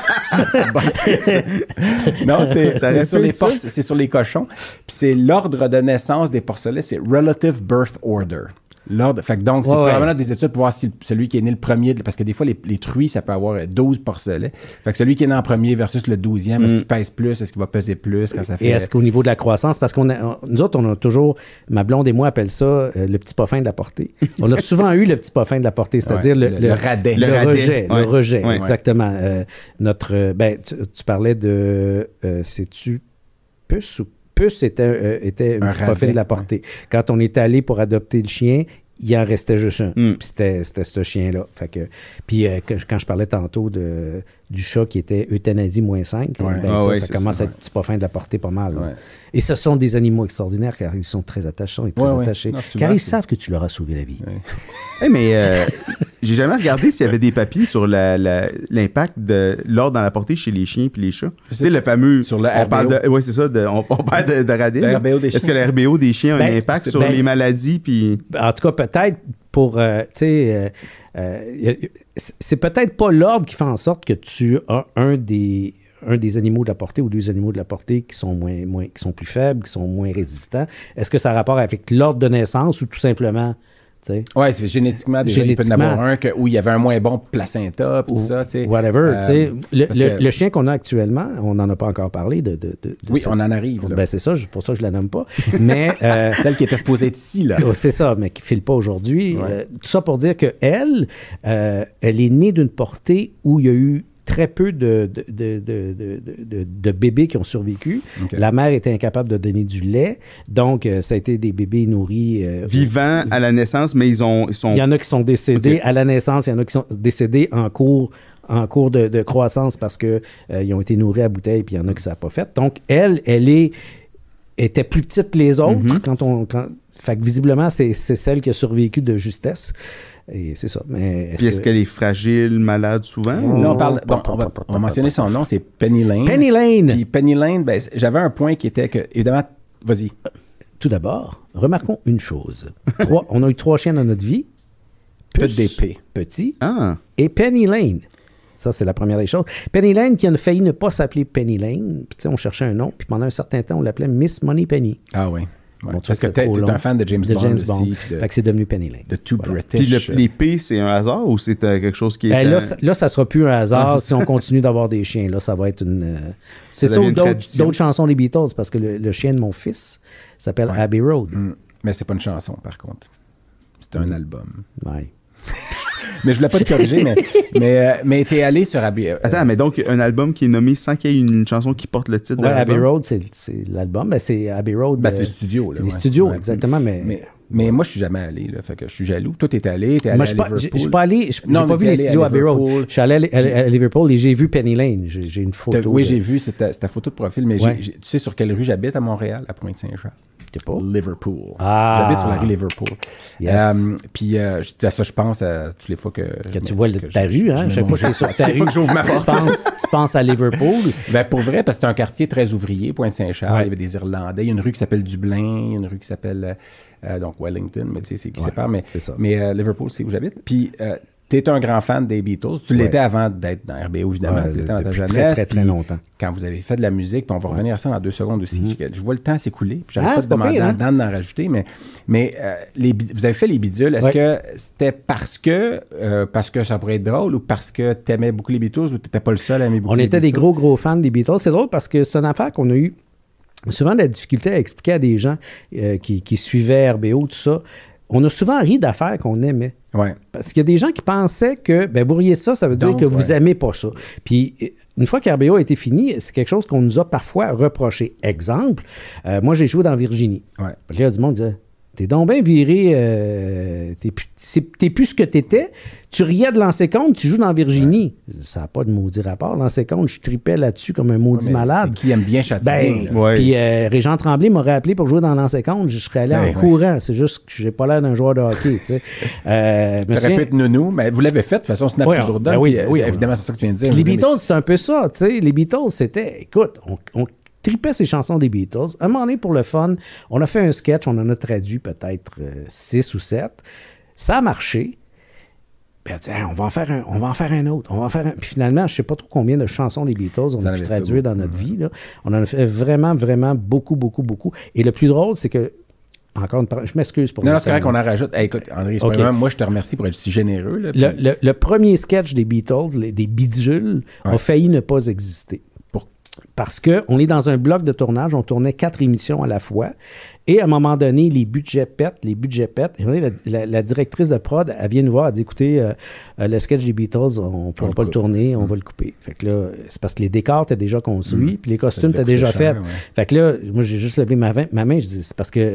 Non, c'est Ça c'est aurait sur, pu les être ça. porc- c'est sur les cochons. Puis c'est l'ordre de naissance des porcelets, c'est Relative Birth Order. L'ordre, fait que donc, c'est Ouais, ouais. probablement des études pour voir si celui qui est né le premier, parce que des fois, les, les truies, ça peut avoir douze porcelets. Fait que celui qui est né en premier versus le douzième, est-ce qu'il pèse plus, est-ce qu'il va peser plus quand ça fait... Et est-ce qu'au niveau de la croissance, parce qu'on a, on- nous autres, on a toujours, ma blonde et moi appellent ça euh, le petit pas fin de la portée. On a souvent eu le petit pas fin de la portée, c'est-à-dire Ouais, le, le- le radais. Le, Le radais, rejet, ouais. le rejet, Ouais. exactement. Euh, notre, euh, ben, tu, tu parlais de, euh, sais-tu, puce ou puce était, euh, était un, Un petit pas fin radais, de la portée. Quand on est allé pour adopter le chien, il en restait juste un. Mm. Puis c'était, c'était ce chien-là. Fait que, puis euh, que- quand je parlais tantôt de, du chat qui était euthanasie moins cinq, Ouais. ben Ah ça, ouais, ça c'est commence ça, à être petit pas fin de la portée pas mal. là. Ouais. Et ce sont des animaux extraordinaires car ils sont très attachants et très Ouais, ouais. attachés. Non, souvent, car ils c'est- savent que tu leur as sauvé la vie. Eh, mais euh, j'ai jamais regardé s'il y avait des papiers sur la- la- l'impact de l'ordre dans la portée chez les chiens et les chats. Tu sais, le fameux. Sur le on R B O. parle de, ouais, c'est ça. de- on, on parle de, de radis, Le là. R B O des Est-ce chiens. que le R B O des chiens a Ben, un impact c'est- sur ben- les maladies? Puis... En tout cas, peut-être pour, euh, tu sais, euh, euh, y a- c'est c'est peut-être pas l'ordre qui fait en sorte que tu as un des un des animaux de la portée ou deux animaux de la portée qui sont moins, moins qui sont plus faibles, qui sont moins résistants. Est-ce que ça a rapport avec l'ordre de naissance ou tout simplement, tu sais, Ouais, c'est génétiquement, déjà, il peut y en Génétiquement. avoir un que, où il y avait un moins bon placenta, puis tout ou ça, tu sais. whatever, Euh, tu sais. Le, parce le- que- le chien qu'on a actuellement, on n'en a pas encore parlé de... de, de- de Oui, cette- on en arrive, là. Ben c'est ça, je- pour ça que je la nomme pas. Mais... euh, Celle qui était supposée être ici, là. Oh, c'est ça, mais qui ne file pas aujourd'hui. Ouais. Euh, tout ça pour dire qu'elle, euh, elle est née d'une portée où il y a eu très peu de, de, de, de, de, de- de bébés qui ont survécu. Ok. La mère était incapable de donner du lait. Donc, euh, ça a été des bébés nourris. euh, Vivants à la naissance, mais ils, ont, ils sont. Il y en a qui sont décédés Ok. à la naissance, il y en a qui sont décédés en cours, en cours de, de croissance parce qu'ils ont été nourris à bouteille, puis il y en a qui ça n'a pas fait. Donc, elle, elle est, était plus petite que les autres. Mhm. quand on, quand, fait que visiblement, c'est c'est celle qui a survécu de justesse. Et c'est ça. Mais Puis est-ce que- qu'elle est fragile, malade souvent? ou- Là, on parle. Bon, on va, on va mentionner son nom, c'est Penny Lane. Penny Lane! Puis Penny Lane, ben, j'avais un point qui était que, évidemment, vas-y. Tout d'abord, remarquons une chose. Trois, on a eu trois chiens dans notre vie. Toutes Puce, des P. Petit, Ah, et Penny Lane. Ça, c'est la première des choses. Penny Lane qui a failli ne pas s'appeler Penny Lane. Puis, tu sais, on cherchait un nom, puis pendant un certain temps, on l'appelait Miss Money Penny. Ah oui. Ouais. Bon, tu Parce que vois, c'est t'es trop t'es long. un fan de James de Bond James aussi. Bond. puis de, Fait que c'est devenu Penny Lane. de Too Voilà. puis British. le- les P, c'est un hasard ou c'est euh, quelque chose qui est. Ben, là, euh, ça, là, ça sera plus un hasard Ah, si on continue d'avoir des chiens. Là, ça va être une. euh, c'est Ça ça devient ou une d'autres tradition. d'autres chansons des Beatles, parce que le, le chien de mon fils s'appelle Ouais. Abbey Road. Mm. Mais c'est pas une chanson, par contre. C'est un album. Ouais. Mais je voulais pas te corriger, mais, mais, euh, mais t'es allé sur Abbey. euh, Attends, mais donc un album qui est nommé sans qu'il y ait une chanson qui porte le titre Ouais, de Abbey l'album? Road, c'est c'est l'album. Ben, c'est Abbey Road. Ben, euh, c'est le studio. là, c'est les ouais. studios, Ouais. exactement. Mais, Mais- Mais moi, je suis jamais allé, là. Fait que je suis jaloux. Toi, t'es allé, t'es allé Moi, à je pas- Liverpool. je suis pas allé, je- j'ai Non, pas mais vu t'es les allé à studios à Abbey Road. Liverpool. Je suis allé à, à- à Liverpool et j'ai vu Penny Lane. J'ai, j'ai une photo. T'as- Oui, de- j'ai vu, c'est ta, c'est ta photo de profil, mais j'ai- Ouais. j'ai- tu sais sur quelle rue j'habite à Montréal, à Pointe-Saint-Jean? Je sais pas. Liverpool. Ah. J'habite sur la rue Liverpool. Yes. Euh, puis euh, je- à ça, je pense à toutes les fois que... Que tu je- vois le- que ta je- rue, je hein? mets Chaque mon fois que tu es jet. sur ta Chaque rue, fois que j'ouvre ma tu porte. penses, tu penses à Liverpool. Ben, pour vrai, parce que c'est un quartier très ouvrier, Pointe-Saint-Charles. Ouais. Il y avait des Irlandais. Il y a une rue qui s'appelle Dublin. Il y a une rue qui s'appelle euh, donc Wellington, mais tu sais, c'est qui Ouais, sépare. Mais, c'est ça. mais euh, Liverpool, c'est où j'habite. Puis, euh, tu es un grand fan des Beatles. Tu l'étais Ouais. avant d'être dans R B O, évidemment. Ouais, tu l'étais dans ta depuis jeunesse. très, très, très puis longtemps. Quand vous avez fait de la musique, puis on va revenir à ça dans deux secondes aussi. Je, je vois le temps s'écouler. Puis j'arrête Ah, pas c'est de pas demander pire, à hein? Dan d'en rajouter, mais, mais euh, les, bi- vous avez fait les bidules. Est-ce Ouais. que c'était parce que, euh, parce que ça pourrait être drôle ou parce que tu aimais beaucoup les Beatles ou tu n'étais pas le seul à aimer beaucoup On les était des Beatles? gros, gros fans des Beatles. C'est drôle parce que c'est une affaire qu'on a eu souvent de la difficulté à expliquer à des gens euh, qui, qui suivaient R B O, tout ça. On a souvent ri d'affaires qu'on aimait. Ouais. Parce qu'il y a des gens qui pensaient que, ben, vous riez de ça, ça veut dire Donc, que vous ouais. aimez pas ça. Puis, une fois qu'R B O a été fini, c'est quelque chose qu'on nous a parfois reproché. Exemple, euh, moi, j'ai joué dans Virginie. Ouais. Puis là, il y a du monde qui disait, t'es donc bien viré, euh, t'es, plus, c'est- t'es plus ce que t'étais. Tu riais de lancer compte, tu joues dans Virginie. Ça n'a pas de maudit rapport. Lancer compte, je tripais là-dessus comme un maudit Ouais, mais malade. c'est qui aime bien Châtillon. Ben, là. Ouais. puis euh, Régent Tremblay m'aurait appelé pour jouer dans Lancer compte, je serais allé Ouais, en ouais. courant. C'est juste que j'ai pas l'air d'un joueur de hockey, tu sais. Euh, je me Ça aurait souviens- pu être nounou, mais vous l'avez fait de toute façon, Snap Oui, oui, on- ben oui, puis, euh, oui, c'est- on- évidemment, c'est ça que tu viens de dire. Puis les Vous aimez- Beatles, c'est un peu ça, tu sais. Les Beatles, c'était, écoute, on, on tripait ces chansons des Beatles. Un moment donné, pour le fun, on a fait un sketch, on en a traduit peut-être euh, six ou sept. Ça a marché. Puis on a dit, Hey, on va en faire un, on va en faire un autre, on va en faire un. Puis finalement, je sais pas trop combien de chansons les Beatles on Vous en a pu avez traduire fait dans notre vie, là. On en a fait vraiment, vraiment beaucoup, beaucoup, beaucoup. Et le plus drôle, c'est que, encore une par- je m'excuse pour Non, le non, c'est correct terme. qu'on en rajoute. Hey, écoute, André, c'est Ok. pas vraiment- moi, je te remercie pour être si généreux. Là, Le, puis- le- le premier sketch des Beatles, les- des bidules, Ouais. a failli ne pas exister. Pour- Parce qu'on est dans un bloc de tournage, on tournait quatre émissions à la fois, et à un moment donné, les budgets pètent, les budgets pètent. Et la, la- la directrice de prod, elle vient nous voir, elle dit, écoutez, euh, euh, le sketch des Beatles, on ne pourra le pas le coupe. tourner, on Mm. va le couper. Fait que là, c'est parce que les décors étaient déjà construits, Mm. puis les Ça costumes devait étaient déjà coûter cher, faits. ouais. Fait que là, moi, j'ai juste levé ma, main- ma main, je dis, c'est parce que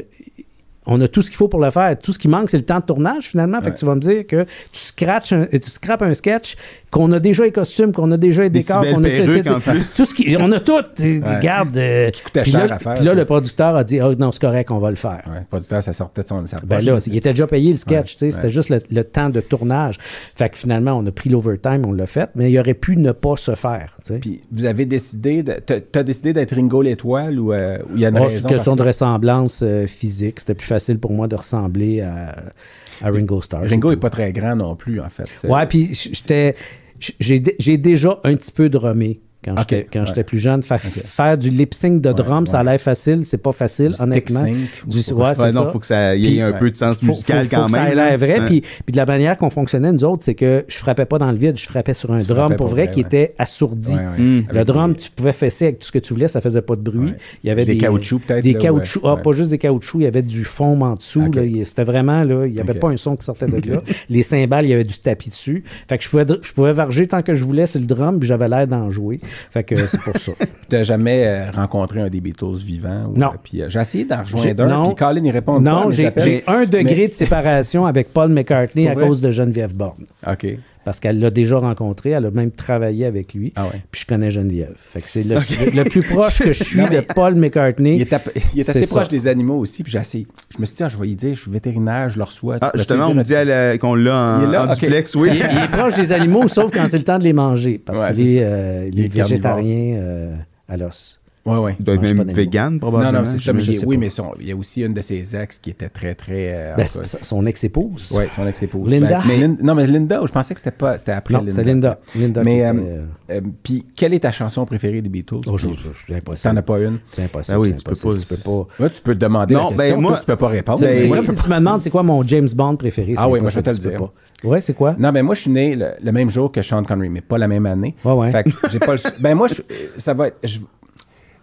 on a tout ce qu'il faut pour le faire. Tout ce qui manque, c'est le temps de tournage, finalement. Fait Ouais. que tu vas me dire que tu scratches un, tu scrapes un sketch, qu'on a déjà les costumes, qu'on a déjà les Des décors, si belles qu'on a perruques, en plus. tout ce qui, on a tout. Et Regarde. euh, Ce qui coûtait puis cher là, à faire, puis là, ça. le producteur a dit, ah non, c'est correct, on va le faire. Ouais, le producteur, ça sortait de son sa Ben poche, là, là. il était déjà payé le sketch, Ouais, tu sais, c'était ouais. juste le, le temps de tournage. Fait que finalement, on a pris l'overtime, on l'a fait, mais il aurait pu ne pas se faire, tu sais. Puis vous avez décidé, de, t'as, t'as décidé d'être Ringo l'étoile ou euh, ou il y a une Oh, c'est raison? une question de parce ressemblance euh, physique. C'était plus facile pour moi de ressembler à, à Ringo Starr. que Ringo c'est n'est tout. pas très grand non plus, en fait. C'est- Ouais, puis j'étais, j'ai, j'ai déjà un petit peu drummé quand Ok, j'étais quand ouais. j'étais plus jeune. Fa- Faire du lip sync de drum, ça a l'air facile, c'est pas facile, Du honnêtement. stick sync, Du, ou ouais, pas. c'est Ouais, non, ça. faut que ça y ait Puis, un ouais. peu de sens Faut- musical faut- faut quand que même. ça ait là. l'air vrai. Ouais. Puis, puis de la manière qu'on fonctionnait, nous autres, c'est que je frappais pas dans le vide, je frappais sur un Tu drum frappais pour pour vrai, vrai, qui ouais. était assourdi. Ouais, ouais. Mm. Le Avec drum, des- tu pouvais fesser avec tout ce que tu voulais, ça faisait pas de bruit. Ouais. Il y avait Des des, caoutchoucs, peut-être, Des là, caoutchoucs. ouais. Ah, Ouais. pas juste des caoutchoucs, il y avait du foam en dessous. Ok. Là. Il- C'était vraiment, là, il n'y avait Ok. pas un son qui sortait de là. Les cymbales, il y avait du tapis dessus. Fait que je pouvais, je pouvais varger tant que je voulais sur le drum, puis j'avais l'air d'en jouer. Fait que c'est pour ça. Tu n'as jamais euh, rencontré un des Beatles vivants? ou, Non. euh, puis euh, j'ai essayé d'en J'ai- rejoindre un, non. puis Colin, il répond pas à Non, mes j'ai appels. j'ai un degré Mais- de séparation avec Paul McCartney Pour à vrai? cause de Geneviève Borne. OK. Parce qu'elle l'a déjà rencontré, elle a même travaillé avec lui. Ah ouais. Puis je connais Geneviève. Fait que c'est le, le- le plus proche que je suis Non, mais- de Paul McCartney. Il est, ap- il est C'est assez ça. proche des animaux aussi, puis j'ai essayé. Je me suis dit, ah, je vais y dire, je suis vétérinaire, je le reçois. Ah, Tu peux-tu justement, dire on me dit là-dessus? à la- qu'on l'a en, Il est là? en Ok. duplex, oui. Il, est- il est proche des animaux, sauf quand c'est le temps de les manger. Parce Ouais, qu'il c'est est, ça. euh, il Il est est carnivore. végétarien euh, à l'os. Ouais, ouais. Il doit être mange même pas d'animaux. vegan, Non, probablement. non, c'est ça, mais je il- sais oui, pas. mais son- il y a aussi une de ses ex qui était très, très. euh, Ben, en tout cas, c'est- son ex-épouse. ouais, son ex-épouse. Linda. Ben, Lin- non, mais Linda, je pensais que c'était pas, c'était après Non, Linda. c'était Linda. Linda Mais, qui euh, était, euh, Euh, puis, quelle est ta chanson préférée des Beatles? oh, je- je- c'est impossible. T'en as pas une? C'est impossible. Ben oui, c'est tu peux impossible, pas- Tu peux pas. Ouais, tu peux te demander Non, la ben, question. moi- Toi, tu peux pas répondre. C'est Ben, c'est moi, comme je si tu me demandes c'est quoi mon James Bond préféré. Ah c'est oui, moi, je vais impossible, te le tu dire. peux pas. Ouais, c'est quoi? Non, mais moi, je suis né le, le même jour que Sean Connery, mais pas la même année. Ouais, ouais. Fait que j'ai pas le... Ben moi, je- ça va être... je-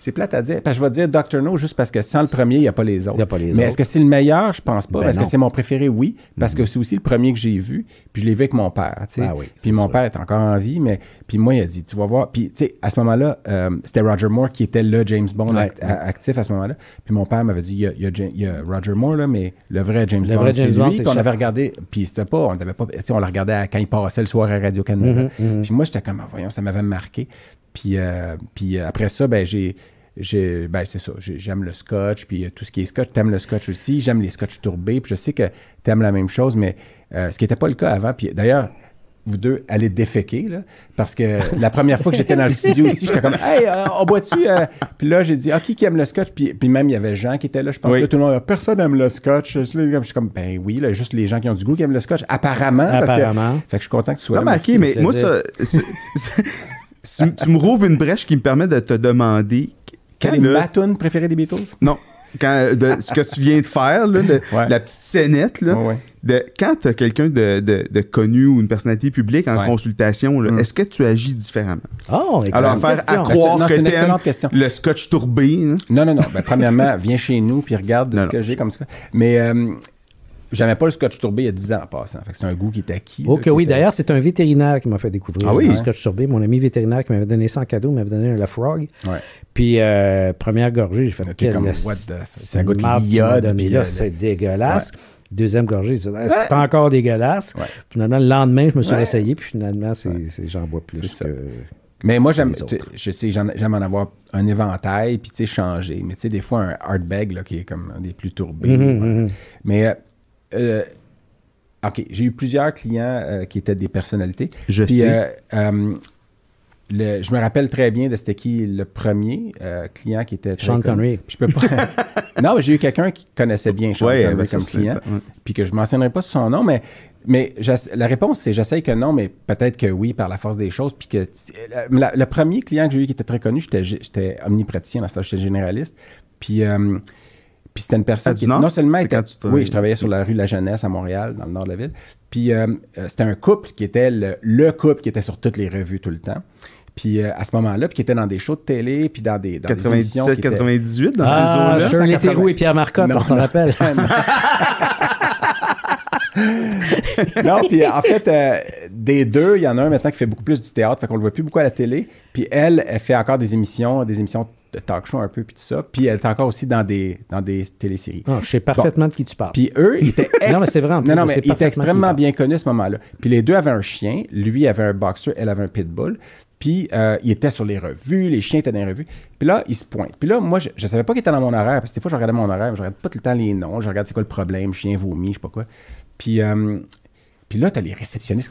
c'est plate à dire. Parce que je vais dire docteur No juste parce que sans le premier, il n'y a pas les autres. Il y a pas les Mais autres. est-ce que c'est le meilleur? Je pense pas. Ben Est-ce non. que c'est mon préféré? Oui. Parce mm-hmm. que c'est aussi le premier que j'ai vu. Puis je l'ai vu avec mon père. Tu sais. Ah oui, puis mon sûr. père est encore en vie. Mais puis moi, il a dit, tu vas voir. Puis tu sais, à ce moment-là, euh, c'était Roger Moore qui était le James Bond ouais, act- ouais. actif à ce moment-là. Puis mon père m'avait dit, il y a, il y a, il y a Roger Moore, là, mais le vrai James le Bond, vrai c'est James lui. Bond, Puis c'est on ça. avait regardé. Puis c'était pas, on avait pas, tu sais, on le regardait à, quand il passait le soir à Radio-Canada. Mm-hmm, mm-hmm. Puis moi, j'étais comme, ah, voyons, ça m'avait marqué. Puis, euh, puis euh, après ça, ben j'ai, j'ai ben c'est ça, j'ai, j'aime le scotch, puis euh, tout ce qui est scotch, t'aimes le scotch aussi, j'aime les scotch tourbés, puis je sais que t'aimes la même chose, mais euh, ce qui n'était pas le cas avant, puis d'ailleurs, vous deux, allez déféquer, là, parce que la première fois que j'étais dans le studio aussi, j'étais comme, hey, euh, on boit-tu? Euh? Puis là, j'ai dit, ah, qui, qui aime le scotch? Puis, puis même, il y avait Jean qui était là, je pense oui. que tout le monde, personne aime le scotch. Je suis comme, ben oui, là, juste les gens qui ont du goût qui aiment le scotch, apparemment. Apparemment. Parce que, fait que je suis content que tu sois non, là. mais ok, mais moi, ça. c'est, c'est, tu, tu me rouvres une brèche qui me permet de te demander. Quelle est le... ma tune préférée des Beatles? Non. Quand, de, ce que tu viens de faire, là, le, ouais. la petite scénette, là, ouais, ouais. De, quand tu as quelqu'un de, de, de connu ou une personnalité publique en ouais. consultation, là, mm. est-ce que tu agis différemment? Oh, alors, faire question. à croire non, que tu aimes question. le scotch tourbé. Hein? Non, non, non. Ben, premièrement, viens chez nous puis regarde non, ce non. que j'ai comme ça. Mais euh, j'aimais pas le scotch tourbé il y a dix ans en passant. Fait que c'est un goût qui est acquis. Ok, là, oui. était... D'ailleurs, c'est un vétérinaire qui m'a fait découvrir ah, oui? le scotch tourbé. Mon ami vétérinaire qui m'avait donné ça en cadeau m'avait donné un Lafroig. Ouais. Puis, euh, première gorgée, j'ai fait okay, comme, quelle c'est un goût de l'iode. Puis là, c'est dégueulasse. Ouais. Deuxième gorgée, c'est, c'est encore dégueulasse. Ouais. Finalement, le lendemain, je me suis ouais. essayé, puis finalement, c'est, ouais. c'est, j'en bois plus. C'est que, ça. Mais moi, j'aime, je sais, j'aime en avoir un éventail, puis tu sais, changer. Mais tu sais, des fois, un hardbag, là, qui est comme un des plus tourbés. Mm-hmm, mm-hmm. Mais, euh, euh, OK, j'ai eu plusieurs clients euh, qui étaient des personnalités. Je puis, sais. Euh, euh, Le, je me rappelle très bien de c'était qui le premier euh, client qui était très Sean Connery. Je peux pas. Non, j'ai eu quelqu'un qui connaissait bien Sean ouais, Connery ben comme ça, client, ouais. puis que je ne mentionnerai pas son nom, mais, mais la réponse, c'est j'essaye que non, mais peut-être que oui, par la force des choses. Puis que la, le premier client que j'ai eu qui était très connu, j'étais, j'étais omnipraticien, dans ce j'étais généraliste. Puis, euh, puis c'était une personne qui, non non seulement était, tu oui, je travaillais sur la rue de la Jeunesse à Montréal, dans le nord de la ville. Puis euh, c'était un couple qui était le, le couple qui était sur toutes les revues tout le temps. Puis euh, à ce moment-là, puis qui était dans des shows de télé, puis dans des, dans quatre-vingt-dix-sept, des émissions. quatre-vingt-dix-huit, dans ah, ces eaux-là. Shirley Theroux et Pierre Marcotte, non, on s'en non, rappelle. Non, puis en fait, euh, des deux, il y en a un maintenant qui fait beaucoup plus du théâtre, fait qu'on le voit plus beaucoup à la télé. Puis elle, elle fait encore des émissions, des émissions de talk show un peu, puis tout ça. Puis elle est encore aussi dans des, dans des téléséries. Oh, je sais parfaitement bon. de qui tu parles. Puis eux, ils étaient ex... Non, mais c'est vrai. En plus, non, non, mais ils étaient extrêmement qui bien connus à ce moment-là. Puis les deux avaient un chien. Lui avait un boxer, elle avait un pitbull. Puis euh, il était sur les revues, les chiens étaient dans les revues. Puis là, ils se pointent. Puis là, moi, je ne savais pas qu'il était dans mon horaire, parce que des fois, je regardais mon horaire, je regarde pas tout le temps les noms, je regarde c'est quoi le problème, chien vomi, je sais pas quoi. Puis, euh, puis là, tu as les réceptionnistes.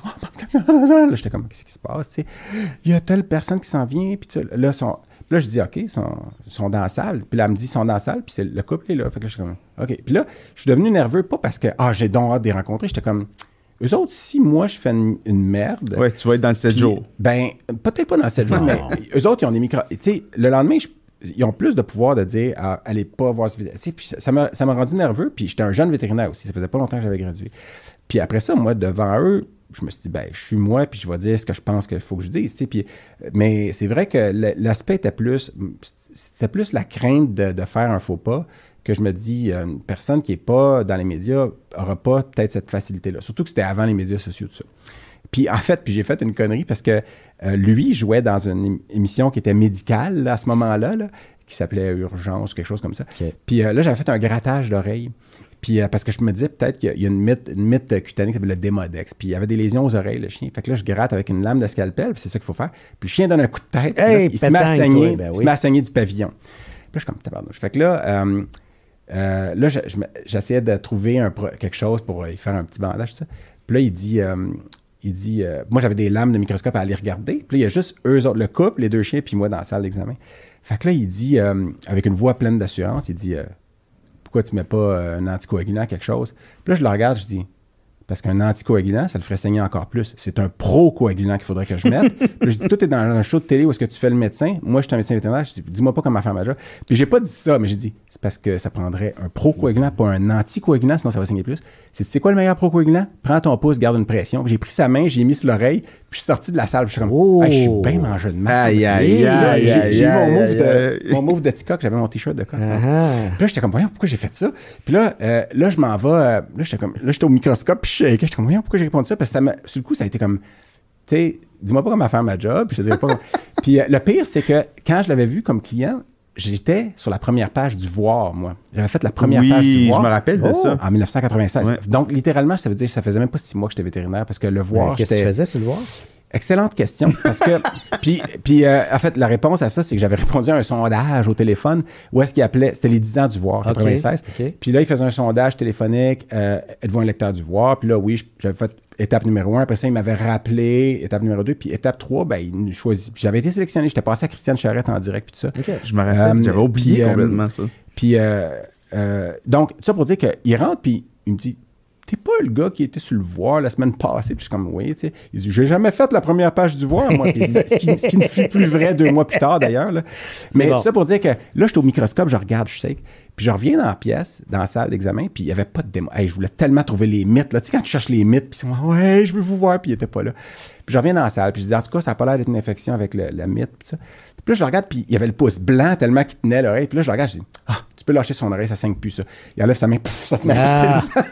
Là, j'étais comme, qu'est-ce qui se passe? T'sais? Il y a telle personne qui s'en vient. Puis là, son... Puis là, je dis, OK, ils sont, sont dans la salle. Puis là, elle me dit, ils sont dans la salle. Puis c'est, le couple est là. Fait que là, je suis comme, OK. Puis là, je suis devenu nerveux, pas parce que, ah, j'ai donc hâte de les rencontrer. J'étais comme, eux autres, si moi, je fais une, une merde. Ouais, tu vas être dans le sept jours. Ben, peut-être pas dans le sept jours, mais eux autres, ils ont des micros. Tu sais, le lendemain, je, ils ont plus de pouvoir de dire, ah, allez pas voir ce vidéo. Tu sais, puis ça, ça, m'a, ça m'a rendu nerveux. Puis j'étais un jeune vétérinaire aussi. Ça faisait pas longtemps que j'avais gradué. Puis après ça, moi, devant eux, je me suis dit, ben, je suis moi, puis je vais dire ce que je pense qu'il faut que je dise. Tu sais, puis, mais c'est vrai que l'aspect était plus, c'était plus la crainte de, de faire un faux pas que je me dis, une personne qui n'est pas dans les médias n'aura pas peut-être cette facilité-là. Surtout que c'était avant les médias sociaux, tout ça. Puis en fait, puis j'ai fait une connerie parce que euh, lui jouait dans une émission qui était médicale là, à ce moment-là, là, qui s'appelait Urgence ou quelque chose comme ça. Okay. Puis euh, là, j'avais fait un grattage d'oreilles. Puis euh, parce que je me disais peut-être qu'il y a une mythe, une mythe cutanée qui s'appelle le démodex. Puis il y avait des lésions aux oreilles, le chien. Fait que là, je gratte avec une lame de scalpel, puis c'est ça qu'il faut faire. Puis le chien donne un coup de tête. Hey, là, il se met à saigner, ben il oui. se met à saigner du pavillon. Puis là, je suis comme tabarnouche. Fait que là, euh, euh, là je, je, j'essayais de trouver un, quelque chose pour y faire un petit bandage, tout ça. Puis là, il dit, euh, il dit euh, moi, j'avais des lames de microscope à aller regarder. Puis là, il y a juste eux autres, le couple, les deux chiens, puis moi dans la salle d'examen. Fait que là, il dit, euh, avec une voix pleine d'assurance, il dit... Euh, pourquoi tu mets pas euh, un anticoagulant, quelque chose? Puis là, je le regarde, je dis, Parce qu'un anticoagulant, ça le ferait saigner encore plus. C'est un pro-coagulant qu'il faudrait que je mette. Puis je dis, toi, t'es dans un show de télé où est-ce que tu fais le médecin. Moi, je suis un médecin vétérinaire. Je dis, dis-moi pas comment faire ma job. Puis j'ai pas dit ça, mais j'ai dit, c'est parce que ça prendrait un pro-coagulant, pas un anticoagulant, sinon ça va saigner plus. C'est, tu sais quoi le meilleur pro-coagulant? Prends ton pouce, garde une pression. Puis j'ai pris sa main, j'ai mis sur l'oreille, puis je suis sorti de la salle. Puis je suis comme, Oh. hey, je suis bien mangé de mal. Aïe, aïe, Et là, aïe, j'ai, aïe, j'ai aïe, mon move aïe, de, aïe. mon move de Ticoc, j'avais mon t-shirt de coq. Ah. Puis là, j'étais comme, voyons, pourquoi j'ai fait ça? Puis là, euh, là, je m'en vais. Euh, là, j'étais comme, là, j'étais au microscope, puis je shakeais. J'étais comme, voyons, pourquoi j'ai répondu ça? Parce que ça m'a, sur le coup, ça a été comme, tu sais, dis-moi pas comment faire ma job. Je te dirais pas. Comment... Puis euh, le pire, c'est que quand je l'avais vu comme client, j'étais sur la première page du Voir, moi. J'avais fait la première oui, page du Voir. je me rappelle de Oh, ça. En dix-neuf cent quatre-vingt-seize. Ouais. Donc, littéralement, ça veut dire que ça faisait même pas six mois que j'étais vétérinaire parce que le Voir, Ouais, Qu'est-ce que tu j'étais... faisais sur le Voir? Excellente question. Parce que, puis, puis euh, en fait, la réponse à ça, c'est que j'avais répondu à un sondage au téléphone où est-ce qu'il appelait, c'était les dix ans du Voir, quatre-vingt-seize. Okay, okay. Puis là, il faisait un sondage téléphonique, euh, êtes-vous un lecteur du Voir? Puis là, oui, j'avais fait étape numéro un. Après ça, il m'avait rappelé étape numéro deux. Puis étape trois, ben, il nous choisit. Puis j'avais été sélectionné. J'étais passé à Christiane Charette en direct, puis tout ça. Okay. Je me rappelle, Euh, j'avais oublié puis, euh, complètement ça. Puis, euh, euh, donc, ça pour dire qu'il rentre, puis il me dit, t'es pas le gars qui était sur le Voir la semaine passée? Puis je suis comme, oui, tu sais. Il dit, j'ai jamais fait la première page du Voir, moi. Puis, ce, qui, ce qui ne fut plus vrai deux mois plus tard, d'ailleurs. Là. Mais bon. tout ça pour dire que là, je suis au microscope, je regarde, je sais. Puis je reviens dans la pièce, dans la salle d'examen, puis il n'y avait pas de démo. Hey, je voulais tellement trouver les mythes. Là. Tu sais, quand tu cherches les mythes, puis c'est moi, ouais, je veux vous voir, puis il n'était pas là. Puis je reviens dans la salle, puis je dis, en tout cas, ça n'a pas l'air d'être une infection avec le, la mythe, puis ça. Puis là, je regarde, puis il y avait le pouce blanc tellement qu'il tenait l'oreille. Puis là, je regarde, je dis, ah, tu peux lâcher son oreille, ça saigne plus, ça. Il enlève sa main, pouf, ça se met Ah. à pisser le sang.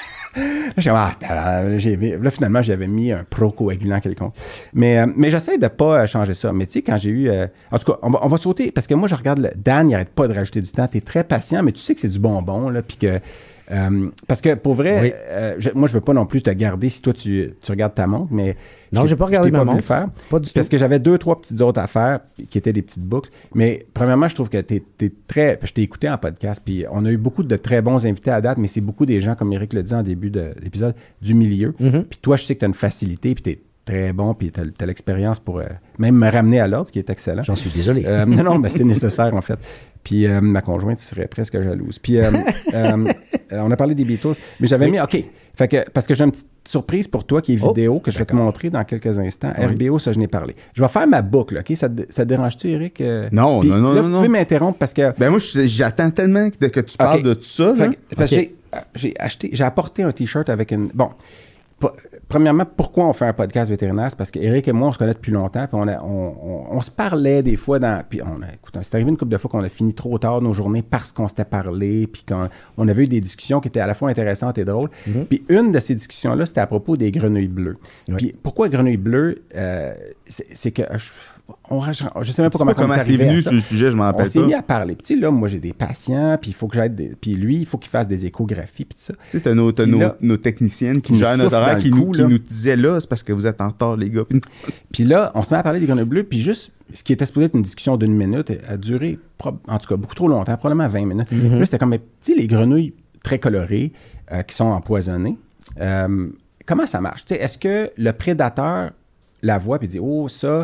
Là, j'ai, ah, j'ai, là, finalement, j'avais mis un pro-coagulant quelconque. Mais, euh, mais j'essaie de ne pas changer ça. Mais tu sais, quand j'ai eu... Euh, en tout cas, on va, on va sauter, parce que moi, je regarde... Le, Dan, il n'arrête pas de rajouter du temps. Tu es très patient, mais tu sais que c'est du bonbon, là, puis que... Euh, parce que, pour vrai, Oui. euh, je, moi, je veux pas non plus te garder si toi, tu, tu regardes ta montre, mais... Non, je j'ai pas regardé je t'ai ma pas vu montre. le faire. Pas du Parce tout. que j'avais deux, trois petites autres affaires qui étaient des petites boucles. Mais premièrement, je trouve que tu es très... Je t'ai écouté en podcast, puis on a eu beaucoup de très bons invités à date, mais c'est beaucoup des gens, comme Éric le dit en début de l'épisode, du milieu. Mm-hmm. Puis toi, je sais que tu as une facilité, puis tu es très bon, puis tu as, l'expérience pour euh, même me ramener à l'ordre, ce qui est excellent. J'en suis désolé. Euh, non, non, mais c'est nécessaire, en fait. Puis euh, ma conjointe serait presque jalouse. Puis euh, euh, euh, on a parlé des Beatles, mais j'avais Oui. mis, OK, fait que, parce que j'ai une petite surprise pour toi qui est Oh, vidéo, que je vais te d'accord. montrer dans quelques instants. Oui. R B O, ça, je n'ai parlé. Je vais faire ma boucle, OK? Ça te, ça te dérange-tu, Éric? Euh, Non, puis non, non, là, non, vous non. pouvez m'interrompre parce que... Ben moi, je- j'attends tellement que, que tu parles OK. de tout ça. Fait là. que- parce que OK. j'ai, j'ai acheté, j'ai apporté un T-shirt avec une... Bon, pas- premièrement, pourquoi on fait un podcast vétérinaire? C'est parce qu'Éric et moi, on se connaît depuis longtemps, puis on, a- on, on, on se parlait des fois dans... Puis on a, écoute, c'est arrivé une couple de fois qu'on a fini trop tard nos journées parce qu'on s'était parlé, puis qu'on on avait eu des discussions qui étaient à la fois intéressantes et drôles. Mm-hmm. Puis une de ces discussions-là, c'était à propos des grenouilles bleues. Oui. Puis pourquoi grenouilles bleues? Euh, c'est, c'est que... Je, on, je, je sais même pas Je sais comment, pas comment on est c'est arrivé à venu ça. sur le sujet, je m'en On rappelle s'est pas. mis à parler. Puis tu sais, là, moi, j'ai des patients, puis il faut que j'aide des... Puis lui, il faut qu'il fasse des échographies, puis tout ça. Tu sais, t'as nos, t'as Puis nos, là- nos techniciennes qui qui nous gèrent notre soufflent horaire, dans qui, le nous, cou, qui là. nous disaient là, c'est parce que vous êtes en retard, les gars. Puis- Puis là, on se met à parler des grenouilles bleues, puis juste, ce qui était supposé être une discussion d'une minute a duré, prob- en tout cas, beaucoup trop longtemps, probablement vingt minutes. Mm-hmm. Puis là, c'était comme, mais, tu sais, les grenouilles très colorées euh, qui sont empoisonnées, euh, comment ça marche? Tu sais, est-ce que le prédateur la voit puis dit, oh, ça,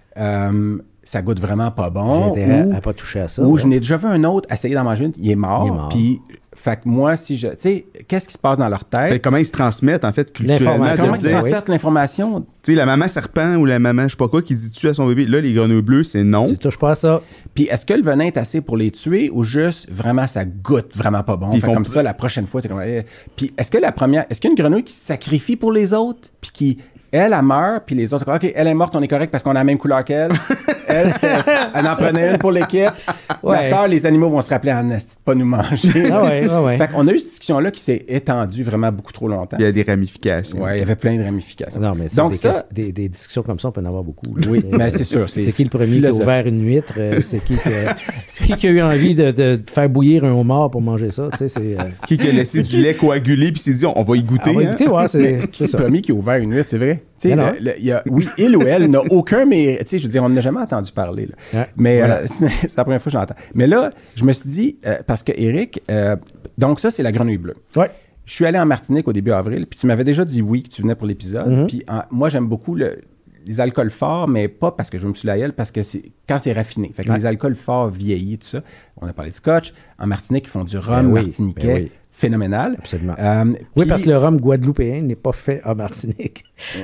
euh, ça goûte vraiment pas J'ai bon, intérêt ou, à pas toucher à ça. ou ouais. je n'ai déjà vu un autre essayer d'en manger une, il est mort, Il est mort. puis, fait que moi, si je, tu sais, qu'est-ce qui se passe dans leur tête? Fait que comment ils se transmettent, en fait, culturellement. L'information. Comment de ils dire, oui. transmettent l'information? Tu sais, la maman serpent ou la maman, je sais pas quoi, qui dit tu à son bébé, là, les grenouilles bleues, c'est non. Tu touches pas à ça. Puis est-ce que le venin est assez pour les tuer ou juste vraiment ça goûte vraiment pas bon? Puis ils Fait font comme p- ça, la prochaine fois, t'es comme. eh. Puis est-ce que la première. Est-ce qu'il y a une grenouille qui se sacrifie pour les autres? Puis qui. Elle, elle meurt, puis les autres, OK, elle est morte, on est correct parce qu'on a la même couleur qu'elle. Elle, c'était- elle en prenait une pour l'équipe. Ouais. À cette heure, les animaux vont se rappeler en esti de pas nous manger. Ah ouais, ah ouais. Fait qu'on a eu cette discussion-là qui s'est étendue vraiment beaucoup trop longtemps. Il y a des ramifications. Ouais, il y avait plein de ramifications. Non, mais c'est Donc des, ça, ques- des, des discussions comme ça, on peut en avoir beaucoup. là. Oui, C'est- mais c'est sûr, c'est C'est qui le premier qui a philosophe. ouvert une huître? euh, c'est qui qui a, c'est qui qui a eu envie de, de faire bouillir un homard pour manger ça? Tu sais, c'est... euh, Qui qui a laissé du lait coagulé puis s'est dit on va y goûter. on va hein? écouter, ouais, c'est, Qui c'est c'est ça. le premier qui a ouvert une huître, c'est vrai? Tu sais, Alors? le- le- il y a, oui, il ou elle n'a aucun, mais tu sais, je veux dire, on n'a jamais entendu parler. Là. Ouais, mais voilà. euh, c'est c'est la première fois que j'entends. Mais là, je me suis dit, euh, parce que Éric, euh, donc ça, c'est la grenouille bleue. Ouais. Je suis allé en Martinique au début avril, puis tu m'avais déjà dit oui, que tu venais pour l'épisode. Mhm. Puis en- moi, j'aime beaucoup le- les alcools forts, mais pas parce que je veux me suis la gueule, parce que c'est quand c'est raffiné. Fait que Ouais. les alcools forts vieillis, tout ça. On a parlé de scotch. En Martinique, ils font du rhum Ben oui, martiniquais. ben oui. phénoménal. Absolument. Euh, oui, puis, parce que le rhum guadeloupéen n'est pas fait en Martinique.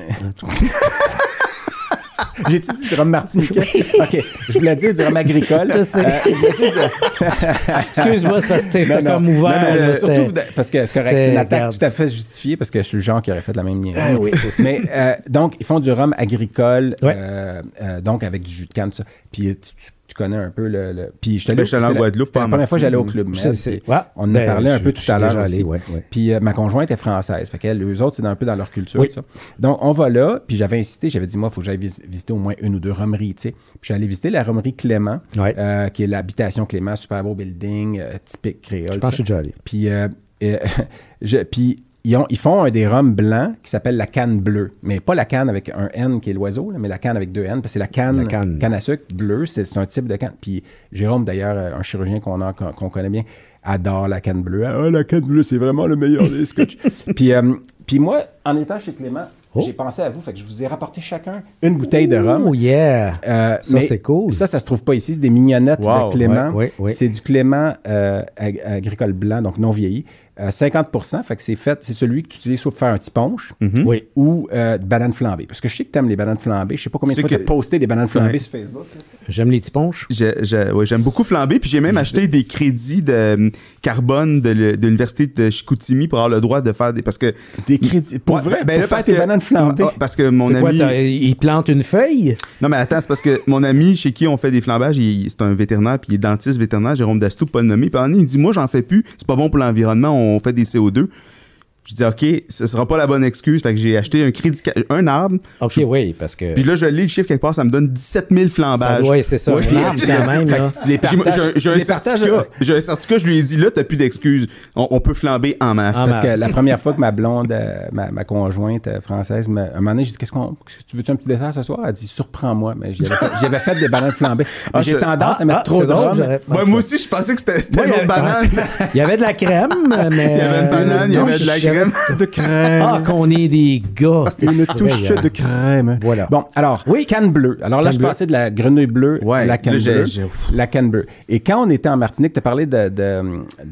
J'ai-tu dit du rhum martiniquais? OK. Je voulais dire du rhum agricole. Je sais. Euh, je voulais dire du... Excuse-moi, ça c'était Non, non. comme ouvert. Non, non, là, euh, c'était- surtout parce que c'est correct, c'est une attaque regarde. tout à fait justifiée parce que je suis le genre qui aurait fait la même niaiserie. Ah oui, je sais. Mais euh, donc, ils font du rhum agricole, Ouais. euh, euh, donc avec du jus de canne, tout ça. Puis tu, tu- tu connais un peu le. le... Puis je te Ben, je suis allé en c'est la- Guadeloupe, c'était pas la en première fois que j'allais au Martinique. Club C'est- Med. c'est- puis ouais. On en a Ben, parlé un je- peu je tout suis à l'heure déjà allé, aussi. ouais, ouais. Puis euh, ma conjointe est française. Fait qu'elle, eux autres, c'est un peu dans leur culture. Oui. tout ça. Donc, on va là. Puis j'avais incité, j'avais dit, moi, il faut que j'aille vis- visiter au moins une ou deux romeries. Tu sais. Puis j'allais visiter la romerie Clément, Ouais. euh, qui est l'habitation Clément, super beau building, euh, typique créole. Je pense que je tout suis ça. déjà allé. Puis, euh, euh, je, puis ils, ont, ils font un des rhums blancs qui s'appelle la canne bleue. Mais pas la canne avec un N qui est l'oiseau, là, mais la canne avec deux N, parce que c'est la canne, La canne. canne à sucre bleue. C'est, c'est un type de canne. Puis Jérôme, d'ailleurs, euh, un chirurgien qu'on, a, qu'on, qu'on connaît bien, adore la canne bleue. Ah, la canne bleue, c'est vraiment le meilleur des scotch. puis, euh, puis moi, en étant chez Clément, Oh. j'ai pensé à vous. Fait que je vous ai rapporté chacun une bouteille de rhum. Oh yeah! Euh, Ça, mais c'est cool. Ça, ça se trouve pas ici. C'est des mignonnettes Wow. de Clément. Ouais, ouais, ouais. C'est du Clément euh, ag- agricole blanc, donc non vieilli. Euh, cinquante pour cent, fait que c'est fait, c'est celui que tu utilises soit pour faire un petit punch Oui. ou euh, de bananes flambées. Parce que je sais que tu aimes les bananes flambées. Je sais pas combien de C'est fois tu as que- posté des bananes flambées Ouais. sur Facebook. J'aime les petits ponches. J'ai- j'ai- ouais, j'aime beaucoup flamber, puis j'ai même acheté des crédits de euh, carbone de, le- de l'université de Chicoutimi pour avoir le droit de faire des... Parce que... Des crédits. Pour Ouais, vrai, ben- ben pour là, faire parce tes que- bananes flambées. Ah, parce que mon C'est quoi, ami... t'as- ils plantent une feuille? Non, mais attends, c'est parce que mon ami chez qui on fait des flambages, il- c'est un vétérinaire, puis il est dentiste vétérinaire, Jérôme Dastou, pas le nommer. Puis à un moment donné, il dit, moi, j'en fais plus, c'est pas bon pour l'environnement, on fait des C O deux. Je dis, OK, ce sera pas la bonne excuse. Fait que j'ai acheté un crédit, ca- un arbre. OK, oui, parce que... Puis là, je lis le chiffre quelque part, ça me donne dix-sept mille ça flambages. doit, c'est ça, Ouais, un arbre quand même, Fait là. que les J'ai- partages- j'ai- J'ai tu un les partages, certificat. euh, J'ai un certificat, je lui ai dit, là, t'as plus d'excuses. On, on peut flamber en masse. En Parce masse. que la première fois que ma blonde, euh, ma, ma conjointe euh, française, me, un moment donné, j'ai dit, qu'est-ce qu'on, qu'est-ce que tu veux-tu un petit dessert ce soir? Elle dit, surprends-moi. Mais j'avais fait, j'avais fait des bananes flambées. Mais Ah, j'ai je- tendance Ah, à mettre ah, trop c'est de drôle, rhum. j'aurais- Ouais, moi aussi, je pensais que c'était c'était Moi, une il y autre avait- banane. Il y avait de la crème, mais... Il y avait une banane, il y Non, avait de la je savais- crème. de crème. Ah, qu'on est des gars. c'était Une touche effrayant. de crème. Voilà. Bon, alors, Oui. canne bleue. Alors là, Canne je bleue. passais de la grenouille bleue à Ouais, la canne là, j'ai- bleue. j'ai- La canne bleue. Et quand on était en Martinique, tu as parlé de, de,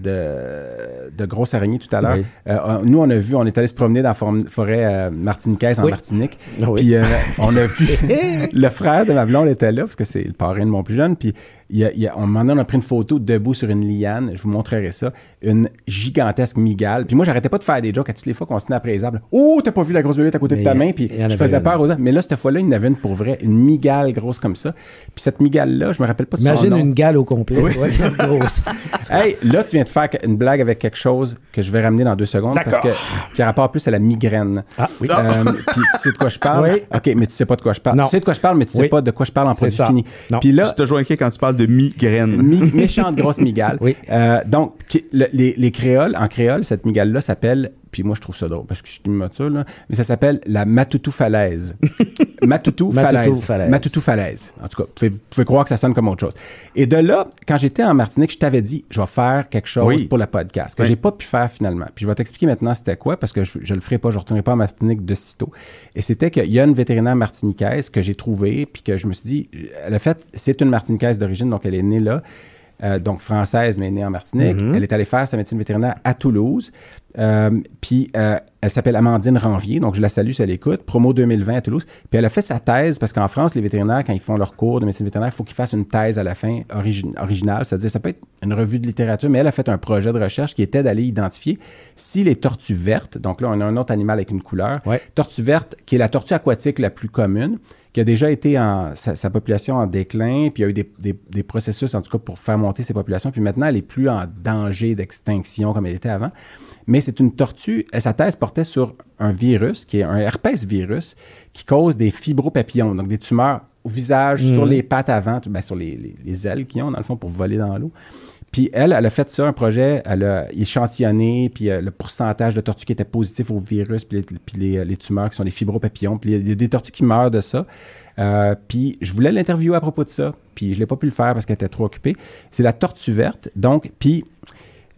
de, de grosses araignées tout à l'heure. Oui. Euh, nous, on a vu, on est allé se promener dans la for- forêt euh, martiniquaise en Oui. Martinique. Ah oui. Puis euh, on a vu, le frère de ma blonde était là, parce que c'est le parrain de mon plus jeune. Puis il y a, il y a, on, on a pris une photo debout sur une liane. Je vous montrerai ça. Une gigantesque migale. Puis moi, j'arrêtais pas de faire des jokes à toutes les fois qu'on se tenait après les arbres. Oh, t'as pas vu la grosse bébête à côté Mais de ta il y a- main? Puis il y en je avait faisais une. peur aux autres. Mais là, cette fois-là, il y en avait une pour vrai. Une migale grosse comme ça. Puis cette migale-là, je me rappelle pas de son Imagine nom. une gale au complet. Oui, Ouais, c'est grosse. Hey, là, tu viens de faire une blague avec quelque chose que je vais ramener dans deux secondes parce que qui a rapport plus à la migraine. Ah, oui. Euh, puis tu sais de quoi je parle? Oui. OK, mais tu sais pas de quoi je parle. Non. Tu sais de quoi je parle, mais tu sais Oui. pas de quoi je parle en C'est produit ça. fini. Non. Puis là, Je suis toujours inquiet quand tu parles de migraine. mi- méchante grosse migale. Oui. Euh, donc, qui- le- les, les créoles, en créole, cette migale-là s'appelle, puis moi je trouve ça drôle parce que je suis immature, là, mais ça s'appelle la matoutou falaise. matoutou falaise. Matoutou falaise. Matoutou falaise. En tout cas, vous pouvez, vous pouvez croire que ça sonne comme autre chose. Et de là, quand j'étais en Martinique, je t'avais dit, je vais faire quelque chose Oui. pour le podcast que Oui. j'ai pas pu faire finalement. Puis je vais t'expliquer maintenant c'était quoi parce que je, je le ferai pas, je retournerai pas en Martinique de sitôt. Et c'était qu'il y a une vétérinaire martiniquaise que j'ai trouvée puis que je me suis dit, elle a fait, c'est une martiniquaise d'origine, donc elle est née là. Euh, donc française, mais née en Martinique. Mm-hmm. Elle est allée faire sa médecine vétérinaire à Toulouse. Euh, puis euh, elle s'appelle Amandine Ranvier, donc je la salue si elle écoute. Promo deux mille vingt à Toulouse. Puis elle a fait sa thèse, parce qu'en France, les vétérinaires, quand ils font leur cours de médecine vétérinaire, il faut qu'ils fassent une thèse à la fin origi- originale. C'est-à-dire, ça peut être une revue de littérature, mais elle a fait un projet de recherche qui était d'aller identifier si les tortues vertes, donc là, on a un autre animal avec une couleur, Ouais. tortue verte, qui est la tortue aquatique la plus commune, qui a déjà été en sa, sa population en déclin, puis il y a eu des, des, des processus, en tout cas, pour faire monter ces populations, puis maintenant, elle n'est plus en danger d'extinction comme elle était avant. Mais c'est une tortue, et sa thèse portait sur un virus, qui est un herpès virus, qui cause des fibropapillons, donc des tumeurs au visage, Mhm. sur les pattes avant, ben, sur les, les, les ailes qu'ils ont, dans le fond, pour voler dans l'eau. Puis elle, elle a fait ça, un projet, elle a échantillonné, puis euh, le pourcentage de tortues qui étaient positifs au virus, puis les, puis les, les tumeurs qui sont les fibropapillons, puis il y a des tortues qui meurent de ça. Euh, puis je voulais l'interviewer à propos de ça, puis je ne l'ai pas pu le faire parce qu'elle était trop occupée. C'est la tortue verte, donc, puis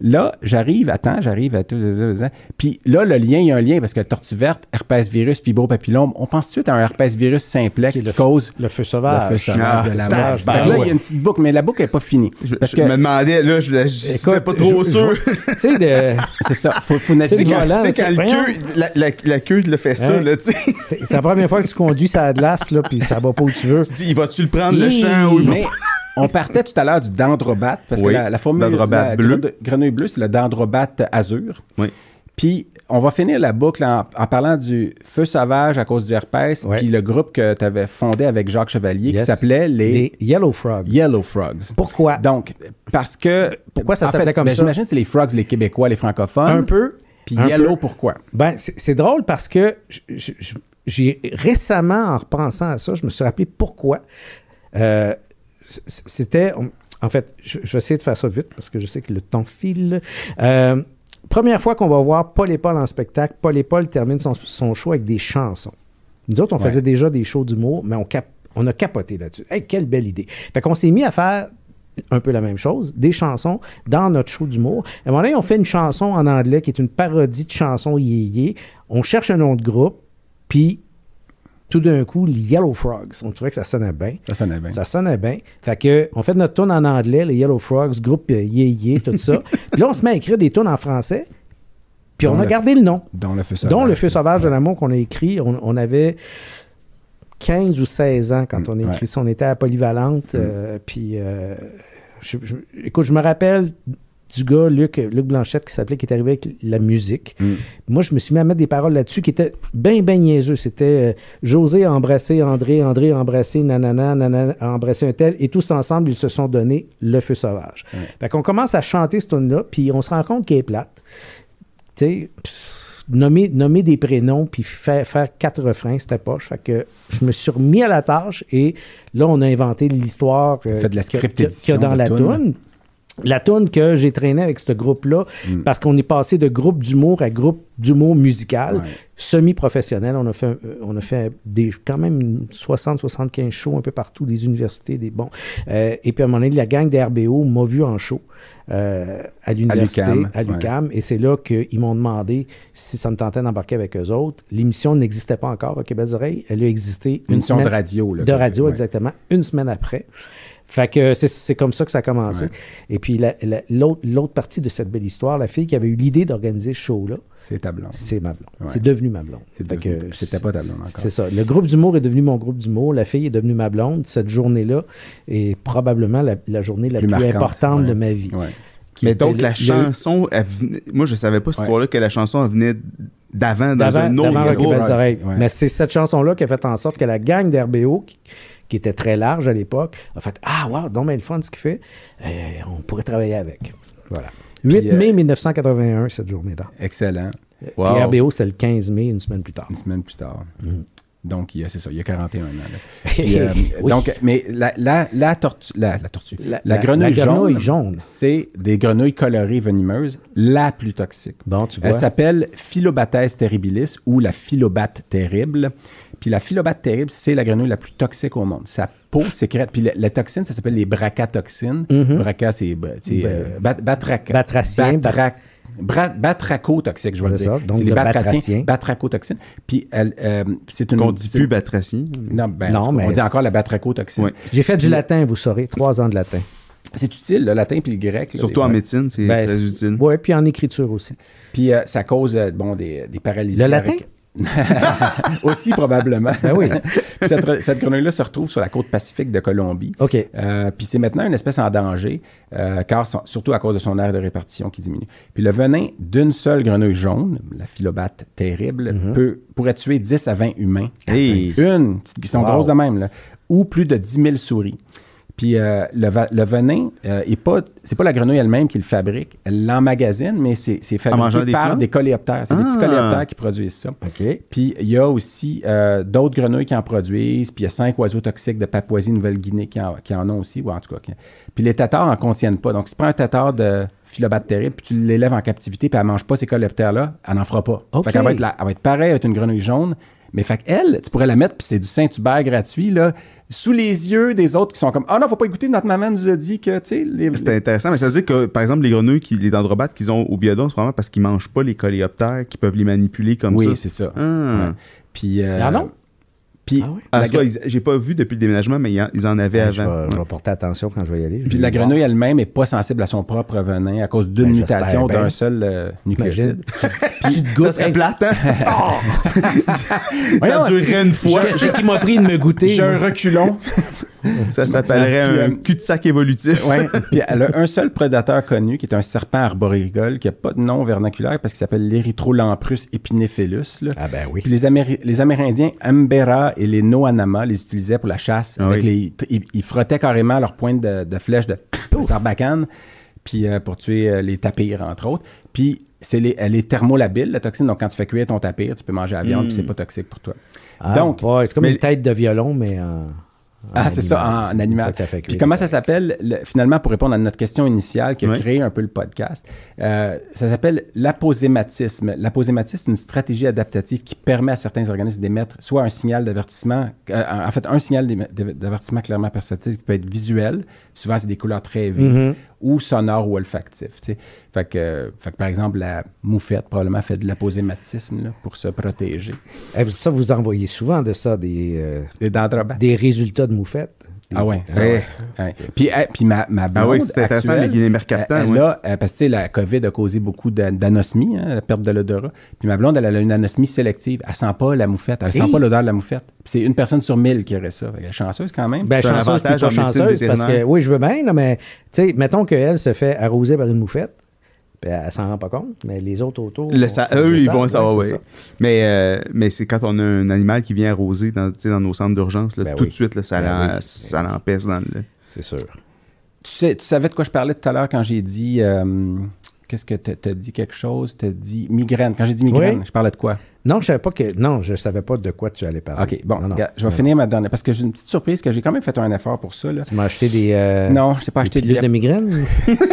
Là, j'arrive, attends, j'arrive à tout. Puis là, le lien, il y a un lien parce que tortue verte, herpès virus, fibropapillome, on pense tout de suite à un herpès virus simplex qui, qui cause le feu sauvage. Le feu sauvage ah, de la ben, mort. ben, là, ouais. il y a une petite boucle, mais la boucle n'est pas finie. Je, parce je que, me demandais, là, je n'étais pas trop je, sûr. Tu sais, le... c'est ça, faut, faut naviguer. Tu sais, quand, quand le queue, la, la, la queue le fait ça, hein? Là, tu sais. C'est la première fois que tu conduis ça glace, là, puis ça va pas où tu veux. Tu dis, il va-tu le prendre, le champ, ou il va... On partait tout à l'heure du dendrobate, parce oui, que la, la formule dendrobate bleu. La grenouille bleue, c'est le dendrobate azur. Oui. Puis, on va finir la boucle en, en parlant du feu sauvage à cause du herpès, ouais. puis le groupe que tu avais fondé avec Jacques Chevalier, yes. qui s'appelait les... les Yellow Frogs. Yellow Frogs. Pourquoi? Donc, parce que... Pourquoi ça en s'appelait fait, comme ben, ça? J'imagine que c'est les Frogs, les Québécois, les francophones. Un peu. Puis un Yellow, peu. pourquoi? Ben, c'est, c'est drôle parce que je, je, je, j'ai récemment, en repensant à ça, je me suis rappelé pourquoi. Euh, c'était... En fait, je, je vais essayer de faire ça vite parce que je sais que le temps file. Euh, première fois qu'on va voir Paul et Paul en spectacle, Paul et Paul termine son, son show avec des chansons. Nous autres, on ouais. faisait déjà des shows d'humour, mais on, cap, on a capoté là-dessus. Hey, quelle belle idée! Fait qu'on s'est mis à faire un peu la même chose, des chansons dans notre show d'humour. À un moment donné, on fait une chanson en anglais qui est une parodie de chanson yé-yé. On cherche un nom de groupe, puis tout d'un coup, les Yellow Frogs. On trouvait que ça sonnait bien. Ça sonnait bien. Ça sonnait bien. Fait que, on fait notre tune en anglais, les Yellow Frogs, groupe euh, yé-yé, tout ça. Puis là, on se met à écrire des tunes en français. Puis on a gardé le nom. Dont le feu sauvage. Dont le feu sauvage de l'amour qu'on a écrit. On, on avait quinze ou seize ans quand on a écrit ouais. ça. On était à Polyvalente. Mm. Euh, puis, euh, je, je, écoute, je me rappelle du gars, Luc, Luc Blanchette, qui s'appelait, qui est arrivé avec la musique. Mm. Moi, je me suis mis à mettre des paroles là-dessus qui étaient bien, bien niaiseux. C'était euh, José a embrassé André, André a embrassé nanana, nanana, a embrassé un tel, et tous ensemble, ils se sont donné le feu sauvage. Mm. Fait qu'on commence à chanter ce tune-là, puis on se rend compte qu'elle est plate. Tu sais, nommer, nommer des prénoms, puis faire, faire quatre refrains, c'était poche. Fait que je me suis remis à la tâche, et là, on a inventé l'histoire euh, fait de la script qu'il y a dans la toune. La toune que j'ai traînée avec ce groupe-là, mm. parce qu'on est passé de groupe d'humour à groupe d'humour musical, ouais. semi-professionnel. On a fait, on a fait des, quand même soixante à soixante-quinze shows un peu partout, des universités, des bons. Euh, et puis à un moment donné, la gang des R B O m'a vu en show euh, à l'université, à l'U Q A M. À l'U Q A M ouais. Et c'est là qu'ils m'ont demandé si ça me tentait d'embarquer avec eux autres. L'émission n'existait pas encore à Québec des Oreilles. Elle a existé une, une émission semaine, de radio. Là, de radio, ouais. exactement. Une semaine après. Fait que c'est, c'est comme ça que ça a commencé. Ouais. Et puis la, la, l'autre, l'autre partie de cette belle histoire, la fille qui avait eu l'idée d'organiser ce show-là, c'est ta blonde. C'est ma blonde. Ouais. C'est devenu ma blonde. C'est devenu, que, c'était pas ta blonde encore. C'est ça. Le groupe d'humour est devenu mon groupe d'humour. La fille est devenue ma blonde. Cette journée-là est probablement la, la journée la plus, plus importante ouais. de ma vie. Ouais. Mais donc, la le, chanson, elle venait, moi, je savais pas cette ouais. histoire-là que la chanson venait d'avant, dans un autre groupe. Ouais. Mais c'est cette chanson-là qui a fait en sorte que la gang d'R B O, qui, qui était très large à l'époque, a fait « Ah, wow, donc, mais le fun, ce qu'il fait, euh, on pourrait travailler avec. » Voilà. huit mai euh, dix-neuf cent quatre-vingt-un, cette journée-là. Excellent. Wow. Puis R B O, c'était le quinze mai, une semaine plus tard. Une semaine plus tard. Mm. Donc, il y a, c'est ça, il y a quarante et un ans. Là. Puis, euh, oui. Donc, mais la, la, la, tortue, la, la tortue, la, la, la grenouille, la grenouille jaune, jaune, c'est des grenouilles colorées venimeuses, la plus toxique. Bon, tu vois. Elle s'appelle Philobates terribilis ou la philobate terrible. Puis la philobate terrible, c'est la grenouille la plus toxique au monde. Sa peau sécrète. Puis la, la toxine, ça s'appelle les bracatoxines. Mm-hmm. Braca, c'est ben, euh, bat, batraca. Batracien. Batrac, Bra- batracotoxique, je vais le dire. Ça, donc c'est les batraciens. Batracotoxines. Puis elle, euh, c'est une. Qu'on dit plus batracien. Non, ben, non mais on dit encore la batracotoxine. Oui. J'ai fait du puis, latin, vous saurez, trois ans de latin. C'est utile, le latin puis le grec. Là, surtout en médecine, c'est ben, très utile. Oui, puis en écriture aussi. Puis euh, ça cause euh, bon, des, des paralysies. Le latin? Avec... aussi probablement. Ben oui. cette, cette grenouille-là se retrouve sur la côte pacifique de Colombie. OK. Euh, puis c'est maintenant une espèce en danger, euh, car son, surtout à cause de son aire de répartition qui diminue. Puis le venin d'une seule grenouille jaune, la philobate terrible, mm-hmm. peut, pourrait tuer dix à vingt humains. Hey. Une, qui sont wow. grosses de même, là, ou plus de dix mille souris. Puis euh, le, va- le venin, euh, est pas, c'est pas la grenouille elle-même qui le fabrique. Elle l'emmagasine, mais c'est, c'est fabriqué des par plantes? des coléoptères. C'est ah. des petits coléoptères qui produisent ça. Okay. Puis il y a aussi euh, d'autres grenouilles qui en produisent. Puis il y a cinq oiseaux toxiques de Papouasie-Nouvelle-Guinée qui en, qui en ont aussi, ou en tout cas. Qui... Puis les têtards en contiennent pas. Donc si tu prends un têtard de phylobactérie, puis tu l'élèves en captivité, puis elle mange pas ces coléoptères-là, elle n'en fera pas. OK. Fait qu'elle va être, la, elle va être pareille avec une grenouille jaune, mais fait qu'elle, tu pourrais la mettre, puis c'est du Saint-Hubert gratuit, là, sous les yeux des autres qui sont comme « Ah oh non, faut pas écouter, notre maman nous a dit que, tu sais... » les... C'est intéressant, mais ça veut dire que, par exemple, les grenouilles, qui, les dendrobates qu'ils ont au biodôme, c'est vraiment parce qu'ils mangent pas les coléoptères, qui peuvent les manipuler comme oui, ça. Oui, c'est ça. Ah. Ouais. Puis... Euh, Ah non? Puis, ah ouais? En tout cas, ils- j'ai pas vu depuis le déménagement, mais ils en, ils en avaient Ouais, avant. je, vais, Ouais. je vais porter attention quand je vais y aller. puis la grenouille elle-même n'est pas sensible à son propre venin à cause d'une Ben, mutation j'espère bien. d'un seul euh, nucléotide. Puis, Ça serait plate, hein? Voyons, Ça durerait une fois. Qu'est-ce qui m'a pris de me goûter? J'ai un moi? reculon. Ça s'appellerait Puis, un euh, cul-de-sac évolutif. Ouais. Puis elle a un seul prédateur connu qui est un serpent arboricole qui n'a pas de nom vernaculaire parce qu'il s'appelle l'Erythrolamprus epinephilus. Là. Ah ben oui. Puis les, Améri- les Amérindiens Ambera et les Noanama les utilisaient pour la chasse. Ah avec oui. les, ils, ils frottaient carrément leur pointe de, de flèche de, de sarbacane puis euh, pour tuer euh, les tapirs, entre autres. Puis c'est les, elle est thermolabile, la toxine. Donc quand tu fais cuire ton tapir, tu peux manger la viande Mm. puis c'est pas toxique pour toi. Ah, Donc, ouais, c'est comme mais- une tête de violon, mais en. Ah, c'est ça, en Une animal. fois que t'as fait Puis cuire. comment ça s'appelle, le- finalement, pour répondre à notre question initiale qui a Ouais. créé un peu le podcast, euh, ça s'appelle l'aposématisme. L'aposématisme, c'est une stratégie adaptative qui permet à certains organismes d'émettre soit un signal d'avertissement, euh, en fait, un signal d'éme- d'avertissement clairement perceptible qui peut être visuel, souvent c'est des couleurs très vives, Mhm. ou sonore ou olfactif. Tu sais. Fait que, euh, fait que, par exemple, la moufette probablement fait de l'aposématisme là, pour se protéger. Eh, ça, vous envoyez souvent de ça, des, euh, Des dendrobates. des résultats de moufette. Ah ouais, ça, Ouais. ouais. Ouais. Puis, eh, puis ma, ma blonde Ah oui, c'est intéressant, actuelle, les guinées mercaptants, Elle, ouais. elle a, euh, parce que tu sais, la COVID a causé beaucoup d'a- d'anosmie, hein, la perte de l'odorat. Puis ma blonde, elle a une anosmie sélective. Elle sent pas la moufette. Elle sent Hi! pas l'odeur de la moufette. Puis c'est une personne sur mille qui aurait ça. Fait qu'elle est chanceuse quand même. Ben, C'est un chanceuse puis avantage pas en médecine chanceuse, parce que, vétérinaire. oui, je veux bien, là, mais, tu sais, mettons qu'elle se fait arroser par une moufette, puis elle s'en rend pas compte, mais les autres autour... Le vont- sa- ça, eux, le ils savent, vont ouais, savoir, c'est oui. ça. Mais, euh, mais c'est quand on a un animal qui vient arroser dans, tu sais, dans nos centres d'urgence, là, Ben tout oui. de suite, là, ça, Ben l'en- oui. ça l'empêche dans le... C'est sûr. Tu, sais, tu savais de quoi je parlais tout à l'heure quand j'ai dit... euh, Qu'est-ce que tu as dit quelque chose? Tu as dit migraine. Quand j'ai dit migraine, Oui. je parlais de quoi? Non, je savais pas que... Non, je savais pas de quoi tu allais parler. OK, bon, Non, non. regarde, je vais Non. finir ma dernière... Parce que j'ai une petite surprise que j'ai quand même fait un effort pour ça. Là. Tu m'as acheté des... euh, Non, je t'ai pas des acheté de pilules de migraine?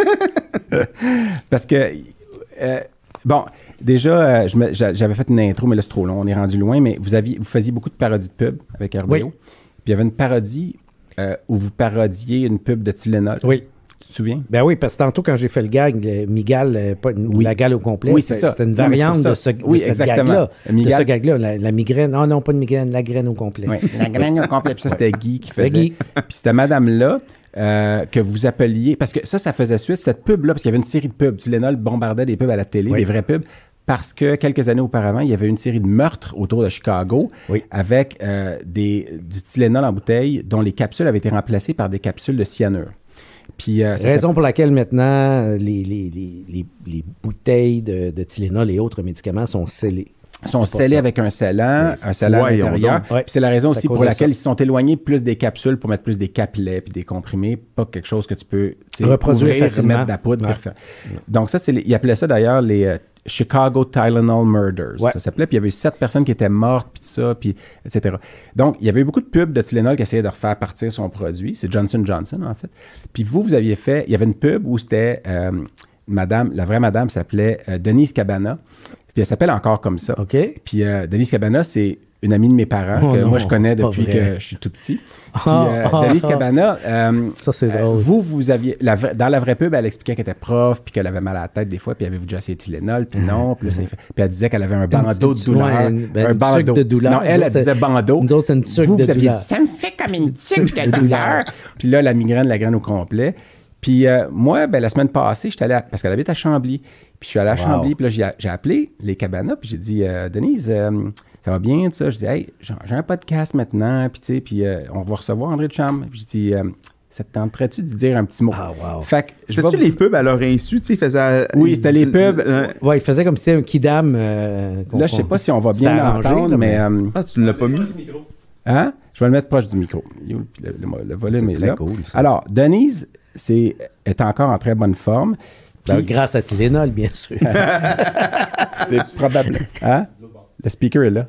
Parce que, euh, bon, déjà, euh, je me- j'a- j'avais fait une intro, mais là, c'est trop long, on est rendu loin, mais vous, aviez, vous faisiez beaucoup de parodies de pubs avec R B O. Oui. Puis il y avait une parodie euh, où vous parodiez une pub de Tylenol. Oui. Tu te souviens? Ben oui, parce que tantôt, quand j'ai fait le gag, le Migal, euh, pas, Oui. la gale au complet, Oui, c'est ça. c'était une Non, mais c'est variante pour ça. de ce, de Oui, cette exactement. gag-là. Le Migal- De ce gag-là, la, la migraine. Ah non, pas de migraine, la graine au complet. Oui, la graine au complet. Puis ça, c'était Guy qui C'était faisait. Guy. Puis c'était madame-là euh, que vous appeliez... Parce que ça, ça faisait suite, cette pub-là, parce qu'il y avait une série de pubs. Tylenol bombardait des pubs à la télé, Oui. des vraies pubs. Parce que quelques années auparavant, il y avait une série de meurtres autour de Chicago Oui. avec euh, des, du Tylenol en bouteille dont les capsules avaient été remplacées par des capsules de cyanure. Puis, euh, ça Raison pour laquelle maintenant, les, les, les, les, les bouteilles de, de Tylenol et autres médicaments sont scellées. sont C'est pour scellés ça. avec un scellant, un scellant à Voyons l'intérieur. donc. Ouais. Puis c'est la raison C'est à aussi cause pour de laquelle ça. ils se sont éloignés plus des capsules pour mettre plus des capelets puis des comprimés, pas quelque chose que tu peux tu sais, Reproduire ouvrir, facilement. mettre de la poudre. Ouais. puis refaire. Donc ça, c'est les- ils appelaient ça d'ailleurs les euh, Chicago Tylenol Murders. Ouais. Ça s'appelait. Puis il y avait eu sept personnes qui étaient mortes, puis tout ça, puis et cetera. Donc, il y avait eu beaucoup de pubs de Tylenol qui essayaient de refaire partir son produit. C'est Johnson Johnson, en fait. Puis vous, vous aviez fait... Il y avait une pub où c'était... euh, madame, la vraie madame s'appelait euh, Denise Cabana. Puis elle s'appelle encore comme ça. OK? Puis euh, Denise Cabana, c'est une amie de mes parents Oh que non, moi je connais c'est pas depuis vrai. que je suis tout petit. Puis Ah, euh, ah, Denise ah. Cabana, euh, Ça, c'est euh, drôle. vous, vous aviez. La vra- dans la vraie pub, elle expliquait qu'elle était prof, puis qu'elle avait mal à la tête des fois, puis avez-vous déjà essayé Tylenol, puis non. Puis, là, ça fait- puis elle disait qu'elle avait un bandeau de Ouais, douleur. une- ben, un une bandeau tuque de douleur. Non, elle, Nous elle autres, disait bandeau. nous autres, c'est une tuque vous, de vous aviez douleur. dit, ça me fait comme une tuque de douleur. Puis là, la migraine, la graine au complet. Puis euh, moi, ben, la semaine passée, j'étais allé à- parce qu'elle habite à Chambly. Puis je suis allé à Wow. Chambly, puis là, j'ai, j'ai appelé les cabanas, puis j'ai dit, euh, Denise, euh, ça va bien, tout ça? Je dis, hey, j'ai, j'ai un podcast maintenant, puis tu sais, puis euh, on va recevoir André de Chambre. Puis j'ai dit, euh, ça te tenterait-tu d'y dire un petit mot? Ah, wow. Fait que je vais C'était-tu vous- les pubs à leur insu, tu sais, ils faisaient... Oui, ils c'était les dis- pubs. euh, Ouais, il faisait comme si c'était un kidam. euh, qu'on- Là, je sais pas si on va c'était bien arrangé, l'entendre, là, mais... mais- euh, Ah, tu ne l'as pas mis? Hein? Je vais le mettre proche du micro. Il est où Le, le- le volume C'est est très là. cool, ça. Alors, Denise c'est, est encore en très bonne forme. Ben, Puis- grâce à Tylenol, bien sûr. C'est probable. Hein? Le speaker est là.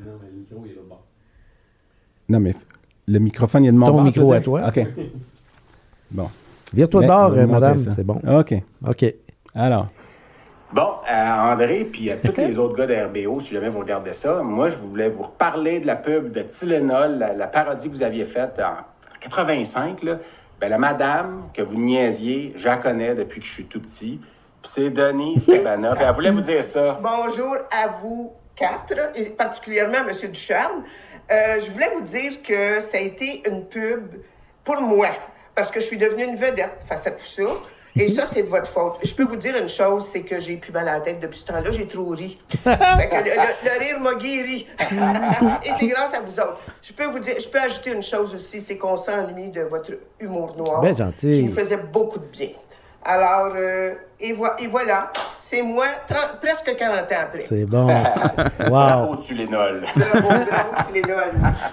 Non, mais f- le microphone, il est de mon Ton bord, micro tu veux à dire? toi. OK. Bon. Vire-toi de Mais bord, on va euh, vous montrer madame. ça. C'est bon. OK. OK. Alors. Bon, à André, puis à tous les autres gars de R B O, si jamais vous regardez ça, moi, je voulais vous reparler de la pub de Tylenol, la, la parodie que vous aviez faite en, en quatre-vingt-cinq, là. Ben, la madame que vous niaisiez, je la connais depuis que je suis tout petit. Puis c'est Denise Cabana. Puis elle voulait vous dire ça. Bonjour à vous quatre, et particulièrement à M. Ducharme. Euh, je voulais vous dire que ça a été une pub pour moi, parce que je suis devenue une vedette face à tout ça. Et ça, c'est de votre faute. Je peux vous dire une chose, c'est que j'ai plus mal à la tête depuis ce temps-là. J'ai trop ri. Fait que le, le, le rire m'a guéri. Et c'est grâce à vous autres. Je peux vous dire, je peux ajouter une chose aussi, c'est qu'on s'ennuie de votre humour noir. Ben gentil. Qui nous faisait beaucoup de bien. Alors, euh, et, vo- et voilà, c'est moi, trente, presque quarante ans après. C'est bon. Wow. Bravo, Tylenol. Bravo, bravo, Tylenol.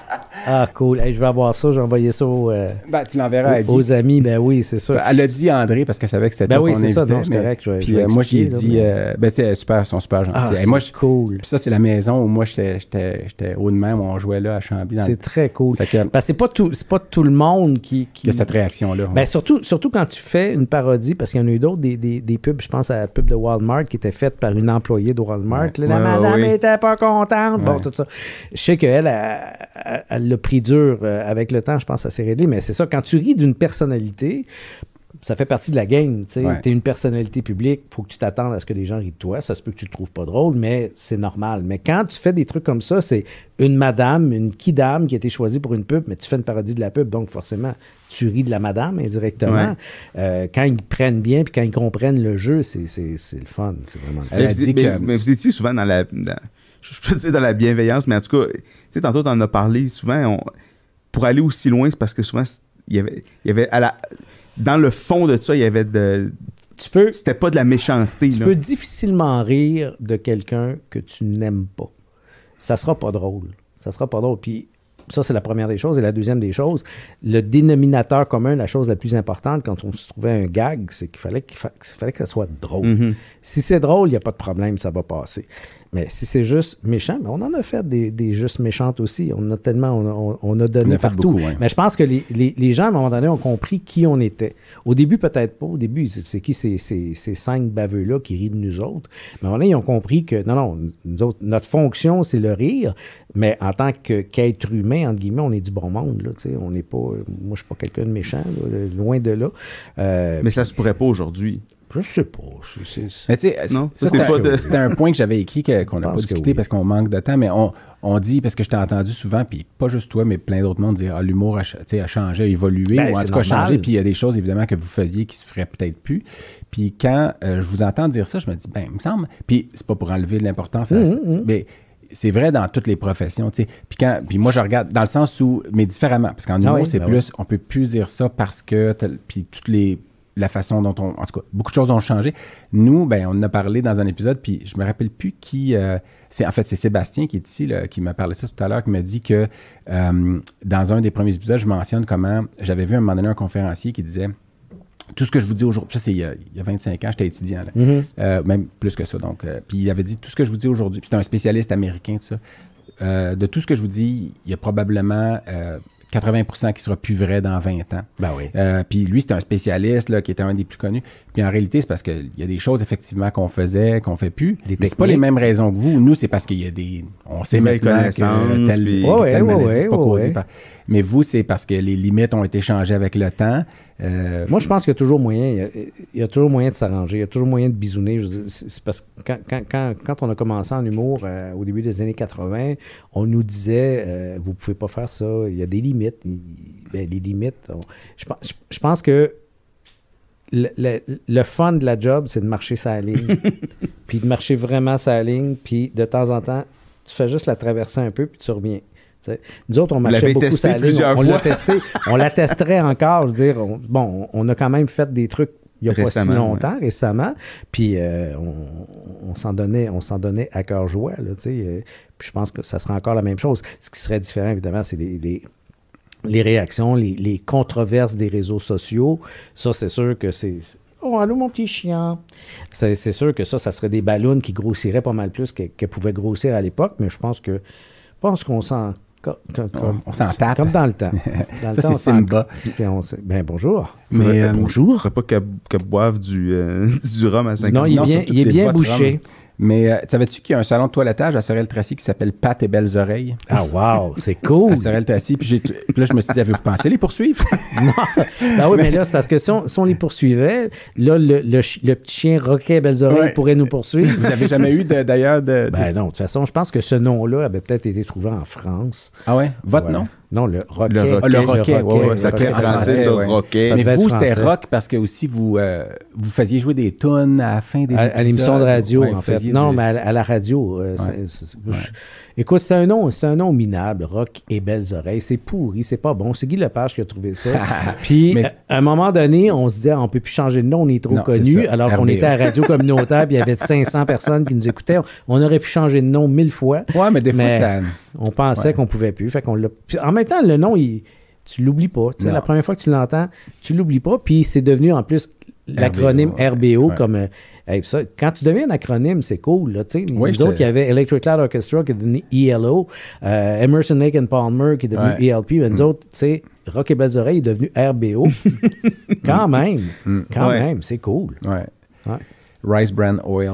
Ah, cool. Hey, je vais avoir ça. J'ai envoyé ça aux, euh, Ben, tu l'enverras à Guy. aux amis. Ben oui, c'est ça. Elle a dit à André parce qu'elle savait que c'était Ben toi oui, qu'on c'est ça. invitait, Non, c'est mais- correct, je vais- Puis je vais euh, moi, j'ai expliquer, dit... là, mais- euh, ben, tu sais, elle est super, ils sont super gentils. Ah, Et c'est moi, je- cool. Puis ça, c'est la maison où moi, j'étais, j'étais, j'étais haut de même, on jouait là à Chambly. Dans C'est très cool. Fait que- Parce que c'est pas tout, c'est pas tout le monde qui... qui... Il y a cette réaction-là. Ben surtout, surtout quand tu fais une parodie, parce qu'il y en a eu d'autres, des, des, des pubs, je pense à la pub de Walmart qui était faite par une employée de Walmart. Ouais. Là, la Ouais, madame ouais, oui. était pas contente. Bon, Ouais. tout ça. Je sais qu'elle, elle, elle, elle l'a pris dur euh, avec le temps, je pense, à s'est réglé, mais c'est ça, quand tu ris d'une personnalité, ça fait partie de la game, tu sais. Ouais. T'es une personnalité publique, faut que tu t'attendes à ce que les gens rient de toi. Ça se peut que tu le trouves pas drôle, mais c'est normal. Mais quand tu fais des trucs comme ça, c'est une madame, une kidam qui a été choisie pour une pub, mais tu fais une parodie de la pub, donc forcément, tu ris de la madame indirectement. Ouais. Euh, quand ils prennent bien puis quand ils comprennent le jeu, c'est, c'est, c'est le fun. C'est vraiment le fun. Elle a Mais vous, dit mais- que- mais vous étiez souvent dans la, dans- je peux dire dans la bienveillance, mais en tout cas, tu sais, tantôt t'en as parlé souvent, on- pour aller aussi loin, c'est parce que souvent, c'est- il y avait, il y avait à la, dans le fond de ça, il y avait de, Tu peux, c'était pas de la méchanceté, tu là. peux difficilement rire de quelqu'un que tu n'aimes pas. Ça sera pas drôle. Ça sera pas drôle. Puis ça, c'est la première des choses. Et la deuxième des choses, le dénominateur commun, la chose la plus importante quand on se trouvait un gag, c'est qu'il fallait, qu'il fa- qu'il fallait que ça soit drôle. Mhm. Si c'est drôle, il n'y a pas de problème, ça va passer. Mais si c'est juste méchant, mais on en a fait des, des juste méchantes aussi. On a tellement, on a, on- on a donné On a fait partout. beaucoup, ouais. Mais je pense que les, les, les gens, à un moment donné, ont compris qui on était. Au début, peut-être pas. Au début, c'est, c'est qui ces, ces, ces cinq baveux-là qui rient de nous autres? Mais à un moment donné, ils ont compris que, non, non, nous autres, notre fonction, c'est le rire. Mais en tant que, qu'être humain, entre guillemets, on est du bon monde, là, tu sais. On n'est pas, moi, je suis pas quelqu'un de méchant, là, loin de là. Euh, Mais ça se pourrait pas aujourd'hui. je sais pas. C'est, c'est- Mais tu sais, Non, ça, c'est c'était, pas de- c'était un point que j'avais écrit que- qu'on n'a pas pense que discuté oui. parce qu'on manque de temps, mais on, on dit, parce que je t'ai entendu souvent, puis pas juste toi, mais plein d'autres monde dire, ah, l'humour a, ch- tu sais, a changé, a évolué, Ben, ou en c'est tout cas a normal. changé, puis il y a des choses, évidemment, que vous faisiez qui se feraient peut-être plus. Puis quand euh, je vous entends dire ça, je me dis, ben, il me semble, puis c'est pas pour enlever de l'importance, à- Mhm, mhm. mais c'est vrai dans toutes les professions, tu sais. Puis quand, puis moi, je regarde dans le sens où, mais différemment, parce qu'en humour, oui, c'est ben plus, on peut plus dire ça parce que, tel- puis toutes les la façon dont on... En tout cas, beaucoup de choses ont changé. Nous, ben, on en a parlé dans un épisode, puis je me rappelle plus qui... euh, c'est, en fait, c'est Sébastien qui est ici, là, qui m'a parlé de ça tout à l'heure, qui m'a dit que euh, dans un des premiers épisodes, je mentionne comment... J'avais vu à un moment donné un conférencier qui disait... Tout ce que je vous dis aujourd'hui, ça c'est il y a, il y a vingt-cinq ans, j'étais étudiant, là. Mhm. Euh, même plus que ça. Donc, euh, puis il avait dit tout ce que je vous dis aujourd'hui, puis c'est un spécialiste américain, tout ça. Euh, de tout ce que je vous dis, il y a probablement euh, quatre-vingts pour cent qui sera plus vrai dans vingt ans. Ben oui. Euh, puis lui, c'est un spécialiste là, qui était un des plus connus. Puis en réalité, c'est parce qu'il y a des choses effectivement qu'on faisait, qu'on fait plus. Des Mais c'est pas les techniques. mêmes raisons que vous. Nous, c'est parce qu'il y a des... On sait Des belles maintenant que connaissances, telle, puis- que Ouais, telle ouais, maladie, ouais, c'est pas ouais, causé ouais. par... Mais vous, c'est parce que les limites ont été changées avec le temps. Euh, Moi, je pense qu'il y a toujours moyen, il y a, il y a toujours moyen de s'arranger, il y a toujours moyen de bisouner. Je veux dire, c'est, c'est parce que quand, quand, quand, quand on a commencé en humour euh, au début des années quatre-vingts, on nous disait euh, vous pouvez pas faire ça, il y a des limites. Il- ben, les limites, on- je, pense- je, je pense que le, le- le fun de la job, c'est de marcher sa ligne, puis de marcher vraiment sa ligne, puis de temps en temps, tu fais juste la traverser un peu, puis tu reviens. Tu sais. Nous autres, on marchait l'avez beaucoup testé sa ligne. plusieurs On, on l'a fois. testé. On la testerait encore. Je veux dire, on- bon, on a quand même fait des trucs il n'y a pas Récemment, si longtemps, récemment. Puis euh, on, on s'en donnait, on s'en donnait à cœur joie. Là, tu sais. Euh, puis je pense que ça sera encore la même chose. Ce qui serait différent, évidemment, c'est les, les, les réactions, les, les controverses des réseaux sociaux. Ça, c'est sûr que c'est... Oh, allô, mon petit chien. C'est, c'est sûr que ça, ça serait des ballons qui grossiraient pas mal plus qu'elles qu'elles pouvaient grossir à l'époque, mais je pense que je pense qu'on s'en Comme, comme, On, on s'en tape. comme dans le temps. Dans le Ça, temps, c'est on s'en- Simba. Puis on s'est- Ben, bonjour. Mais, euh, bonjour. Faudrait pas qu'elle qu'elle boive du, euh, du rhum à cinq Non, il est Non, bien, surtout il est que c'est bien votre bouché. rhum. Mais euh, savais-tu qu'il y a un salon de toilettage à Sorel-Tracy qui s'appelle Pat et Belles Oreilles? Ah, wow, c'est cool. À Sorel-Tracy. Puis, j'ai t- puis là, je me suis dit, avez-vous pensé les poursuivre? Non. Ben oui, mais là, c'est parce que si on, si on les poursuivait, là, le, le, chi- le petit chien Roquet Belles Oreilles Ouais. pourrait nous poursuivre. Vous avez jamais eu de- d'ailleurs de, de- Ben non, de toute façon, je pense que ce nom-là avait peut-être été trouvé en France. Ah ouais? Votre Ouais. nom? Non, le Roquet. Le Roquet. Ah, le Roquet, ouais, ouais, le Ça Roquet fait français français, sur ouais. Roquet. Ça Mais devait vous, être c'était français. rock parce que aussi vous, euh, vous faisiez jouer des tunes à la fin des À, épisodes. à l'émission de radio, Ouais, en vous fait. faisiez Non, du- mais à, à la radio. euh, c'est- Ouais. c'est- Écoute, c'est un nom, c'est un nom minable, Rock et Belles Oreilles. C'est pourri, c'est pas bon. C'est Guy Lepage qui a trouvé ça. Puis, Mais- à un moment donné, on se disait, on peut plus changer de nom, on est trop Non, c'est connu. ça, Alors qu'on R B O. était à la radio communautaire, puis il y avait cinq cents personnes qui nous écoutaient. On aurait pu changer de nom mille fois. Ouais, mais des fois, Mais ça. On pensait Ouais. qu'on pouvait plus. Fait qu'on l'a. Puis en même temps, le nom, il- tu l'oublies pas. Tu sais, Non. la première fois que tu l'entends, tu l'oublies pas. Puis c'est devenu en plus l'acronyme R R B B O, O ouais. comme. euh, hey, ça, quand tu deviens un acronyme, c'est cool. Là, tu sais. Oui, Nous j'étais- autres, il y avait Electric Cloud Orchestra qui est devenu E L O, euh, Emerson, Lake and Palmer qui est devenu Ouais. E L P. Mais nous Mm. autres, tu sais, Rock et Belles Oreilles est devenu R B O. Quand même. Mm. Quand Ouais. même, c'est cool. Ouais. Ouais. Rice Bran Oil.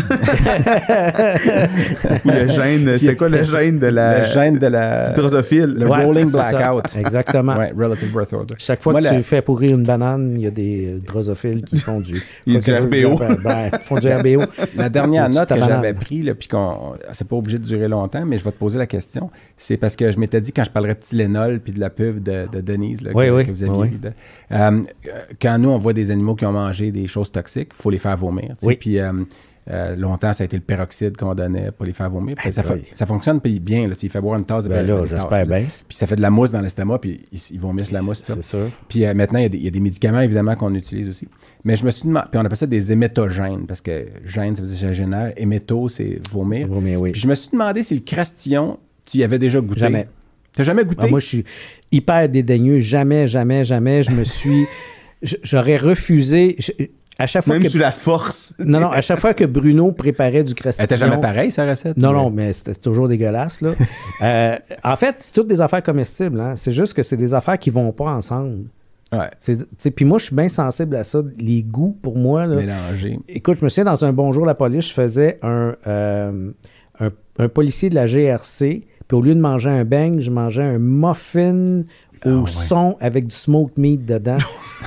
Ou le gène, c'était quoi le gène de la Le gène de la. drosophile? Le Ouais, rolling c'est ça. blackout. Exactement. Ouais, relative birth order. Chaque fois Moi, que la- tu fais pourrir une banane, il y a des euh, drosophiles qui font du... Il y a du R B O. Ben, ben, ils font du R B O. La dernière Ou du note que tabanane. j'avais prise, là, puis qu'on, c'est pas obligé de durer longtemps, mais je vais te poser la question. C'est parce que je m'étais dit, quand je parlerais de Tylenol puis de la pub de, de Denise, là, Oui, que, oui, que vous aviez oui, vu, de- euh, quand nous, on voit des animaux qui ont mangé des choses toxiques, il faut les faire vomir. tu sais. Oui. Puis euh, euh, longtemps, ça a été le peroxyde qu'on donnait pour les faire vomir. Puis Aïe, ça, fa- aïe. ça fonctionne puis bien. Là, tu sais, il fait boire une tasse de Ben de- là, de j'espère tasse, là. bien. Puis ça fait de la mousse dans l'estomac, puis ils, ils vomissent la mousse. tout ça. C'est sûr. Puis euh, maintenant, il y, a des, il y a des médicaments, évidemment, qu'on utilise aussi. Mais je me suis demandé, puis on appelle ça des hémétogènes, parce que gène, ça veut dire que ça génère. Héméto, c'est vomir. Vomir, oui. Puis je me suis demandé si le crastillon, tu y avais déjà goûté. Jamais. T'as jamais goûté? Ah, moi, je suis hyper dédaigneux. Jamais, jamais, jamais. Je me suis... j- J'aurais refusé... je- à chaque fois Même que... sous la force. Non, non, à chaque fois que Bruno préparait du Elle crastillon... était jamais pareille, sa recette? Non, ou- non, mais c'était toujours dégueulasse, là. Euh, en fait, c'est toutes des affaires comestibles, hein. C'est juste que c'est des affaires qui vont pas ensemble. Ouais, C'est- tu sais, puis moi, je suis bien sensible à ça. Les goûts, pour moi, là... mélangé. Écoute, je me souviens, dans un Bonjour la police, je faisais un, euh, un, un policier de la G R C, puis au lieu de manger un beigne, je mangeais un muffin au Ah ouais. son avec du smoked meat dedans.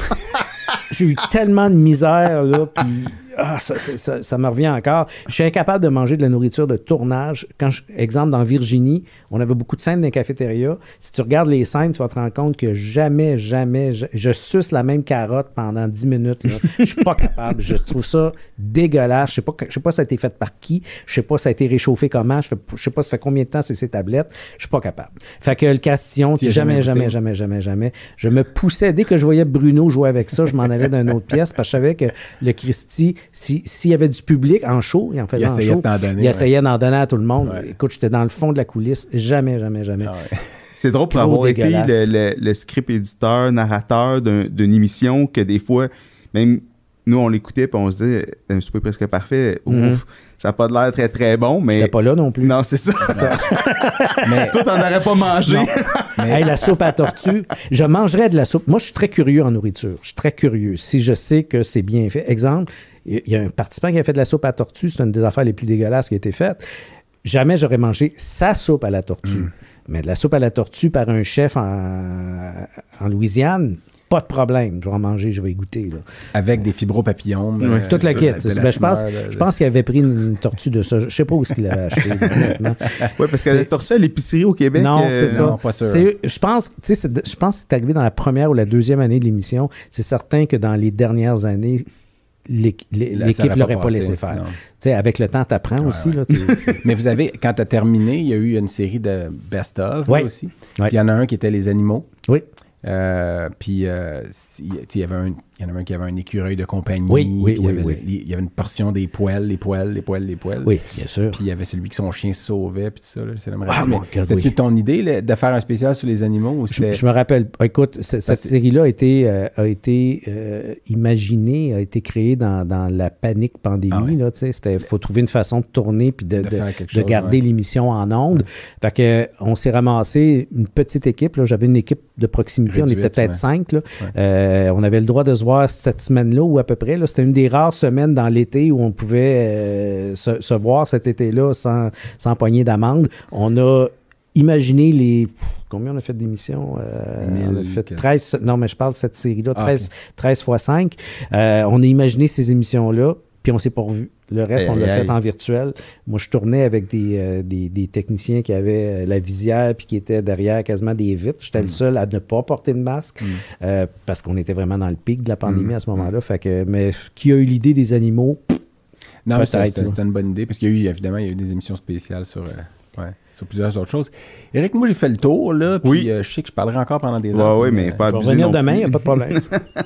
J'ai eu tellement de misère, là, puis ah, ça, ça, ça, ça me revient encore. Je suis incapable de manger de la nourriture de tournage. Quand je, exemple, dans Virginie, on avait beaucoup de scènes dans les cafétérias. Si tu regardes les scènes, tu vas te rendre compte que jamais, jamais, je, je suce la même carotte pendant dix minutes. Là. Je suis pas capable. Je trouve ça dégueulasse. Je sais pas, je sais pas ça a été fait par qui. Je sais pas ça a été réchauffé comment. Je, fais, je sais pas ça fait combien de temps c'est ces tablettes. Je suis pas capable. Fait que le castillon, Tu y as jamais, jamais jamais, goûté? jamais, jamais, jamais. Je me poussais. Dès que je voyais Bruno jouer avec ça, je m'en allais dans une autre pièce parce que je savais que le Christy, si- s'il y avait du public en show, il en faisait Il en essayait show, de t'en donner, il ouais. essayait d'en donner à tout le monde. Ouais. Écoute, j'étais dans le fond de la coulisse. Jamais, jamais, jamais. Ah ouais. C'est drôle pour Gros avoir été dégueulasse. le, le- le script éditeur, narrateur d'un- d'une émission que des fois, même nous, on l'écoutait et on se disait, un souper presque parfait, ouf, Mhm. ça n'a pas de l'air très très bon, mais. J'étais pas là non plus. Non, c'est ça. Mais Toi, t'en aurais pas mangé. Non. Hey, la soupe à tortue, je mangerais de la soupe. Moi, je suis très curieux en nourriture. Je suis très curieux. Si je sais que c'est bien fait. Exemple, il y a un participant qui a fait de la soupe à tortue. C'est une des affaires les plus dégueulasses qui a été faite. Jamais j'aurais mangé sa soupe à la tortue. Mm. Mais de la soupe à la tortue par un chef en, en Louisiane, pas de problème. Je vais en manger, je vais y goûter. Là. avec des fibropapillons. Ouais, euh, Toute la c'est kit. ça, de c'est- la ben, je pense, tumeur, de- je pense qu'il avait pris une tortue de ça. Je sais pas où est-ce qu'il l'avait acheté. honnêtement. Ouais, parce qu'elle a C'est- torché à l'épicerie au Québec. Non, euh, c'est ça. non, pas sûr. C'est- Je pense, tu sais, c'est- je pense que c'est arrivé dans la première ou la deuxième année de l'émission. C'est certain que dans les dernières années, l'équ- l'é- Là, ça l'équipe aurait l'aurait pas pas passé, laissé faire. non. Tu sais, avec le temps, tu apprends aussi. ouais. Là, t'es- Mais vous avez, quand tu as terminé, il y a eu une série de best-of là Ouais. aussi. Ouais. Puis il y en a un qui était les animaux. oui. Euh, puis, euh, il y, avait un, il y en avait un qui avait un écureuil de compagnie. Oui, oui, il, y oui, avait, oui. il y avait une portion des poils, les poils, les poils, les poils. Oui, bien sûr. Puis il y avait celui que son chien se sauvait, puis tout ça. Là, c'est Ah, mon God, c'était-tu oui. ton idée là, de faire un spécial sur les animaux? Ou Je, je me rappelle. Écoute, c- cette c'est... série-là a été, euh, a été euh, imaginée, a été créée dans, dans la panique pandémie. Ah ouais. Là, tu sais, c'était, faut trouver une façon de tourner puis de, De de, faire quelque de chose, garder ouais. l'émission en ondes. Fait que, on s'est ramassé une petite équipe. Là, j'avais une équipe de proximité. Réduite, on était peut-être ouais. cinq. Là. Ouais. Euh, on avait le droit de se voir cette semaine-là ou à peu près. Là. C'était une des rares semaines dans l'été où on pouvait euh, se, se voir cet été-là sans, sans poignée d'amende. On a imaginé les... Combien on a fait d'émissions? Euh, on a fait treize... Non, mais je parle de cette série-là. Ah, treize, okay. treize fois cinq. Euh, on a imaginé ces émissions-là, puis on s'est pas revu. Le reste, Hey, on l'a hey, fait hey. en virtuel. Moi, je tournais avec des, euh, des, des techniciens qui avaient euh, la visière puis qui étaient derrière quasiment des vitres. J'étais Mm. le seul à ne pas porter de masque Mm. euh, parce qu'on était vraiment dans le pic de la pandémie Mm. à ce moment-là. Fait que, mais qui a eu l'idée des animaux? Non, mais c'était, Peut-être, c'était, là. c'était une bonne idée, parce qu'il y a eu, évidemment, il y a eu des émissions spéciales sur, euh, ouais, sur plusieurs autres choses. Éric, moi, j'ai fait le tour, là, puis Oui. euh, je sais que je parlerai encore pendant des Ouais, heures. ouais, sur, mais euh, pas Je vais abuser revenir non demain, il plus. n'y a pas de problème.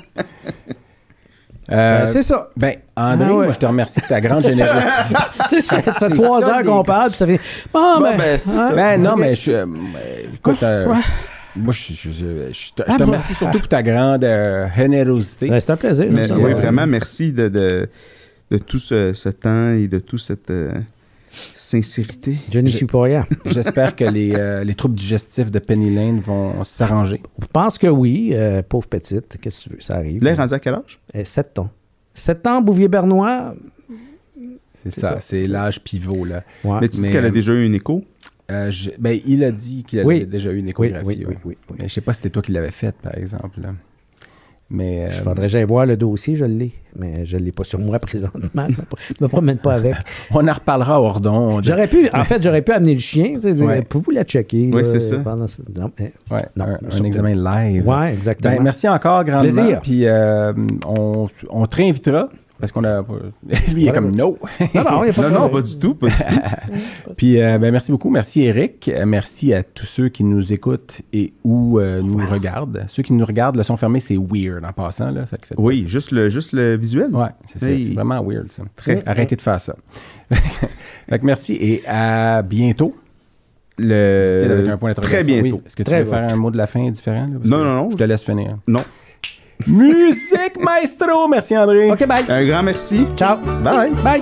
euh, Ben, c'est ça. Ben, André, Ah ouais. moi, je te remercie pour ta grande générosité. Tu sais, ça fait c'est trois ça, heures les qu'on gars. parle, puis ça fait... Bon, Bon, ben, ben, c'est hein? ça. Ben non, Ok. mais je, euh, écoute, euh, Ouais. moi, je, je, je, je te, je Ah, te bah. remercie surtout pour ta grande euh, générosité. Ben, c'est un plaisir. Mais, ça. oui, Ouais. vraiment, merci de, de, de tout ce, ce temps et de toute cette euh, sincérité. Je n'y suis pas rien. J'espère que les, euh, les troubles digestifs de Penny Lane vont s'arranger. Je pense que oui. Euh, pauvre petite, qu'est-ce que tu veux, ça arrive. Là, il est rendu à quel âge? Euh, sept ans. sept ans, Bouvier-Bernois. C'est, C'est ça, ça. c'est l'âge pivot, là. Ouais. Mais tu mais, dis qu'elle a euh, déjà eu une écho? Euh, je- ben, il a dit qu'il avait Oui. déjà eu une Oui, échographie. oui, oui, ouais. oui, oui. Mais je sais pas si c'était toi qui l'avais faite, par exemple. Là. Mais, Je euh, faudrait que j'aille voir le dossier, je l'ai. Mais je ne l'ai pas sur moi présentement. Je ne me promène pas avec. on en reparlera hors d'onde. J'aurais pu, en fait, j'aurais pu amener le chien. Tu sais, dire, Ouais. Pouvez-vous la checker? Oui, là, c'est ça. pendant ce- Non, mais- Ouais, Non, un, un surtout. examen live. Ouais, exactement. Ben, merci encore grandement. Plaisir. Puis euh, on, on te réinvitera. Parce qu'on a. Lui, il est Ouais. comme no. Non, non, il n'y a pas Non, de non, problème. pas du tout. Pas du tout. Puis euh, ben, merci beaucoup. Merci Éric. Euh, merci à tous ceux qui nous écoutent et ou euh, nous regardent. Ceux qui nous regardent, le son fermé, c'est weird en passant. Là. Fait que faites Oui, juste le, juste le visuel. pas- Ouais, c'est, ça. Hey. C'est vraiment weird ça. Très. Arrêtez de faire ça. Fait que merci et à bientôt. Le... Style avec un point d'interrogation. Très bientôt. Oui. Est-ce que tu Très veux faire un mot de la fin différent? là? Parce Non, que non, non. Je te laisse finir. Non. Musique maestro! Merci André. OK, bye. Un grand merci. Ciao. Bye. Bye.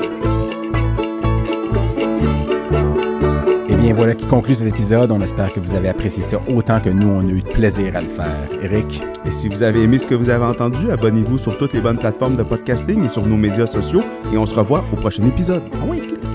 Et bien voilà qui conclut cet épisode. On espère que vous avez apprécié ça autant que nous, on a eu de plaisir à le faire. Éric? Et si vous avez aimé ce que vous avez entendu, abonnez-vous sur toutes les bonnes plateformes de podcasting et sur nos médias sociaux. Et on se revoit au prochain épisode. Ah oui.